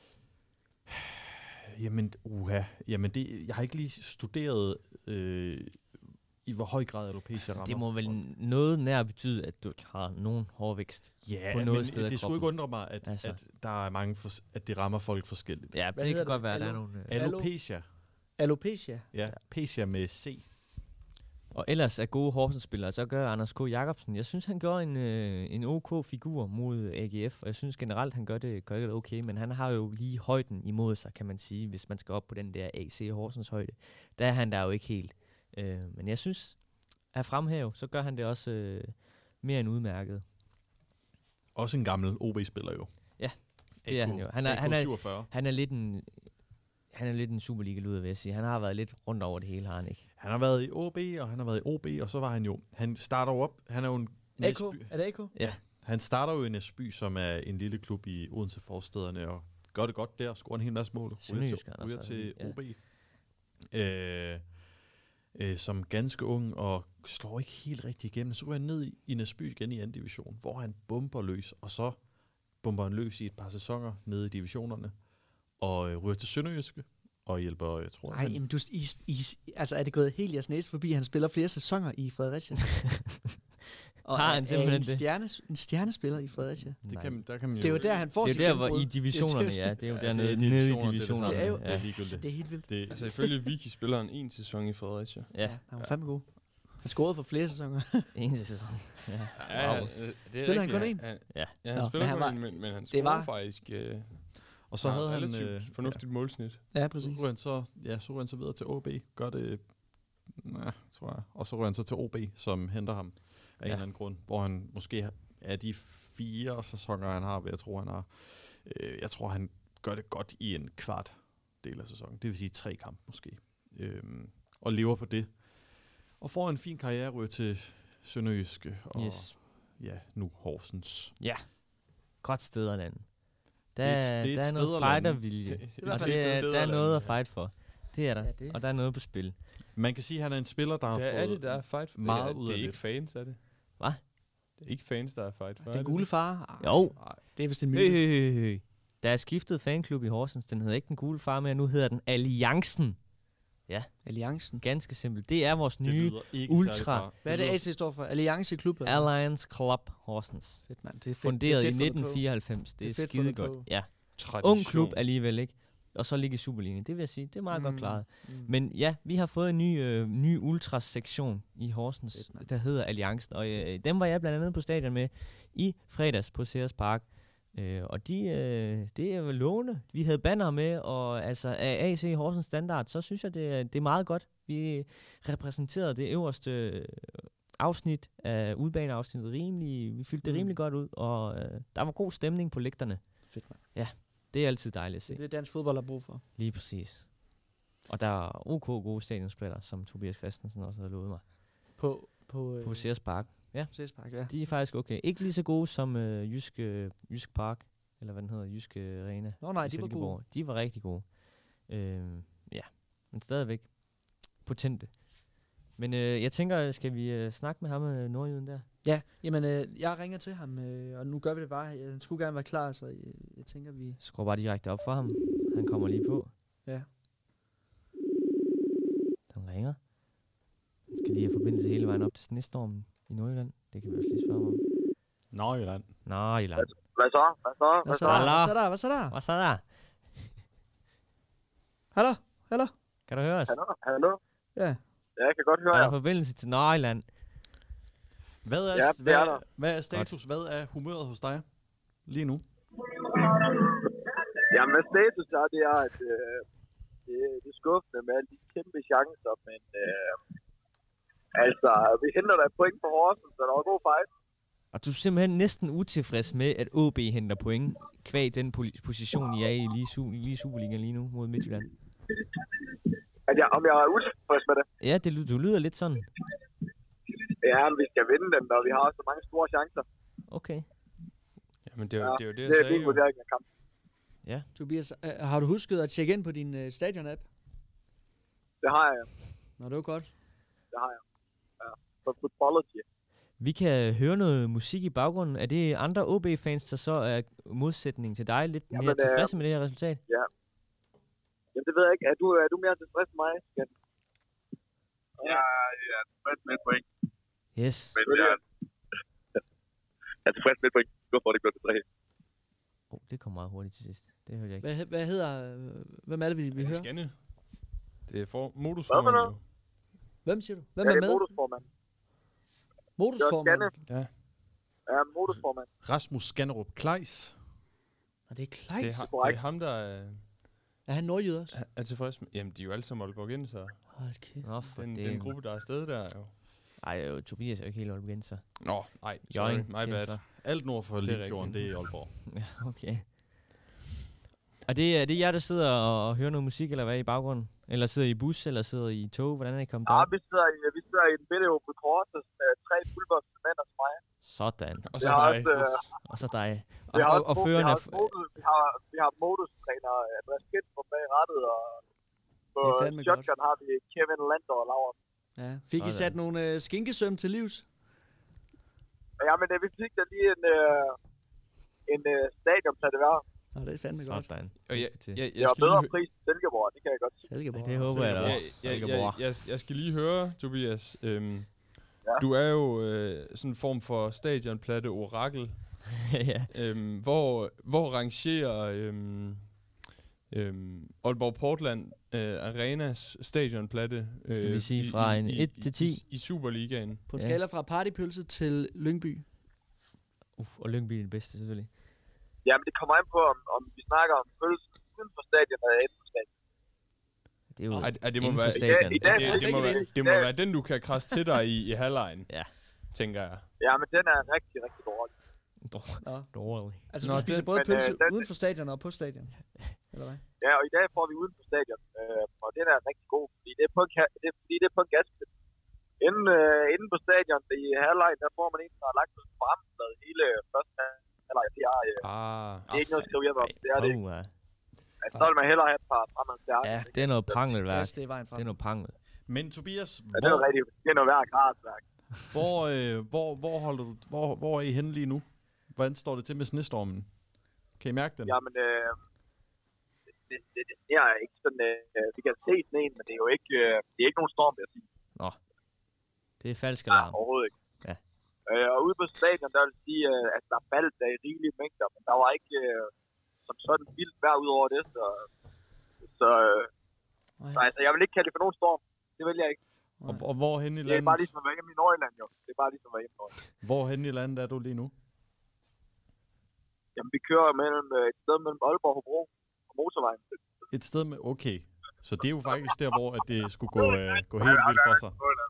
Speaker 4: Jamen, jeg har ikke lige studeret, i hvor høj grad alopecia rammer.
Speaker 2: Det må vel noget nær betyde, at du ikke har nogen hårvækst på noget sted af kroppen.
Speaker 4: Det skulle ikke undre mig, at der er mange, at det rammer folk forskelligt.
Speaker 2: Ja, det kan godt være, at der er nogle...
Speaker 4: Alopecia.
Speaker 5: Alopecia?
Speaker 4: Ja, pecia med C.
Speaker 2: Og ellers er gode Horsens-spillere, så gør Anders K. Jacobsen. Jeg synes, han gør en OK figur mod AGF, og jeg synes generelt, han gør det okay, men han har jo lige højden imod sig, kan man sige, hvis man skal op på den der AC Horsens højde. Der er han der jo ikke helt. Men jeg synes, at fremhæve, så gør han det også mere end udmærket.
Speaker 4: Også en gammel OB-spiller jo.
Speaker 2: Ja, det er han jo. Han er lidt en Superliga-luder, vil jeg sige. Han har været lidt rundt over det hele, har han ikke?
Speaker 4: Han har været i OB, og han har været i OB, og så var han jo... Han starter jo op... Han er jo en...
Speaker 5: AK? Er det AK?
Speaker 4: Ja. Han starter jo i Næsby, som er en lille klub i Odense forstederne, og gør det godt der, scorer en hel masse mål. Ryger til OB. Som ganske ung, og slår ikke helt rigtig igennem. Så ryger han ned i Næsby igen i anden division, hvor han bomber løs, og så bomber han løs i et par sæsoner nede i divisionerne, og ryger til Sønderjyske, og hjælper, jeg tror...
Speaker 5: Nej, men altså er det gået helt jeres næse forbi, han spiller flere sæsoner i Fredericia? Og
Speaker 2: har han simpelthen
Speaker 5: en stjernespiller i Fredericia?
Speaker 4: Det er
Speaker 5: jo der, han får
Speaker 2: sit gennembrud. Det er der, hvor i divisionerne, ja. Det er jo dernede nede i divisionerne.
Speaker 5: Det er jo det er helt vildt.
Speaker 3: Altså ifølge Vicky spiller han 1 sæson i Fredericia.
Speaker 5: Ja, han var fandme god. Han scorede for flere sæsoner.
Speaker 2: 1 sæson.
Speaker 5: Ja. Spiller han kun 1?
Speaker 3: Ja, han spiller kun 1, men han scorede faktisk...
Speaker 4: Og så havde han
Speaker 3: fornuftigt målsnit.
Speaker 5: Ja, præcis.
Speaker 4: Så ryger han så videre til OB. Gør det... tror jeg. Og så ryger han så til OB, som henter ham af en eller anden grund, hvor han måske er de 4 sæsoner, han har, jeg tror, han har. Jeg tror, han gør det godt i en kvart del af sæsonen. Det vil sige 3 kampe måske. Og lever på det. Og får en fin karriere, ryger til Sønderjyske og nu Horsens.
Speaker 2: Ja, godt sted at lande. Der er noget fightervilje, og der er noget at fight for. Det er der, og der er noget på spil.
Speaker 4: Man kan sige, at han er en spiller, der har fået
Speaker 3: der er fight for
Speaker 4: meget ud af det.
Speaker 3: Det er ikke fans, er det?
Speaker 2: Hvad?
Speaker 3: Det er ikke fans, der er fight for.
Speaker 5: Den gule far?
Speaker 2: Jo.
Speaker 5: Det er vist en myte.
Speaker 2: Der er skiftet fanklub i Horsens. Den hedder ikke den gule far mere, nu hedder den Alliancen. Ja.
Speaker 5: Alliancen.
Speaker 2: Ganske simpelt. Det er vores nye ultra...
Speaker 5: Hvad er det AC står for? Alliance Klub?
Speaker 2: Alliance Club Horsens.
Speaker 5: Fedt, mand. Det er
Speaker 2: funderet i 1994. Det er skide godt. Ja. Ung klub alligevel, ikke? Og så ligge i Superligaen. Det vil jeg sige, det er meget godt klaret. Men ja, vi har fået en ny ultrasektion i Horsens, der hedder Alliancen. Og dem var jeg blandt andet på stadion med i fredags på Ceres Park. Og det er jo lovende. Vi havde banner med, og altså af AC Horsens Standard, så synes jeg, det er meget godt. Vi repræsenterede det øverste afsnit af udbaneafsnittet rimelig. Vi fyldte det rimelig godt ud, og der var god stemning på lægterne.
Speaker 5: Fedt, man.
Speaker 2: Ja, det er altid dejligt at se.
Speaker 5: Det er dansk fodbold, der har brug for.
Speaker 2: Lige præcis. Og der er OK gode stadionspillere, som Tobias Christensen også havde lovet mig.
Speaker 5: På
Speaker 2: Sears Park. Ja.
Speaker 5: Sears Park, ja.
Speaker 2: De er faktisk okay. Ikke lige så gode som Jysk Park, eller hvad den hedder, Jysk Arena.
Speaker 5: Nå nej, de var gode.
Speaker 2: De var rigtig gode. Ja, men stadigvæk potente. Men jeg tænker, skal vi snakke med ham, nordjyden der?
Speaker 5: Ja, jamen jeg ringer til ham, og nu gør vi det bare. Jeg skulle gerne være klar, så jeg tænker, vi...
Speaker 2: Skruer bare direkte op for ham. Han kommer lige på.
Speaker 5: Ja.
Speaker 2: Den ringer. Han skal lige have forbindelse hele vejen op til snestormen i Nordjylland. Det kan vi også lige spørge om.
Speaker 4: Nordjylland.
Speaker 2: Nordjylland.
Speaker 15: Hvad så?
Speaker 5: Hvad så der? Hallo?
Speaker 2: Kan du høre os?
Speaker 15: Hallo?
Speaker 5: Ja.
Speaker 15: Ja, jeg kan godt høre jer.
Speaker 2: Der er forbindelse til Nordjylland.
Speaker 4: Hvad er status? Hvad er humøret hos dig lige nu?
Speaker 15: Jamen, hvad status er, det er, at det er skuffende med alle de kæmpe chancer, men altså, vi henter der et point på Horsens, så der var god fight.
Speaker 2: Og du er simpelthen næsten utilfreds med, at OB henter point, kvæg den position, I er i lige Superligaen lige nu mod Midtjylland.
Speaker 15: Om jeg er utilfreds med det?
Speaker 2: Ja, du lyder lidt sådan.
Speaker 15: Ja, men vi skal vinde dem, når vi har så mange store chancer.
Speaker 2: Okay.
Speaker 3: Jamen, det er jo det, jeg
Speaker 15: sagde.
Speaker 3: Det
Speaker 15: er min vurdering af kampen.
Speaker 2: Ja.
Speaker 5: Tobias, har du husket at tjekke ind på din stadion-app?
Speaker 15: Det har jeg.
Speaker 5: Nå, det var godt.
Speaker 15: Det har jeg. Ja, for Footballogy.
Speaker 2: Vi kan høre noget musik i baggrunden. Er det andre OB-fans, der så er modsætning til dig lidt mere tilfredse med det her resultat?
Speaker 15: Ja. Jamen, det ved jeg ikke. Er du mere tilfreds med mig?
Speaker 8: Ja, jeg er tilfreds med et point.
Speaker 2: Yes.
Speaker 8: Men jeg er tilfreds med et point. Hvorfor det blev til 3?
Speaker 2: Det kom meget hurtigt til sidst. Det hørte jeg ikke.
Speaker 5: Hvad hedder... Hvem er det, vi hører?
Speaker 3: Scanne. Det er modusformand jo.
Speaker 5: Hvem siger du? Hvem er med?
Speaker 15: Modusformand.
Speaker 5: Modusformand?
Speaker 3: Ja.
Speaker 15: Ja, modusformand.
Speaker 4: Rasmus Skanderup Kleis.
Speaker 5: Og det er Kleis?
Speaker 3: Det er ham, der
Speaker 5: er han nordjyde også?
Speaker 3: Er tilfreds med. Jamen, de er jo alle sammen Aalborgenser.
Speaker 5: Hold kæft.
Speaker 3: Den gruppe, der er afsted der jo.
Speaker 2: Ej, Tobias er jo ikke helt Aalborgenser.
Speaker 3: Nå, nej, sorry, my bad.
Speaker 4: Alt nord for Limfjorden, det er Aalborg.
Speaker 2: Ja, okay. Og det er jer, der sidder og hører noget musik, eller hvad, i baggrunden? Eller sidder I bus, eller sidder I tog? Hvordan er I kommet
Speaker 15: derop? Ja, vi sidder i en video på Korses med 3 fuldvoksne mænd og mig.
Speaker 2: Sådan.
Speaker 3: Og så dig.
Speaker 2: Og så dig.
Speaker 15: Og førerne... Vi har modustræner Andreas Kjensrup bag rettet, og på shotgun har vi Kevin Lander og Laura.
Speaker 5: Ja. Fik I sat nogle skinkesøm til livs?
Speaker 15: Ja, men vi fik da lige en stadionplatte hver.
Speaker 5: Nå, det er fandme godt.
Speaker 2: Sådan.
Speaker 15: Jeg har bedre pris til Silkeborg, det kan jeg godt.
Speaker 5: Silkeborg.
Speaker 2: Det håber jeg da også.
Speaker 3: Jeg skal lige høre, Tobias. Du er jo sådan en form for stadionplatte orakel.
Speaker 2: Ja.
Speaker 3: Hvor rangerer Aalborg Portland Arenas stadionplatte
Speaker 2: skal vi sige fra en 1 til 10
Speaker 3: i Superligaen?
Speaker 5: På en skala fra partypølse til Lyngby.
Speaker 2: Og Lyngby er den bedste selvfølgelig.
Speaker 15: Ja, men det kommer an på, om vi snakker om pølse uden for stadion eller inden for stadion.
Speaker 2: Det er jo
Speaker 3: det må være stadion. Det må være den, du kan krasse til dig i halvlejen.
Speaker 2: Ja.
Speaker 3: Tænker jeg.
Speaker 15: Ja, men den er rigtig, rigtig dårlig.
Speaker 2: Dårlig.
Speaker 5: Altså, du spiser både pølse uden for stadion og på stadion? Eller hvad?
Speaker 15: Ja, og i dag får vi uden for stadion. Og den er rigtig god, fordi det er på en gaspil. Inden på stadion i halvlejen, der får man en, der har lagt på fremslaget hele første halvleg. Det er ikke noget at skrive hjem om. Det er det ikke. Altså, så vil man hellere have et par fremad stærke.
Speaker 2: Ja, det er noget pangelværk.
Speaker 5: Det er vejen frem.
Speaker 2: Det er noget pangel.
Speaker 4: Men Tobias,
Speaker 15: det er rigtigt. Det er noget værk, gradsværk.
Speaker 4: Hvor er I henne lige nu? Hvordan står det til med snestormen? Kan I mærke den?
Speaker 15: Jamen, det sneer ikke sådan... vi kan se sneen, men det er jo ikke, det er ikke nogen storm, vil jeg sige.
Speaker 2: Nå. Det er falsk alarm.
Speaker 15: Nej, overhovedet ikke.
Speaker 2: Ja.
Speaker 15: Og ude på stadion, der vil sige, at der faldt der i rigelige mængder, men der var ikke som sådan vildt vejr ud over det, så altså, jeg vil ikke kalde det for nogen storm. Det vil jeg ikke.
Speaker 4: Og hvor hen i landet?
Speaker 15: Det er bare ligesom at være hjemme i Nordjylland, jo. Det er bare ligesom at være hjemme i Nordjylland.
Speaker 4: Hvor hen i landet er du lige nu?
Speaker 15: Jamen, vi kører et sted mellem Aalborg og Hobro på motorvejen.
Speaker 4: Et sted med... Okay. Så det er jo faktisk der, hvor at det skulle gå helt vildt for sig.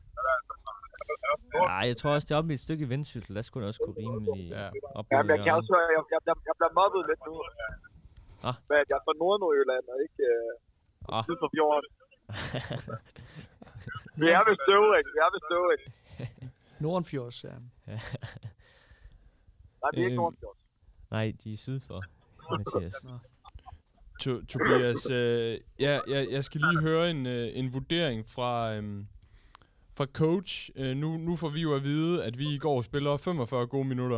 Speaker 2: Nej, jeg tror også, det er oppe i et stykke i Vendsyssel. Der skulle det også gå rimelig op.
Speaker 15: Ja, men jeg kan også høre, jeg bliver mobbet lidt nu. Men jeg er fra Nordjylland, og ikke syd for fjorden. Vi er ved Støvring.
Speaker 5: Nordenfjords, ja.
Speaker 15: Nej, det er ikke Nordenfjords.
Speaker 2: Nej, de er syd for, Mathias.
Speaker 3: Tobias, jeg skal lige høre en vurdering fra coach. Nu får vi jo at vide, at vi i går spiller 45 gode minutter.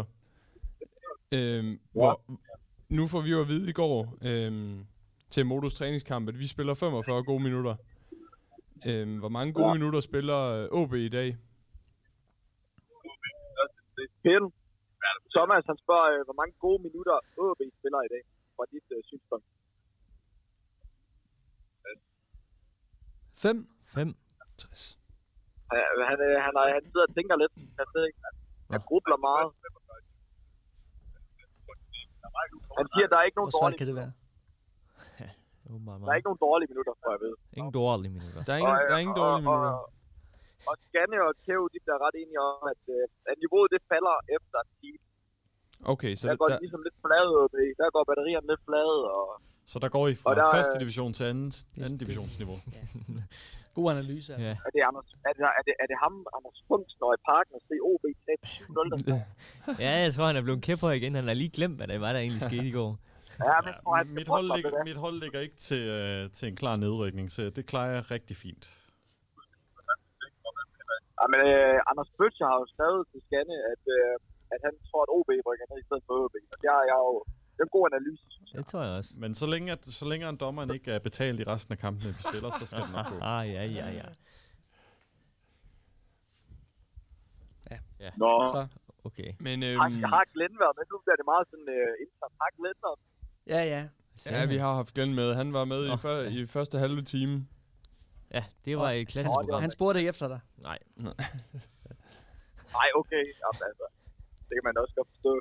Speaker 3: Nu får vi jo at vide i går til Modus træningskamp, at vi spiller 45 gode minutter. Hvor mange gode minutter spiller OB i dag?
Speaker 15: Pæn. Thomas, han spørger, hvor mange gode minutter OB spiller i dag, fra dit synspunkt.
Speaker 5: 5.
Speaker 3: 60.
Speaker 15: Han sidder og tænker lidt. Han grubler meget. Han siger, at der er ikke nogen
Speaker 5: dårlige. Hvor svært
Speaker 15: kan
Speaker 5: det være?
Speaker 15: Der er ikke nogen dårlige minutter, får jeg ved.
Speaker 2: Ingen dårlige minutter.
Speaker 3: Der er ingen dårlige minutter.
Speaker 15: Og Scanne og Kæv, de bliver ret enige om, at niveauet det falder efter en time.
Speaker 3: Okay, så
Speaker 15: der går det ligesom lidt flade op i. Der går batterierne lidt flade.
Speaker 4: Så der går I fra første division til anden divisionsniveau.
Speaker 5: God analyse.
Speaker 2: Ja.
Speaker 15: Er det ham, Anders Funk, står i parken og ser OB tabe 7-0?
Speaker 2: Ja, jeg tror, han er blevet kæp på igen. Han har lige glemt, hvad det var, der egentlig skete i går.
Speaker 15: Ja,
Speaker 4: mit hold ligger ikke til en klar nedrykning, så det klarer jeg rigtig fint.
Speaker 15: Ja, men Anders Bøtcher har jo skrevet til Scanne, at han tror, at OB rykker ned i stedet for OB. Og det er jo en god analyse, synes jeg.
Speaker 2: Det tror jeg også.
Speaker 4: Men så længe en dommeren ikke er betalt i resten af kampene, vi spiller, så skal det nok gå.
Speaker 2: Ja.
Speaker 15: Nå.
Speaker 2: Så. Okay.
Speaker 3: Men
Speaker 15: har Glenn været med? Nu bliver det meget sådan internt. Har Glenn været?
Speaker 5: Ja.
Speaker 3: Ja, vi har haft Glenn med. Han var med i første halve time.
Speaker 2: Ja, det var et klassisk program.
Speaker 5: Han spurgte ikke efter dig.
Speaker 2: Nej.
Speaker 15: Nej, okay. Jamen, altså, det kan man også godt forstå.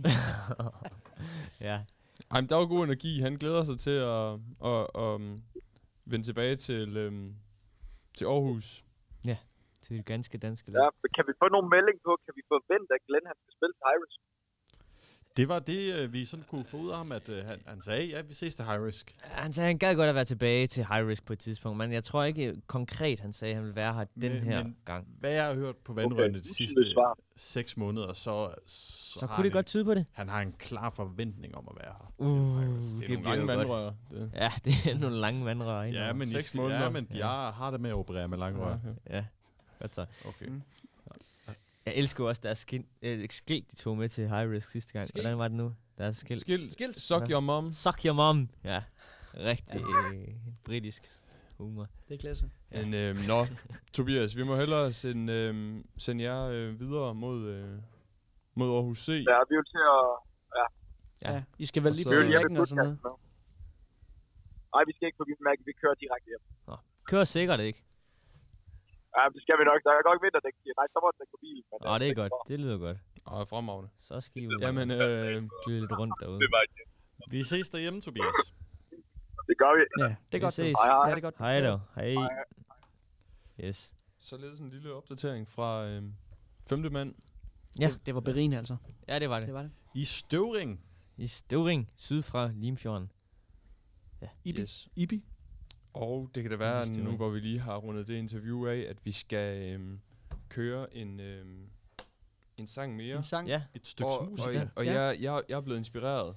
Speaker 2: Ja.
Speaker 3: Ej, men der var god energi. Han glæder sig til at vende tilbage til Aarhus.
Speaker 2: Ja, til det ganske danske
Speaker 15: land. Ja, kan vi få nogle melding på? Kan vi forvente, at Glenn han skal spille til High-Risk?
Speaker 4: Det var det, vi sådan kunne få ud af ham, at han sagde, ja, vi ses til High Risk.
Speaker 2: Han sagde, han gad godt at være tilbage til High Risk på et tidspunkt, men jeg tror ikke konkret, han sagde, at han ville være her den her gang.
Speaker 4: Hvad jeg har hørt på vandrørene de sidste 6 måneder, så
Speaker 2: kunne det godt tyde på det.
Speaker 4: Han har en klar forventning om at være her.
Speaker 3: Det er nogle lange vandrør.
Speaker 2: Ja, det er nogle lange vandrør.
Speaker 3: Ja, men 6 måneder.
Speaker 4: Ja, men de har det med at operere med lange rør.
Speaker 2: Ja, godt så.
Speaker 3: Okay.
Speaker 2: Jeg elsker også deres skilt, de tog med til High Risk sidste gang. Hvordan var det nu? Deres
Speaker 3: skilt. Suck your mom.
Speaker 2: Suck your mom. Ja, rigtig britisk humor.
Speaker 5: Det er klasse.
Speaker 3: Men Tobias, vi må hellere sende jer videre mod Aarhus C.
Speaker 15: Ja, vi er jo til at...
Speaker 5: Ja, I skal vel lige på mærken og sådan noget?
Speaker 15: Nej, vi skal ikke på mærken. Vi kører direkte hjem.
Speaker 2: Kører sikkert ikke.
Speaker 15: Ja, det skal vi nok. Der er godt vinterdæk. Nej, så må den på bilen.
Speaker 2: Det er godt. Det lyder godt.
Speaker 3: Fremragende.
Speaker 2: Så skal vi
Speaker 3: glide
Speaker 2: lidt rundt derude.
Speaker 4: Vi ses derhjemme, Tobias.
Speaker 15: Det gør vi.
Speaker 5: Ja, det er godt.
Speaker 2: Ses.
Speaker 5: Hej. Det er godt.
Speaker 2: Hej da. Hej. Yes.
Speaker 3: Således en lille opdatering fra 5. mand.
Speaker 5: Ja, det var berigende altså.
Speaker 2: Ja, det var det.
Speaker 4: I Støvring.
Speaker 2: I Støvring, syd fra Limfjorden.
Speaker 5: Ja. Ibi.
Speaker 3: Og det kan da være, nu hvor vi lige har rundet det interview af, at vi skal køre en sang mere.
Speaker 5: En sang?
Speaker 2: Ja.
Speaker 4: Et stykke musik.
Speaker 3: Og jeg er blevet inspireret.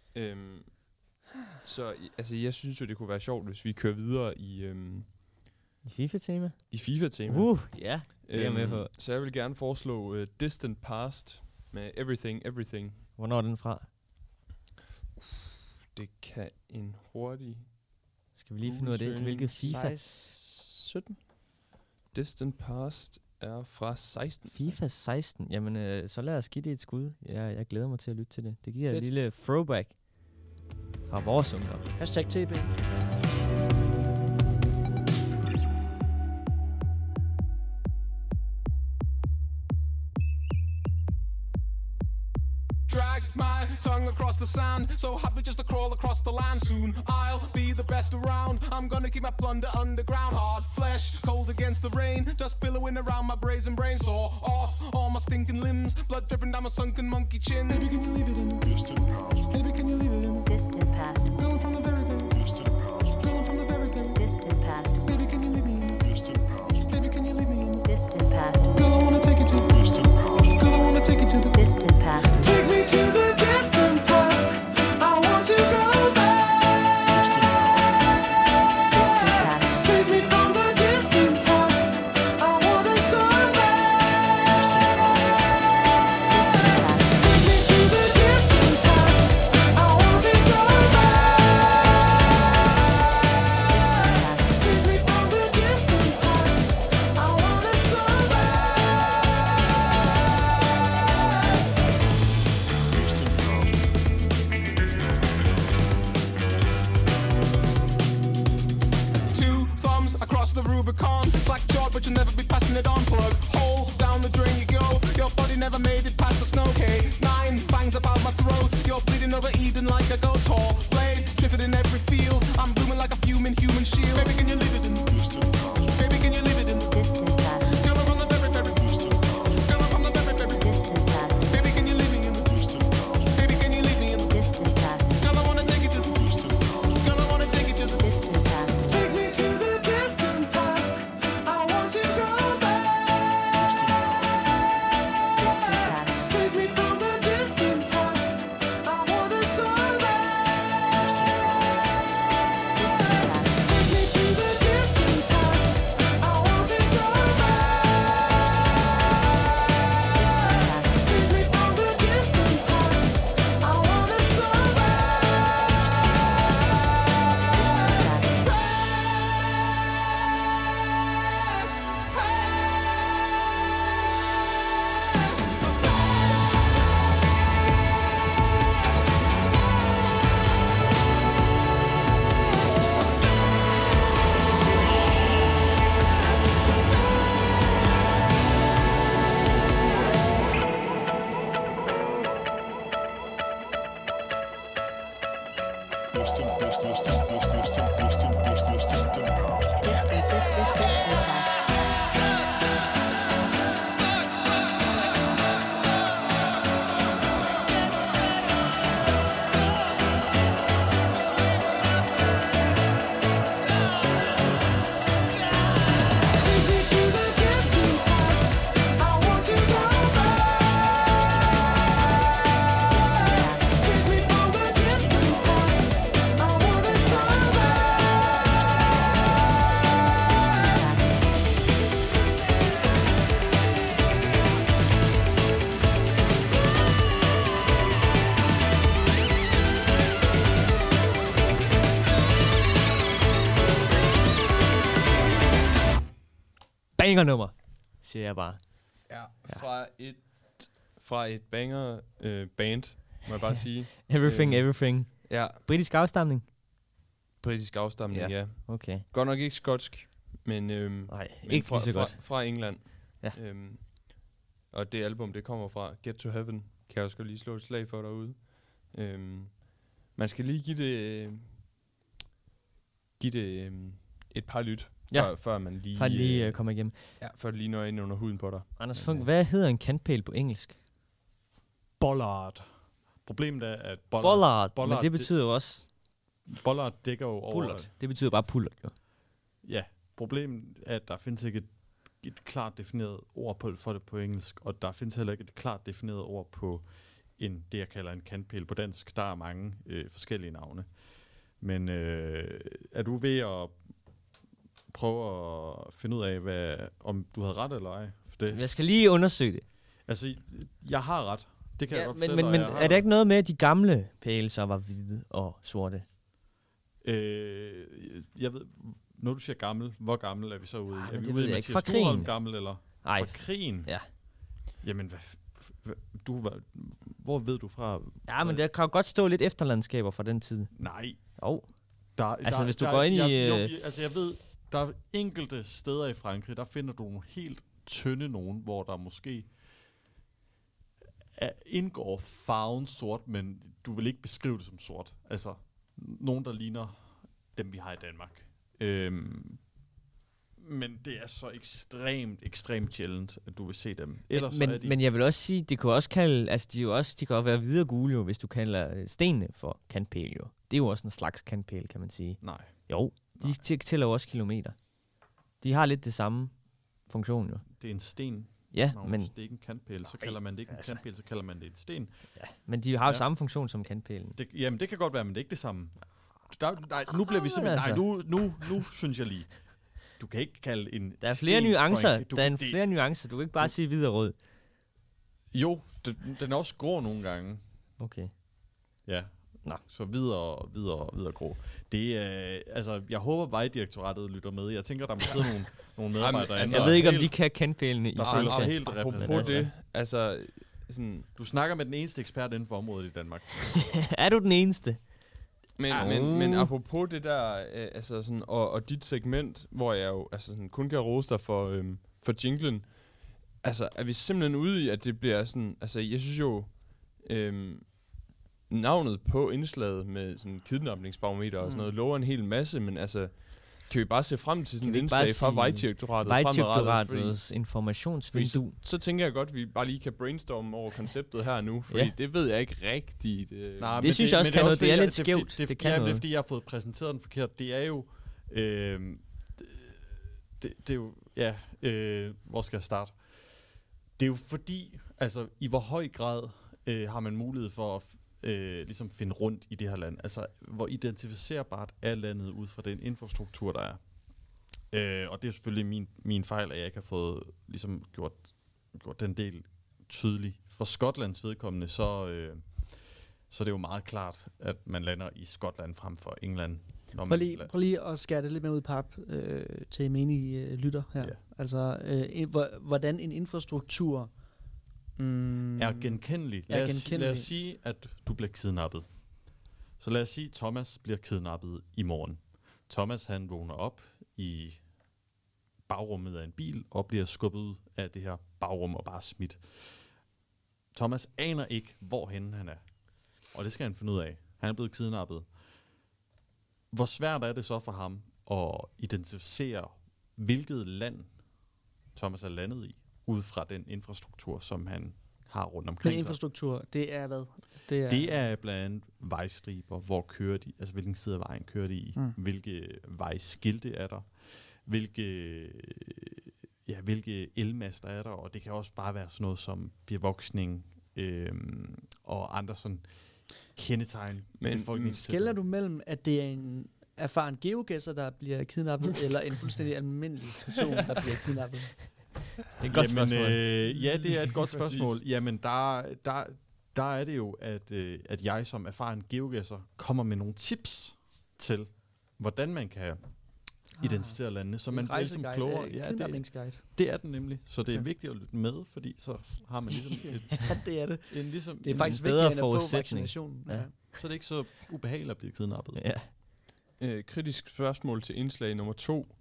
Speaker 3: Så altså, jeg synes jo, det kunne være sjovt, hvis vi kører videre i
Speaker 2: FIFA-tema?
Speaker 3: I FIFA-tema.
Speaker 2: Ja, det er med på.
Speaker 3: Så jeg vil gerne foreslå Distant Past med Everything.
Speaker 2: Hvornår er den fra?
Speaker 3: Det kan en hurtig...
Speaker 2: Skal vi lige finde ud af det? Hvilket FIFA?
Speaker 5: 17?
Speaker 3: Distant Past er fra 16.
Speaker 2: FIFA 16? Jamen, så lad os give det et skud. Jeg glæder mig til at lytte til det. Det giver et lille throwback fra vores ungdom.
Speaker 5: #TB.
Speaker 16: drag my tongue across the sand. So happy just to crawl across the land. Soon I'll be the best around. I'm gonna keep my plunder underground. Hard flesh, cold against the rain. Just billowing around my brazen brain. Saw off all my stinking limbs. Blood dripping down my sunken monkey chin. Baby, can you leave it in the distant past? Baby, can you leave it in the distant past? Going from the very, very distant past. Going from the very, very distant past. Baby, can you leave me in the distant past? Baby, can you leave me in the distant past? Girl, I wanna take you to the distant past. Girl, I wanna take you to the distant past. Take me to the distant past. I want to go back. Distant past. Save me from the distant past. I wanna survive. Take me to the distant past. I want to go back. Save me from the distant past. I wanna survive. Two thumbs across the Rubicon. Slack jawed, but you'll never be passing it on. Plug hole down the drain you go. Your body never made it past the snow cave. 9 fangs about my throat. You're bleeding over Eden like a goat. Tall blade drifted in every field. I'm blooming like a fuming human shield. Baby, can you leave it in the distant past? Baby, can you leave it in the distant past? Girl, I'm from the very, very distant past. Girl, I'm from the very, very distant past. Baby, can you leave me in the distant past? Baby, can you leave me in the distant past? Girl, I wanna take you to the distant past. Girl, I wanna take you to the distant past. Take me to the distant past. I want to go back. Distant past. Save me from the distant past. I wanna survive. Distant past. Take me to the distant past. I want to go back. Save me from the distant past. I wanna
Speaker 2: Banger-nummer, siger jeg bare.
Speaker 3: Ja, fra et banger band, må jeg bare sige.
Speaker 2: Everything.
Speaker 3: Ja.
Speaker 2: Britisk afstamning?
Speaker 3: Britisk afstamning, ja.
Speaker 2: Okay.
Speaker 3: Godt nok ikke skotsk, men,
Speaker 2: ikke lige så godt.
Speaker 3: Fra England.
Speaker 2: Ja.
Speaker 3: Og det album, det kommer fra Get to Heaven, kan jeg også lige slå et slag for derude. Man skal lige give det et par lyt, før man lige...
Speaker 2: Før lige kommer igennem.
Speaker 3: Ja, før det lige når ind under huden på dig.
Speaker 2: Anders Funk, hvad hedder en kantpæl på engelsk?
Speaker 4: Bollard. Problemet er, at
Speaker 2: Bollard, men det betyder jo også...
Speaker 4: Bollard dækker jo over...
Speaker 2: Pullert. Det betyder bare pullert, jo.
Speaker 4: Ja, problemet er, at der findes ikke et klart defineret ord for det på engelsk, og der findes heller ikke et klart defineret ord på det, jeg kalder en kantpæl på dansk. Der er mange forskellige navne. Men er du ved at prøve at finde ud af, om du havde ret eller ej? For det,
Speaker 2: jeg skal lige undersøge det.
Speaker 4: Altså, jeg har ret. Det kan jeg godt
Speaker 2: fortælle men er der ikke noget med, at de gamle pæle så var hvide og sorte?
Speaker 4: Jeg ved, når du siger gammel, hvor gammel er vi så ude i? Er vi
Speaker 2: ude i Mathias Storholm
Speaker 4: gammel, eller?
Speaker 2: Nej.
Speaker 4: Fra krigen?
Speaker 2: Ja.
Speaker 4: Jamen, hvor ved du fra?
Speaker 2: Ja, men der kan jo godt stå lidt efterlandskaber fra den tid.
Speaker 4: Nej.
Speaker 2: Jo. Hvis du går ind i...
Speaker 4: jeg ved, der er enkelte steder i Frankrig, der finder du nogle helt tynde nogen, hvor der måske indgår farven sort, men du vil ikke beskrive det som sort. Altså, nogen, der ligner dem, vi har i Danmark. Men det er så ekstremt sjældent, at du vil se dem. Ellers
Speaker 2: Men jeg vil også sige, det kan også kalde, altså de kan også være videre gule jo, hvis du kalder stenene for kantpæl jo. Det er jo også en slags kantpæl, kan man sige.
Speaker 4: Nej.
Speaker 2: Jo, de tæller jo også kilometer. De har lidt det samme funktion jo.
Speaker 4: Det er en sten.
Speaker 2: Ja,
Speaker 4: men det er ikke en kantpæl, så kalder man det ikke en kantpæl, så kalder man det en sten.
Speaker 2: Ja, men de har jo samme funktion som kantpælen.
Speaker 4: Jamen det kan godt være, men det er ikke det samme. Nej, nu bliver vi simpelthen... Nej, nu synes jeg lige... Du kan ikke kalde en...
Speaker 2: Der er flere nuancer. Flere nuancer. Du kan ikke bare sige hvid og rød.
Speaker 4: Jo, den er også grå nogle gange.
Speaker 2: Okay.
Speaker 4: Ja. Nå. Så hvid og grå. Det er... altså, jeg håber, Vejdirektoratet lytter med. Jeg tænker, der må sidde nogle medarbejdere.
Speaker 2: Altså, jeg ved ikke, om de kan kantpælene i
Speaker 4: føler sig helt repræsenteret.
Speaker 3: det, altså... Sådan,
Speaker 4: du snakker med den eneste ekspert inden for området i Danmark.
Speaker 2: Er du den eneste?
Speaker 3: Men apropos det der, altså sådan, og dit segment, hvor jeg jo altså sådan, kun kan rose dig for jinglen, altså er vi simpelthen ude i, at det bliver sådan, altså jeg synes jo, navnet på indslaget med sådan kidnapningsbarometer og sådan noget, lover en hel masse, men altså, kan vi bare se frem til sådan et indslag fra Vejdirektoratet?
Speaker 2: Vejdirektoratets informationsvindue.
Speaker 3: Så tænker jeg godt, at vi bare lige kan brainstorme over konceptet her nu, fordi det ved jeg ikke rigtigt.
Speaker 2: Nej, det synes jeg også kan noget. Det er lidt skævt.
Speaker 4: Det kan noget. Det er fordi, jeg har fået præsenteret den forkert. Det er jo... det er jo... Ja, hvor skal jeg starte? Det er jo fordi, altså i hvor høj grad har man mulighed for at ligesom finde rundt i det her land. Altså, hvor identificerbart er landet ud fra den infrastruktur, der er. Og det er selvfølgelig min fejl, at jeg ikke har fået ligesom gjort den del tydelig. For Skotlands vedkommende, så er det jo meget klart, at man lander i Skotland frem for England.
Speaker 5: Prøv lige at skære det lidt mere ud i pap til menige lytter her. Ja. Altså, hvordan en infrastruktur
Speaker 4: er genkendelig. Lad os sige, at du bliver kidnappet. Så lad os sige, at Thomas bliver kidnappet i morgen. Thomas, han vågner op i bagrummet af en bil og bliver skubbet ud af det her bagrum og bare smidt. Thomas aner ikke, hvorhen han er. Og det skal han finde ud af. Han er blevet kidnappet. Hvor svært er det så for ham at identificere, hvilket land Thomas er landet i, ud fra den infrastruktur, som han har rundt omkring sig?
Speaker 5: Den infrastruktur, det er hvad?
Speaker 4: Det er blandt andet vejstriber, hvor kører de, altså hvilken side af vejen kører de i, hvilke vejskilte er der, hvilke elmaster er der, og det kan også bare være sådan noget som bevoksning og andre sådan kendetegn.
Speaker 5: Men skelner du mellem, at det er en erfaren geogæsser, der bliver kidnappet, eller en fuldstændig almindelig person, der bliver kidnappet?
Speaker 2: Det er et godt spørgsmål.
Speaker 4: Ja, det er et godt spørgsmål. Jamen, der er det jo, at jeg som erfaren geogæsser kommer med nogle tips til, hvordan man kan identificere landene, så man bliver ligesom klogere.
Speaker 5: Ja,
Speaker 4: det er den nemlig. Så det er vigtigt at lytte med, fordi så har man ligesom
Speaker 5: det er det.
Speaker 4: Det
Speaker 5: er faktisk vigtigere end at få vaccinationen.
Speaker 4: Ja. Så er det ikke så ubehageligt at blive kidnappet.
Speaker 3: Ja. Kritisk spørgsmål til indslag nummer 2.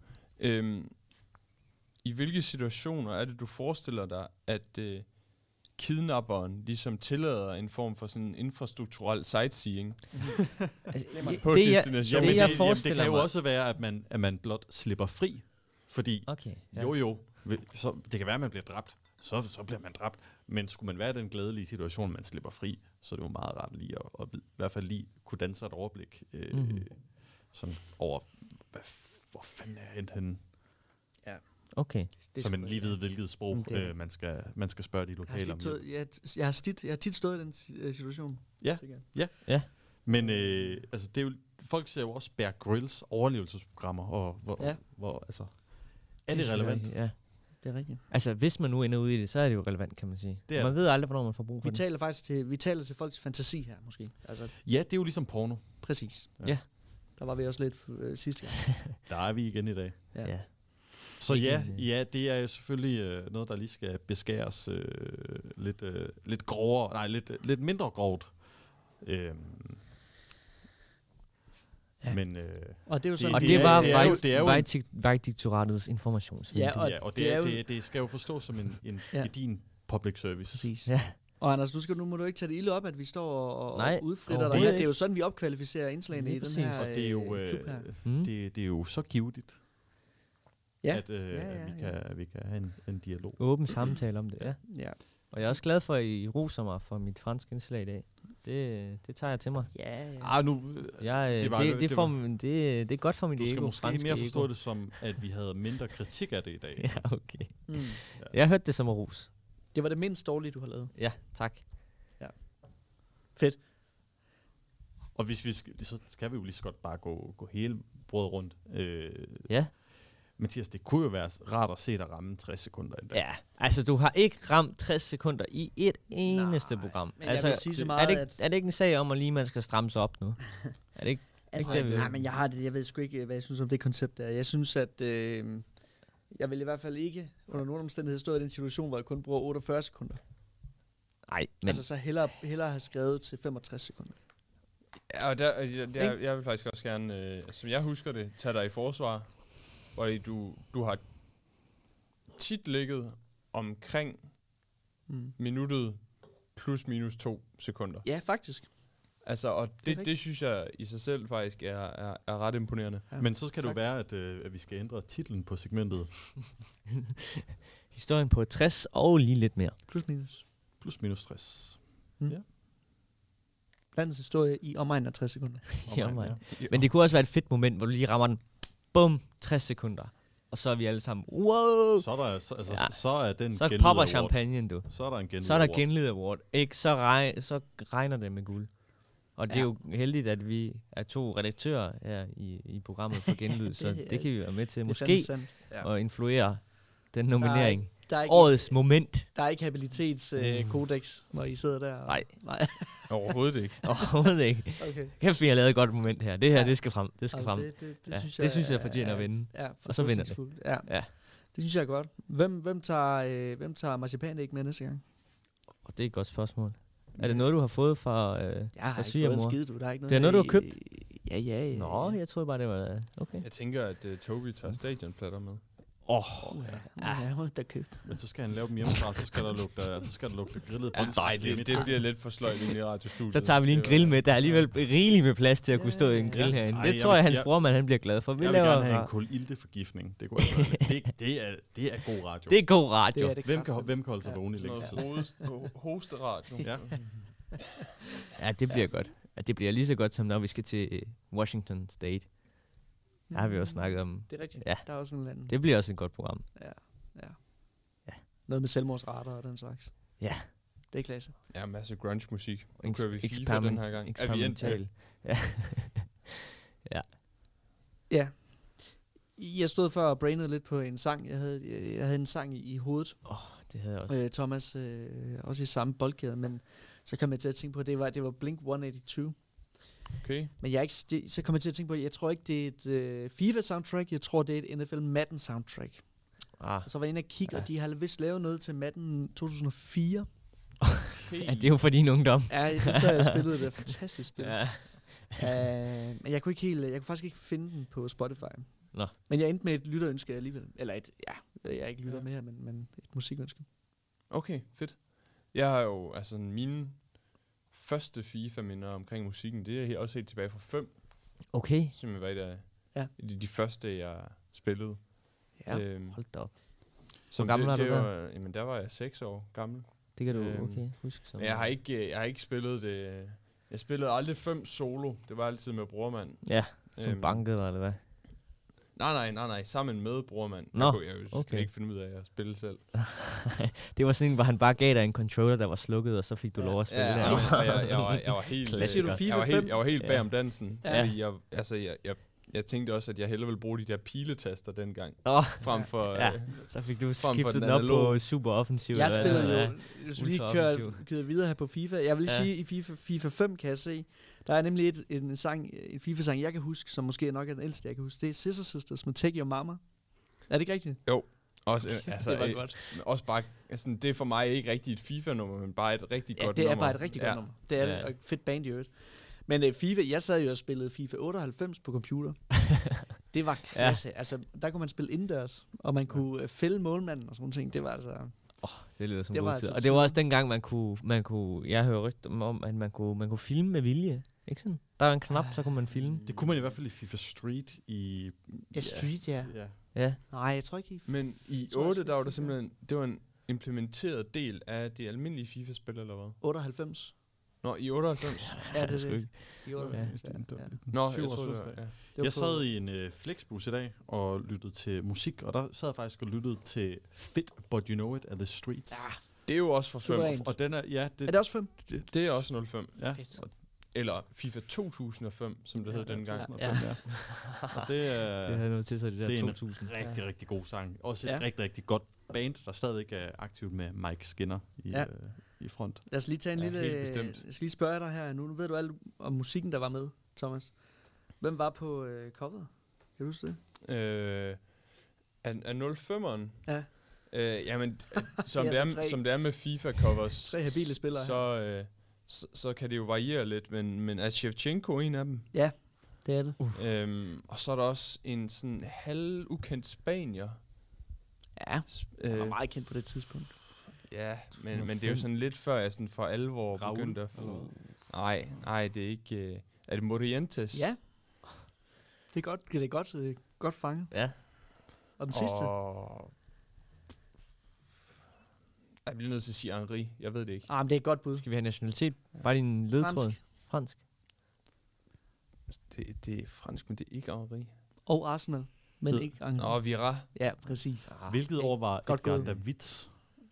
Speaker 3: I hvilke situationer er det, du forestiller dig, at kidnapperen ligesom tillader en form for sådan infrastrukturel sightseeing på destinationen?
Speaker 4: Det kan jo også være, at man blot slipper fri, fordi så det kan være, at man bliver dræbt, så bliver man dræbt, men skulle man være i den glædelige situation, man slipper fri, så er det jo meget rart lige at i hvert fald lige kunne danse et overblik sådan over, hvor fanden er jeg endt henne?
Speaker 5: Ja.
Speaker 2: Okay.
Speaker 4: Så man lige ved, hvilket sprog man skal spørge de lokale om.
Speaker 5: Jeg har tit stået i den situation.
Speaker 4: Ja. Men altså, det er jo, folk ser jo også Bear Grylls overlevelsesprogrammer, og hvor altså, er det relevant?
Speaker 5: Ja, det er rigtigt.
Speaker 2: Altså, hvis man nu ender ude i det, så er det jo relevant, kan man sige. Man ved aldrig, hvornår man får brug for det.
Speaker 5: Vi taler til folks fantasi her, måske. Altså,
Speaker 4: ja, det er jo ligesom porno.
Speaker 5: Præcis.
Speaker 2: Ja. Der
Speaker 5: var vi også lidt sidste gang.
Speaker 4: Der er vi igen i dag.
Speaker 2: Ja.
Speaker 4: Så ja, det er jo selvfølgelig noget, der lige skal beskæres lidt grovere, nej, lidt mindre grovt. Men
Speaker 5: og det er jo sådan,
Speaker 2: og det var Vejdirektoratets informationsvindue.
Speaker 4: Ja, og det skal jo forstås som en gedin public service.
Speaker 5: Præcis.
Speaker 2: Ja.
Speaker 5: Og Anders, nu må du ikke tage det ilde op, at vi står og udfritter dig
Speaker 2: det
Speaker 5: her. Det er jo sådan, vi opkvalificerer indslagene i den her
Speaker 4: og det er jo,
Speaker 5: klub her.
Speaker 4: det er jo så givetigt, at vi kan have en dialog.
Speaker 2: Åben samtale om det,
Speaker 5: ja.
Speaker 2: Og jeg er også glad for, at I roser mig for mit franske indslag i dag. Det tager jeg til mig.
Speaker 5: Ja.
Speaker 2: Det er godt for mit ego.
Speaker 4: Du skal måske mere forstå det som, at vi havde mindre kritik af det i dag.
Speaker 2: Ja, okay. Jeg hørte det som at ros.
Speaker 5: Det var det mindst dårlige, du har lavet.
Speaker 2: Ja, tak.
Speaker 5: Ja. Fedt.
Speaker 4: Og hvis vi så skal vi jo lige så godt bare gå hele brødet rundt.
Speaker 2: Ja.
Speaker 4: Mathias, det kunne jo være rart at se dig ramme 60 sekunder i dag.
Speaker 2: Ja, altså du har ikke ramt 60 sekunder i et eneste program. Altså,
Speaker 5: jeg vil sige så meget,
Speaker 2: er det ikke en sag om, at lige man skal stramme sig op nu? Er det ikke?
Speaker 5: Nej, men jeg ved sgu ikke, hvad jeg synes om det koncept der. Jeg synes, at jeg vil i hvert fald ikke under nogen omstændighed stå i den situation, hvor jeg kun bruger 48 sekunder.
Speaker 2: Nej, men...
Speaker 5: Altså så hellere have skrevet til 65 sekunder.
Speaker 3: Ja, og jeg vil faktisk også gerne, som jeg husker det, tage dig i forsvar, hvor du har tit ligget omkring minuttet plus minus 2 sekunder.
Speaker 5: Ja, faktisk.
Speaker 3: Altså, og det synes jeg i sig selv faktisk er ret imponerende.
Speaker 4: Ja. Men så skal det jo være, at vi skal ændre titlen på segmentet.
Speaker 2: Historien på 60 og lige lidt mere.
Speaker 5: Plus minus.
Speaker 4: Plus minus 60.
Speaker 5: Ja. Landets historie i omegn af 60 sekunder.
Speaker 2: Men det kunne også være et fedt moment, hvor du lige rammer den. Bum, 60 sekunder. Og så er vi alle sammen, wow!
Speaker 4: Så er den
Speaker 2: så popper champagnen, du.
Speaker 4: Så er der en genlyd award.
Speaker 2: Så er der genlyd award. Ikke? Så regner det med guld. Og det er jo heldigt, at vi er 2 redaktører her i programmet for genlyd, så det kan vi være med til måske at influere den nominering.
Speaker 5: Der er ikke
Speaker 2: årets moment.
Speaker 5: Der er ikke habilitetskodex, når I sidder der.
Speaker 2: Nej.
Speaker 3: Overhovedet ikke.
Speaker 2: Overhovedet ikke.
Speaker 5: Okay.
Speaker 2: Kæft, vi har lavet et godt moment her. Det her, det skal frem. Det skal frem.
Speaker 5: Det
Speaker 2: synes jeg fortjener at vinde.
Speaker 5: Ja,
Speaker 2: og så vinder det.
Speaker 5: Ja. Det synes jeg er godt. Hvem tager marcipanæg med næste gang?
Speaker 2: Det er et godt spørgsmål. Er det noget, du har fået fra
Speaker 5: jeg har ikke fået en skid, du. Der er ikke noget.
Speaker 2: Det er noget, du har købt?
Speaker 5: Ja.
Speaker 2: Nå, jeg troede bare, det var... Okay.
Speaker 3: Jeg tænker, at Toby tager stadionplatter med.
Speaker 5: Ja, der købt.
Speaker 4: Men så skal han lave dem hjemmefra, så skal der lugte grillet på.
Speaker 3: Nej, det bliver lidt for sløjt inde i radiostudiet.
Speaker 2: Så tager vi lige en grill med. Der er alligevel rigeligt med plads til at kunne stå i en grill herinde. Det tror jeg, hans brormand han bliver glad for.
Speaker 4: Jeg vil gerne have en kulilteforgiftning. Det er god radio.
Speaker 2: Det er god radio.
Speaker 4: Hvem kan holde sig vågen i længst?
Speaker 3: Hosteradio.
Speaker 2: Ja, det bliver godt. Det bliver lige så godt, som når vi skal til Washington State. Der har vi også snakket om.
Speaker 5: Det er rigtigt.
Speaker 2: Ja.
Speaker 5: Der er også en land.
Speaker 2: Det bliver også et godt program.
Speaker 5: Ja. Noget med selvmordsrater og den slags.
Speaker 2: Ja.
Speaker 5: Det er klasse.
Speaker 3: Ja, masse grunge musik. Nu kører vi FIFA den her gang.
Speaker 2: Eksperimental.
Speaker 5: Ja. Jeg stod før og brainede lidt på en sang. Jeg havde en sang i hovedet.
Speaker 2: Det havde jeg også.
Speaker 5: Thomas også i samme boldgade, men så kom jeg til at tænke på, at det var Blink 182.
Speaker 3: Okay.
Speaker 5: Men så kom jeg til at tænke på, at jeg tror ikke, det er et FIFA-soundtrack. Jeg tror, det er et NFL Madden-soundtrack. Og så var jeg inde og kigge, og de har vist lavet noget til Madden 2004.
Speaker 2: Ja, det er jo for din ungdom.
Speaker 5: Ja, så jeg spillet det. Fantastisk spil. Men jeg kunne faktisk ikke finde den på Spotify.
Speaker 2: Nå.
Speaker 5: Men jeg endte med et lytterønske alligevel. Eller jeg er ikke lytter med her, men et musikønske.
Speaker 3: Okay, fedt. Jeg har jo, altså mine første FIFA-minder omkring musikken, det er også helt tilbage fra 5.
Speaker 2: Okay.
Speaker 3: Som var de første, jeg spillede.
Speaker 2: Ja, hold da op.
Speaker 3: Hvor
Speaker 2: gammel var du der?
Speaker 3: Jamen, der var jeg 6 år gammel.
Speaker 2: Det kan du huske.
Speaker 3: Men jeg har ikke spillet det. Jeg spillede aldrig 5 solo. Det var altid med brormand.
Speaker 2: Ja, som bankede eller hvad?
Speaker 3: Nej, sammen med brormand.
Speaker 2: Nå,
Speaker 3: jeg kunne ikke finde ud af at spille selv.
Speaker 2: Det var sådan en, hvor han bare gav dig en controller, der var slukket, og så fik du lov at spille der.
Speaker 3: Jeg var helt bag om dansen. Fordi jeg tænkte også, at jeg hellere ville bruge de der piletaster dengang. Frem for...
Speaker 2: så fik du skiftet den op på super offensiv.
Speaker 5: Jeg spillede jo... Hvis vi lige kører videre her på FIFA. Jeg vil sige, i FIFA 5 kan jeg se, der er nemlig en FIFA-sang, jeg kan huske, som måske nok er den ældste, jeg kan huske. Det er Scissor Sisters med Take Your Mama. Er det ikke rigtigt?
Speaker 3: Jo. Også, altså,
Speaker 5: det var godt.
Speaker 3: Også bare, altså, det er for mig ikke rigtig et FIFA-nummer, men bare et rigtig godt nummer.
Speaker 5: Ja, det er bare et rigtig godt nummer. Det er et fedt band i øvrigt. Men FIFA, jeg sad jo og spillede FIFA 98 på computer. Det var klasse. Altså, der kunne man spille indendørs, og man kunne fælde målmanden og sådan nogle ting. Det var altså...
Speaker 2: Det lyder som
Speaker 5: Det var
Speaker 2: god tid.
Speaker 5: altså
Speaker 2: Og det var også dengang, man kunne jeg hører rygter om, at man kunne filme med vilje. Ikke sådan? Der var en knap, så kunne man filme.
Speaker 4: Det kunne man i hvert fald i FIFA Street i...
Speaker 5: Ja, Street, ja.
Speaker 2: Ja.
Speaker 5: Nej, jeg tror ikke...
Speaker 3: Men i 8, der var det simpelthen... Det var en implementeret del af det almindelige FIFA-spil, eller hvad?
Speaker 5: 98.
Speaker 3: Nå, i 98?
Speaker 5: Ja, det er det. I 98,
Speaker 3: Nå, jeg troede, det var,
Speaker 4: Jeg sad i en flexbus i dag og lyttede til musik, og der sad jeg faktisk og lyttede til Fit But You Know It af The Streets.
Speaker 3: Ja, det er jo også fra 5.
Speaker 4: Og den er... Ja,
Speaker 5: er det også 5?
Speaker 3: Det er også 05.
Speaker 4: Ja.
Speaker 3: Eller FIFA 2005, som det hed dengang.
Speaker 4: Ja. Og det
Speaker 2: havde noget til sig, det der 2000.
Speaker 4: Det er en rigtig, rigtig god sang. Også et rigtig, rigtig godt band, der stadigvæk er aktivt med Mike Skinner i front.
Speaker 5: Lad os lige tage en lille... Jeg skal lige spørge dig her. Nu ved du alt om musikken, der var med, Thomas. Hvem var på coveret? Kan du huske det?
Speaker 3: Af 05'eren?
Speaker 5: Ja.
Speaker 3: Jamen, som det er med FIFA-covers,
Speaker 5: 3 habile spillere
Speaker 3: så kan det jo variere lidt, men er Shevchenko en af dem?
Speaker 5: Ja, det er det.
Speaker 3: Og så er der også en sådan halvukendt spanier.
Speaker 5: Ja, han var meget kendt på det tidspunkt.
Speaker 3: Ja, men det er jo sådan lidt før jeg sådan for alvor begyndte at få... Nej, det er ikke... er det Morientes?
Speaker 5: Ja. Det er godt fanget.
Speaker 2: Ja.
Speaker 5: Og den sidste?
Speaker 3: Jeg bliver nødt til at sige Henri. Jeg ved det ikke.
Speaker 5: Men det er et godt bud.
Speaker 2: Skal vi have nationalitet? Bare din ledtråd? Fransk.
Speaker 3: Det er fransk, men det er ikke Henri.
Speaker 5: Og Arsenal, men ikke Henri.
Speaker 3: Nå, Vira.
Speaker 5: Ja, præcis.
Speaker 4: Hvilket år var Edgar Davids?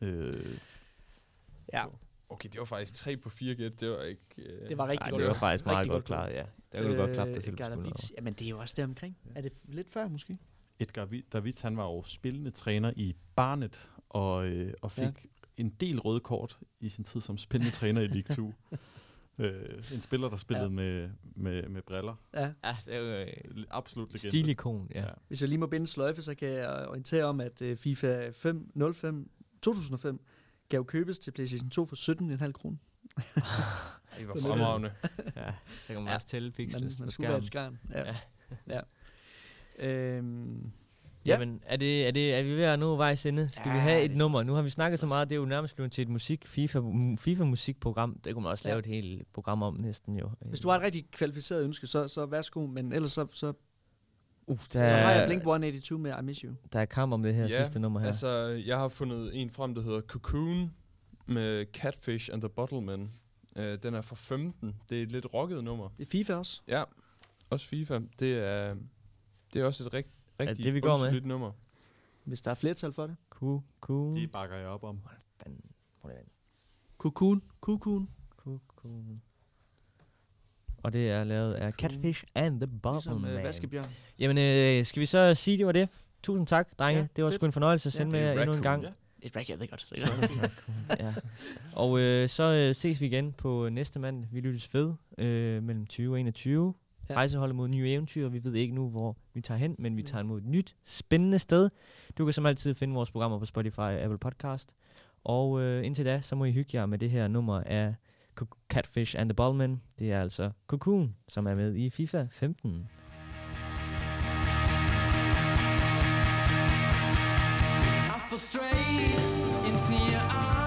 Speaker 5: Ja.
Speaker 3: Okay, det var faktisk 3 på 4 gæt. Det var ikke...
Speaker 5: Det var rigtig godt.
Speaker 2: Det var faktisk meget godt klaret, ja. Det var godt klapt, der selv
Speaker 5: Davids. Jamen, det er jo også der omkring. Er det lidt før, måske?
Speaker 4: Edgar Davids, han var jo spillende træner i Barnet, og fik en del røde kort i sin tid som spillende træner i League 2. En spiller, der spillede med briller.
Speaker 5: Ja,
Speaker 2: det er jo
Speaker 4: absolut legende.
Speaker 2: Stilikon, ja.
Speaker 5: Hvis jeg lige må binde sløjfe, så kan jeg orientere om, at FIFA 2005 kan jo købes til PlayStation 2 for 17,5 kroner.
Speaker 3: Det var fremragende.
Speaker 2: Ja, så kan man også tælle pixels
Speaker 5: på skærmen. Ja.
Speaker 2: Jamen, er vi ved at nå vejs ende? Skal vi have et nummer? Nu har vi snakket så meget, det er jo nærmest blevet til et FIFA-musikprogram. Det kunne man også lave et helt program om næsten jo.
Speaker 5: Hvis du har et rigtig kvalificeret ønske, så værsgo, men ellers så
Speaker 2: så
Speaker 5: har jeg Blink-182 med I Miss You.
Speaker 2: Der er kamp om det her sidste nummer her.
Speaker 3: Altså, jeg har fundet en frem, der hedder Cocoon med Catfish and the Bottlemen. Den er fra 15. Det er et lidt rocket nummer.
Speaker 5: Det er FIFA også?
Speaker 3: Ja, også FIFA. Det er også et rigtig
Speaker 2: det, vi går med
Speaker 3: nummer.
Speaker 5: Hvis der er flertal for det.
Speaker 2: Cocoon.
Speaker 4: Det bakker jeg op om.
Speaker 5: Cocoon.
Speaker 2: Og det er lavet af Catfish and the Bottlemen.
Speaker 5: Ligesom vaskebjørn.
Speaker 2: Jamen, skal vi så sige, det var det? Tusind tak, drenge. Ja, det var sgu en fornøjelse at sende med jer endnu en gang.
Speaker 5: Et rack, jeg ved godt.
Speaker 2: Ja. Og så ses vi igen på næste mandag. Vi lyttes ved mellem 20 og 21. Ja. Rejseholdet mod nye eventyr. Vi ved ikke nu, hvor vi tager hen, men vi tager mod et nyt, spændende sted. Du kan som altid finde vores programmer på Spotify og Apple Podcast. Og indtil da, så må I hygge jer med det her nummer af Catfish and the Bottlemen. Det er altså Cocoon, som er med i FIFA 15.
Speaker 17: I fall straight into your arms.